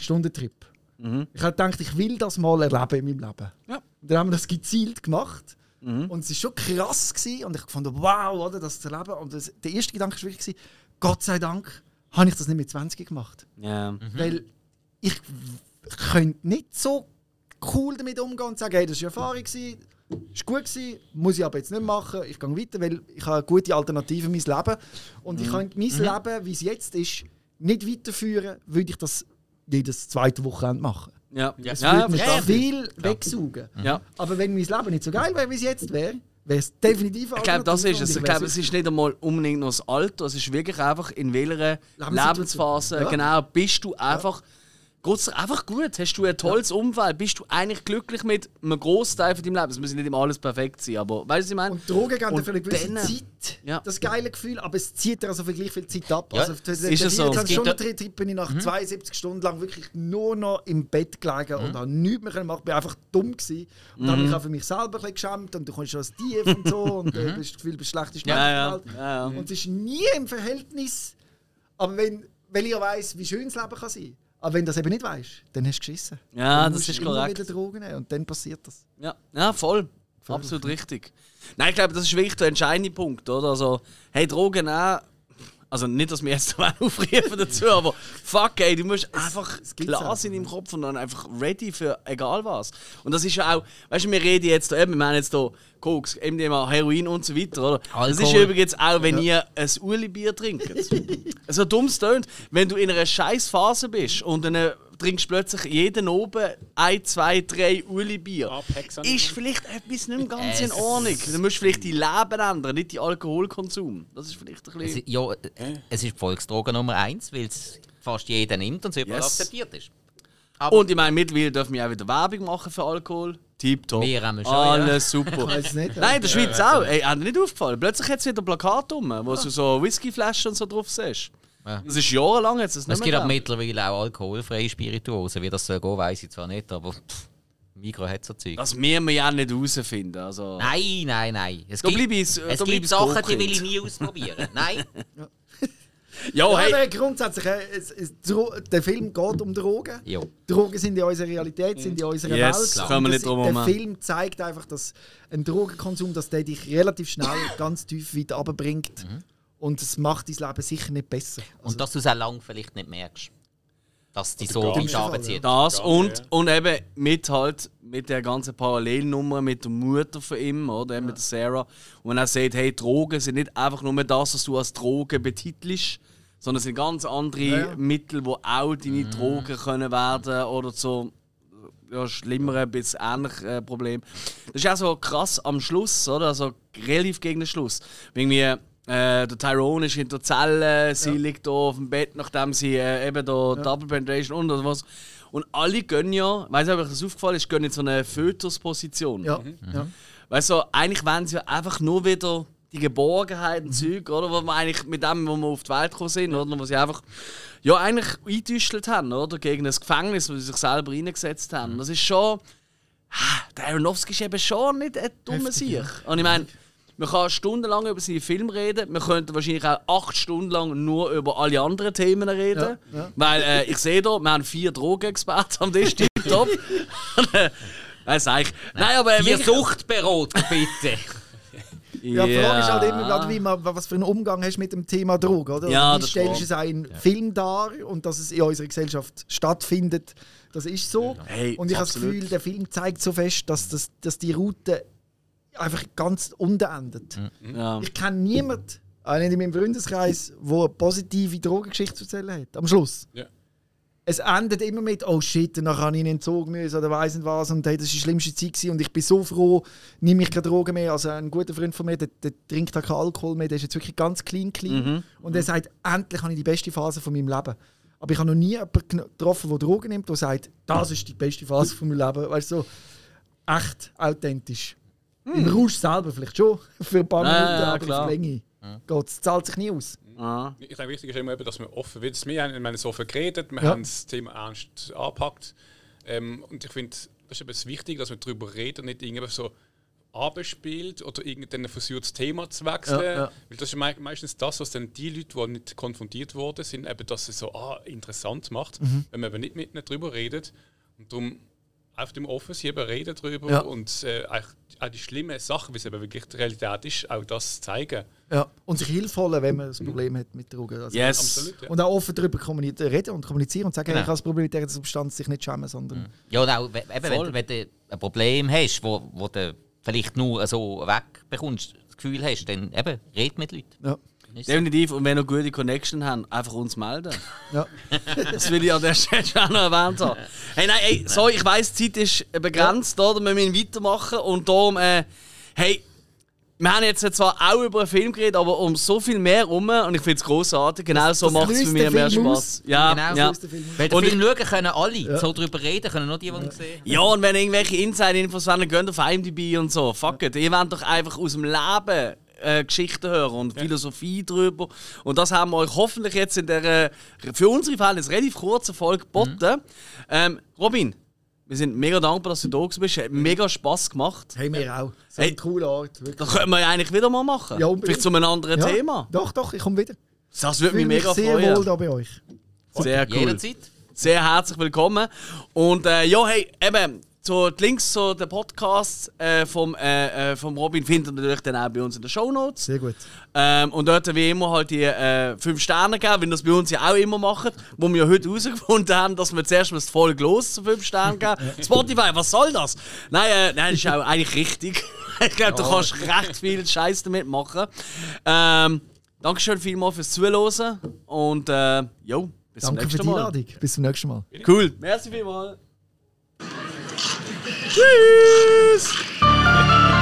Speaker 3: vierundzwanzig-Stunden-Trip.
Speaker 1: Mhm.
Speaker 3: Ich habe gedacht, ich will das mal erleben in meinem Leben.
Speaker 1: Ja.
Speaker 3: Und dann haben wir das gezielt gemacht. Mhm. Und es war schon krass gewesen, und ich fand, wow, oder, das zu erleben. Und das, der erste Gedanke war wirklich, gewesen, Gott sei Dank habe ich das nicht mit zwanzig gemacht.
Speaker 1: Ja.
Speaker 3: Mhm. Weil ich w- könnte nicht so cool damit umgehen und sagen, hey, das war Erfahrung, gewesen, ist gut gewesen, muss ich aber jetzt nicht machen, ich gehe weiter, weil ich habe eine gute Alternative in mein Leben. Und ich kann mein Leben, wie es jetzt ist, nicht weiterführen, würde ich das jedes zweite Wochenende machen.
Speaker 1: Ja,
Speaker 3: Es
Speaker 1: ja,
Speaker 3: würde mir
Speaker 1: verstehe.
Speaker 3: viel wegsaugen.
Speaker 1: Ja.
Speaker 3: Aber wenn mein Leben nicht so geil wäre, wie es jetzt wäre, wäre es definitiv
Speaker 1: Ich glaube, das ist es. Ich
Speaker 3: wäre
Speaker 1: glaube, es ist nicht einmal unbedingt noch das Alter, es ist wirklich einfach, in welcher
Speaker 3: Lebenssituation.
Speaker 1: Lebensphase
Speaker 3: Ja.
Speaker 1: genau bist du einfach. Geht's dir einfach gut? Hast du ein tolles Umfeld? Bist du eigentlich glücklich mit einem Großteil von deinem Leben? Es muss nicht immer alles perfekt sein, aber weißt du, was ich meine?
Speaker 3: Und Drogen geben dir
Speaker 1: Und
Speaker 3: für eine gewisse
Speaker 1: dann-
Speaker 3: Zeit
Speaker 1: Ja.
Speaker 3: das geile Gefühl, aber es zieht dir also für gleich viel Zeit ab.
Speaker 4: Ja,
Speaker 3: also
Speaker 1: ist es so.
Speaker 3: vierundzwanzig
Speaker 4: Es gibt
Speaker 3: Stunden Trip bin ich nach zweiundsiebzig Stunden lang wirklich nur noch im Bett gelegen und habe nichts mehr machen. Ich war einfach dumm gewesen. Und habe mich auch für mich selber ein bisschen geschämt und du kommst schon als Tief und so und äh, bist das Gefühl, du bist schlechteste Mensch
Speaker 1: Ja,
Speaker 3: der
Speaker 1: ja.
Speaker 3: Welt.
Speaker 1: ja, ja.
Speaker 3: Und es ist nie im Verhältnis, aber wenn, weil ich ja weiss, wie schön das Leben kann sein. Aber wenn du das eben nicht weißt, dann hast du geschissen.
Speaker 1: Ja,
Speaker 3: Dann
Speaker 1: das
Speaker 3: musst
Speaker 1: ist
Speaker 3: du immer
Speaker 1: korrekt.
Speaker 3: wieder Drogen nehmen und dann passiert das.
Speaker 1: Ja, ja voll. Absolut richtig. Nein, ich glaube, das ist wirklich der entscheidende Punkt, oder? Also, hey, Drogen nehmen. Also nicht, dass wir jetzt aufrufen dazu, aber fuck, ey, du musst einfach
Speaker 3: gibt's
Speaker 1: klar
Speaker 3: einfach,
Speaker 1: sein im Kopf und dann einfach ready für egal was. Und das ist ja auch, weißt du, wir reden jetzt da eben, wir meinen jetzt hier Koks, M D M A, Heroin und so weiter, oder? Das ist
Speaker 4: Alkohol.
Speaker 1: übrigens auch, wenn ihr ein Uli-Bier trinkt. So dumm es tönt, wenn du in einer scheiß Phase bist und dann trinkst plötzlich jeden oben ein, zwei, drei Uli-Bier,
Speaker 2: Apex
Speaker 1: ist vielleicht etwas nicht mehr ganz in
Speaker 4: Es-
Speaker 1: Ordnung. Dann musst du vielleicht dein Leben ändern, nicht den Alkoholkonsum. Das ist vielleicht ein
Speaker 4: Es,
Speaker 1: bisschen...
Speaker 4: ja, äh, es ist die Volksdroge Nummer eins, weil es fast jeder nimmt und es überall
Speaker 1: Yes.
Speaker 4: akzeptiert ist. Aber
Speaker 1: Und ich meine, mittlerweile dürfen wir auch wieder Werbung machen für Alkohol. Tipptopp.
Speaker 4: Wir haben schon,
Speaker 1: Alles super.
Speaker 3: Weiß nicht.
Speaker 1: Nein, in der Schweiz auch. Ey, hat dir nicht aufgefallen? Plötzlich hat es wieder Plakate rum, wo du so Whiskyflaschen und so drauf siehst.
Speaker 4: Ja.
Speaker 1: Das ist jahrelang jetzt das nicht
Speaker 4: es gibt
Speaker 1: mehr
Speaker 4: aber
Speaker 1: gegeben.
Speaker 4: mittlerweile auch alkoholfreie Spirituosen. Wie das soll gehen, weiss ich zwar nicht, aber pff, Migros hat so Zeug.
Speaker 1: Das müssen wir ja nicht herausfinden. Also,
Speaker 4: Nein, nein, nein. Es
Speaker 1: Da
Speaker 4: gibt,
Speaker 1: bleib ich-
Speaker 4: es
Speaker 1: da bleib
Speaker 4: gibt
Speaker 1: ich
Speaker 4: Sachen, die
Speaker 1: konkret.
Speaker 4: will ich nie ausprobieren. Nein.
Speaker 1: ja,
Speaker 3: Ja,
Speaker 1: hey.
Speaker 3: aber grundsätzlich, äh, es, es, Dro- der Film geht um Drogen.
Speaker 4: Jo.
Speaker 3: Drogen sind in unserer Realität, sind in unserer
Speaker 1: Yes,
Speaker 3: Welt.
Speaker 1: klar. Können wir
Speaker 3: Und
Speaker 1: nicht
Speaker 3: das-
Speaker 1: drum
Speaker 3: Der
Speaker 1: herum.
Speaker 3: Film zeigt einfach, dass ein Drogenkonsum, dass der dich relativ schnell ganz tief weit runterbringt. Und es macht dein Leben sicher nicht besser. Also,
Speaker 4: Und dass du es auch lang vielleicht nicht merkst. Dass die so
Speaker 2: gar
Speaker 4: weit
Speaker 2: nicht.
Speaker 4: runterzieht.
Speaker 1: Das
Speaker 2: Gar
Speaker 1: und,
Speaker 2: nicht, ja.
Speaker 1: und eben mit halt mit der ganzen Parallelnummer mit der Mutter von ihm, oder? Mit der Sarah. Und man auch sagt, hey, Drogen sind nicht einfach nur das, was du als Drogen betitelst, sondern es sind ganz andere
Speaker 3: Ja, ja.
Speaker 1: Mittel, die auch deine Drogen können werden oder so ja, schlimmere, bis ähnlich äh, Problem. Das ist auch so krass am Schluss, oder? Also relativ gegen den Schluss. Wenn wir Äh, der Tyrone ist in der Zelle, sie
Speaker 3: Ja.
Speaker 1: liegt da auf dem Bett, nachdem sie äh, eben da Double Penetration und oder was. Und alle gehen ja, weißt du, ob euch das aufgefallen ist, gehen in so eine Fötusposition.
Speaker 3: ja, ja.
Speaker 1: Weißt du, eigentlich wollen sie ja einfach nur wieder die Geborgenheit und Zeug, oder? Wo man eigentlich mit dem, wo wir auf die Welt gekommen sind, oder? Wo sie einfach ja, eigentlich eingedüstelt haben, oder? Gegen ein Gefängnis, wo sie sich selber reingesetzt haben. Das ist schon. Der Aronofsky ist eben schon nicht ein dummer Sieg. Und ich meine, man kann stundenlang über seinen Film reden, wir könnten wahrscheinlich auch acht Stunden lang nur über alle anderen Themen reden.
Speaker 3: Ja, ja.
Speaker 1: Weil äh, ich sehe da, wir haben vier Drogenexperten am Tisch, top. Weiß eigentlich. Nein, aber
Speaker 4: Vier
Speaker 1: wirklich-
Speaker 4: Suchtberater, bitte.
Speaker 3: Ja, die Frage ist halt immer, gerade, wie man, was für einen Umgang hast mit dem Thema Droge, oder?
Speaker 1: Ja,
Speaker 3: wie
Speaker 1: das
Speaker 3: stellst du
Speaker 1: stimmt.
Speaker 3: es auch in Film dar und dass es in unserer Gesellschaft stattfindet, das ist so.
Speaker 1: Hey,
Speaker 3: und ich habe das
Speaker 1: absolut.
Speaker 3: Gefühl, der Film zeigt so fest, dass, das, dass die Route einfach ganz unten endet.
Speaker 1: Ja.
Speaker 3: Ich kenne niemanden, auch nicht in meinem Freundeskreis, der eine positive Drogengeschichte zu erzählen hat. Am Schluss.
Speaker 2: Ja.
Speaker 3: Es endet immer mit, oh shit, danach habe ich ihn entzogen müssen oder weiss nicht was und hey, das war die schlimmste Zeit gewesen und ich bin so froh, nehme ich keine Drogen mehr. Also ein guter Freund von mir, der, der trinkt auch keinen Alkohol mehr, der ist jetzt wirklich ganz clean, clean. Und er sagt, endlich habe ich die beste Phase von meinem Leben. Aber ich habe noch nie jemanden geno- getroffen, der Drogen nimmt, der sagt, das ist die beste Phase von meinem Leben. Weißt du, so echt authentisch. Im Rausch selber vielleicht schon, für ein paar
Speaker 1: Ja,
Speaker 3: Minuten,
Speaker 1: ja,
Speaker 3: aber
Speaker 1: klar.
Speaker 3: auf Länge geht's, zahlt sich nie aus.
Speaker 1: Ah.
Speaker 2: Ich denke, wichtig ist immer, eben, dass wir offen wird. Wir haben, wir haben so viel geredet, wir
Speaker 3: Ja.
Speaker 2: haben das Thema ernst angepackt. Ähm, und ich finde, das ist eben das Wichtige, dass wir darüber reden und nicht irgendwie so abspielt oder irgendein versucht, das Thema zu wechseln.
Speaker 3: Ja, ja.
Speaker 2: Weil das ist mei- meistens das, was dann die Leute, die nicht konfrontiert worden sind, eben, dass es so ah, interessant macht,
Speaker 3: Mhm.
Speaker 2: wenn man eben nicht mit ihnen darüber redet. Und darum, auf dem Office hier reden drüber
Speaker 3: Ja.
Speaker 2: und äh, auch die schlimmen Sachen, wie es eben wirklich die Realität ist, auch das zeigen.
Speaker 3: Ja. Und sich Hilfe holen, wenn man ein Problem hat mit Drogen. Also
Speaker 1: Yes.
Speaker 2: Absolut, ja.
Speaker 3: Und auch offen darüber kommunizieren reden und kommunizieren und sagen,
Speaker 4: Genau.
Speaker 3: hey, ich habe das Problem mit dieser Substanz, sich nicht schämen, sondern...
Speaker 4: Ja, und auch, eben,
Speaker 1: Voll.
Speaker 4: wenn, wenn du ein Problem hast, wo, wo du vielleicht nur so wegbekommst, das Gefühl hast, dann eben, red mit Leuten.
Speaker 3: Ja.
Speaker 4: Ist so.
Speaker 1: Definitiv. Und wenn ihr gute Connection habt, einfach uns melden.
Speaker 3: Ja.
Speaker 1: Das will ich an der Stelle auch noch erwähnt haben. Hey, nein, ey, sorry, ich weiss, die Zeit ist begrenzt, oder? Wir müssen weitermachen. Und darum, äh, hey, wir haben jetzt zwar auch über einen Film geredet, aber um so viel mehr rum. Und ich finde es grossartig. Genau so
Speaker 3: das
Speaker 1: macht es
Speaker 3: löst
Speaker 1: für mich
Speaker 3: den
Speaker 1: mehr
Speaker 3: Film
Speaker 1: Spaß.
Speaker 3: aus.
Speaker 1: Ja,
Speaker 4: Genau,
Speaker 1: ja.
Speaker 3: So ist der Film.
Speaker 4: Wenn den
Speaker 1: Und
Speaker 4: Film schauen können alle,
Speaker 3: Ja.
Speaker 4: so darüber reden, können nur die, die ihn sehen.
Speaker 1: Ja, und wenn irgendwelche Inside-Infos wollen, dann geht auf I M D B und so. Fuck it. Ihr wollt doch einfach aus dem Leben äh, Geschichten hören und Philosophie drüber. Und das haben wir euch hoffentlich jetzt in der für unsere Fälle eine relativ kurze Folge geboten. Mhm. Ähm, Robin, wir sind mega dankbar, dass du da bist. Hat mega Spass gemacht.
Speaker 3: Hey, mir auch. So
Speaker 1: Hey.
Speaker 3: eine coole Art. Wirklich.
Speaker 1: Das können wir ja eigentlich wieder mal machen.
Speaker 3: Ja, unbedingt.
Speaker 1: Vielleicht zu einem anderen
Speaker 3: Ja.
Speaker 1: Thema.
Speaker 3: Doch, doch, ich komme wieder.
Speaker 1: Das würde
Speaker 3: Ich
Speaker 1: mich
Speaker 3: fühle mich
Speaker 1: mega
Speaker 3: sehr wohl
Speaker 1: freuen.
Speaker 3: da bei euch.
Speaker 1: Sehr cool.
Speaker 4: Jederzeit.
Speaker 1: Sehr herzlich willkommen. Und äh, ja, hey, eben, so die Links zu den Podcasts äh, vom, äh, äh, vom Robin findet ihr natürlich dann auch bei uns in den Shownotes.
Speaker 3: Sehr gut.
Speaker 1: Ähm, und dort wie immer halt die äh, fünf Sterne geben, wie wir das bei uns ja auch immer machen, wo wir ja heute herausgefunden haben, dass wir zuerst mal das Folge los zu fünf Sternen geben. Spotify, was soll das? Nein, äh, nein, das ist auch eigentlich richtig. Ich glaube, du kannst recht viel Scheiß damit machen. Ähm, Dankeschön vielmals fürs Zuhören und äh, jo, bis zum
Speaker 3: Danke für
Speaker 1: nächsten
Speaker 3: die
Speaker 1: Mal.
Speaker 3: Einladung. Bis zum nächsten Mal.
Speaker 1: Cool. Merci vielmals. Tschüss.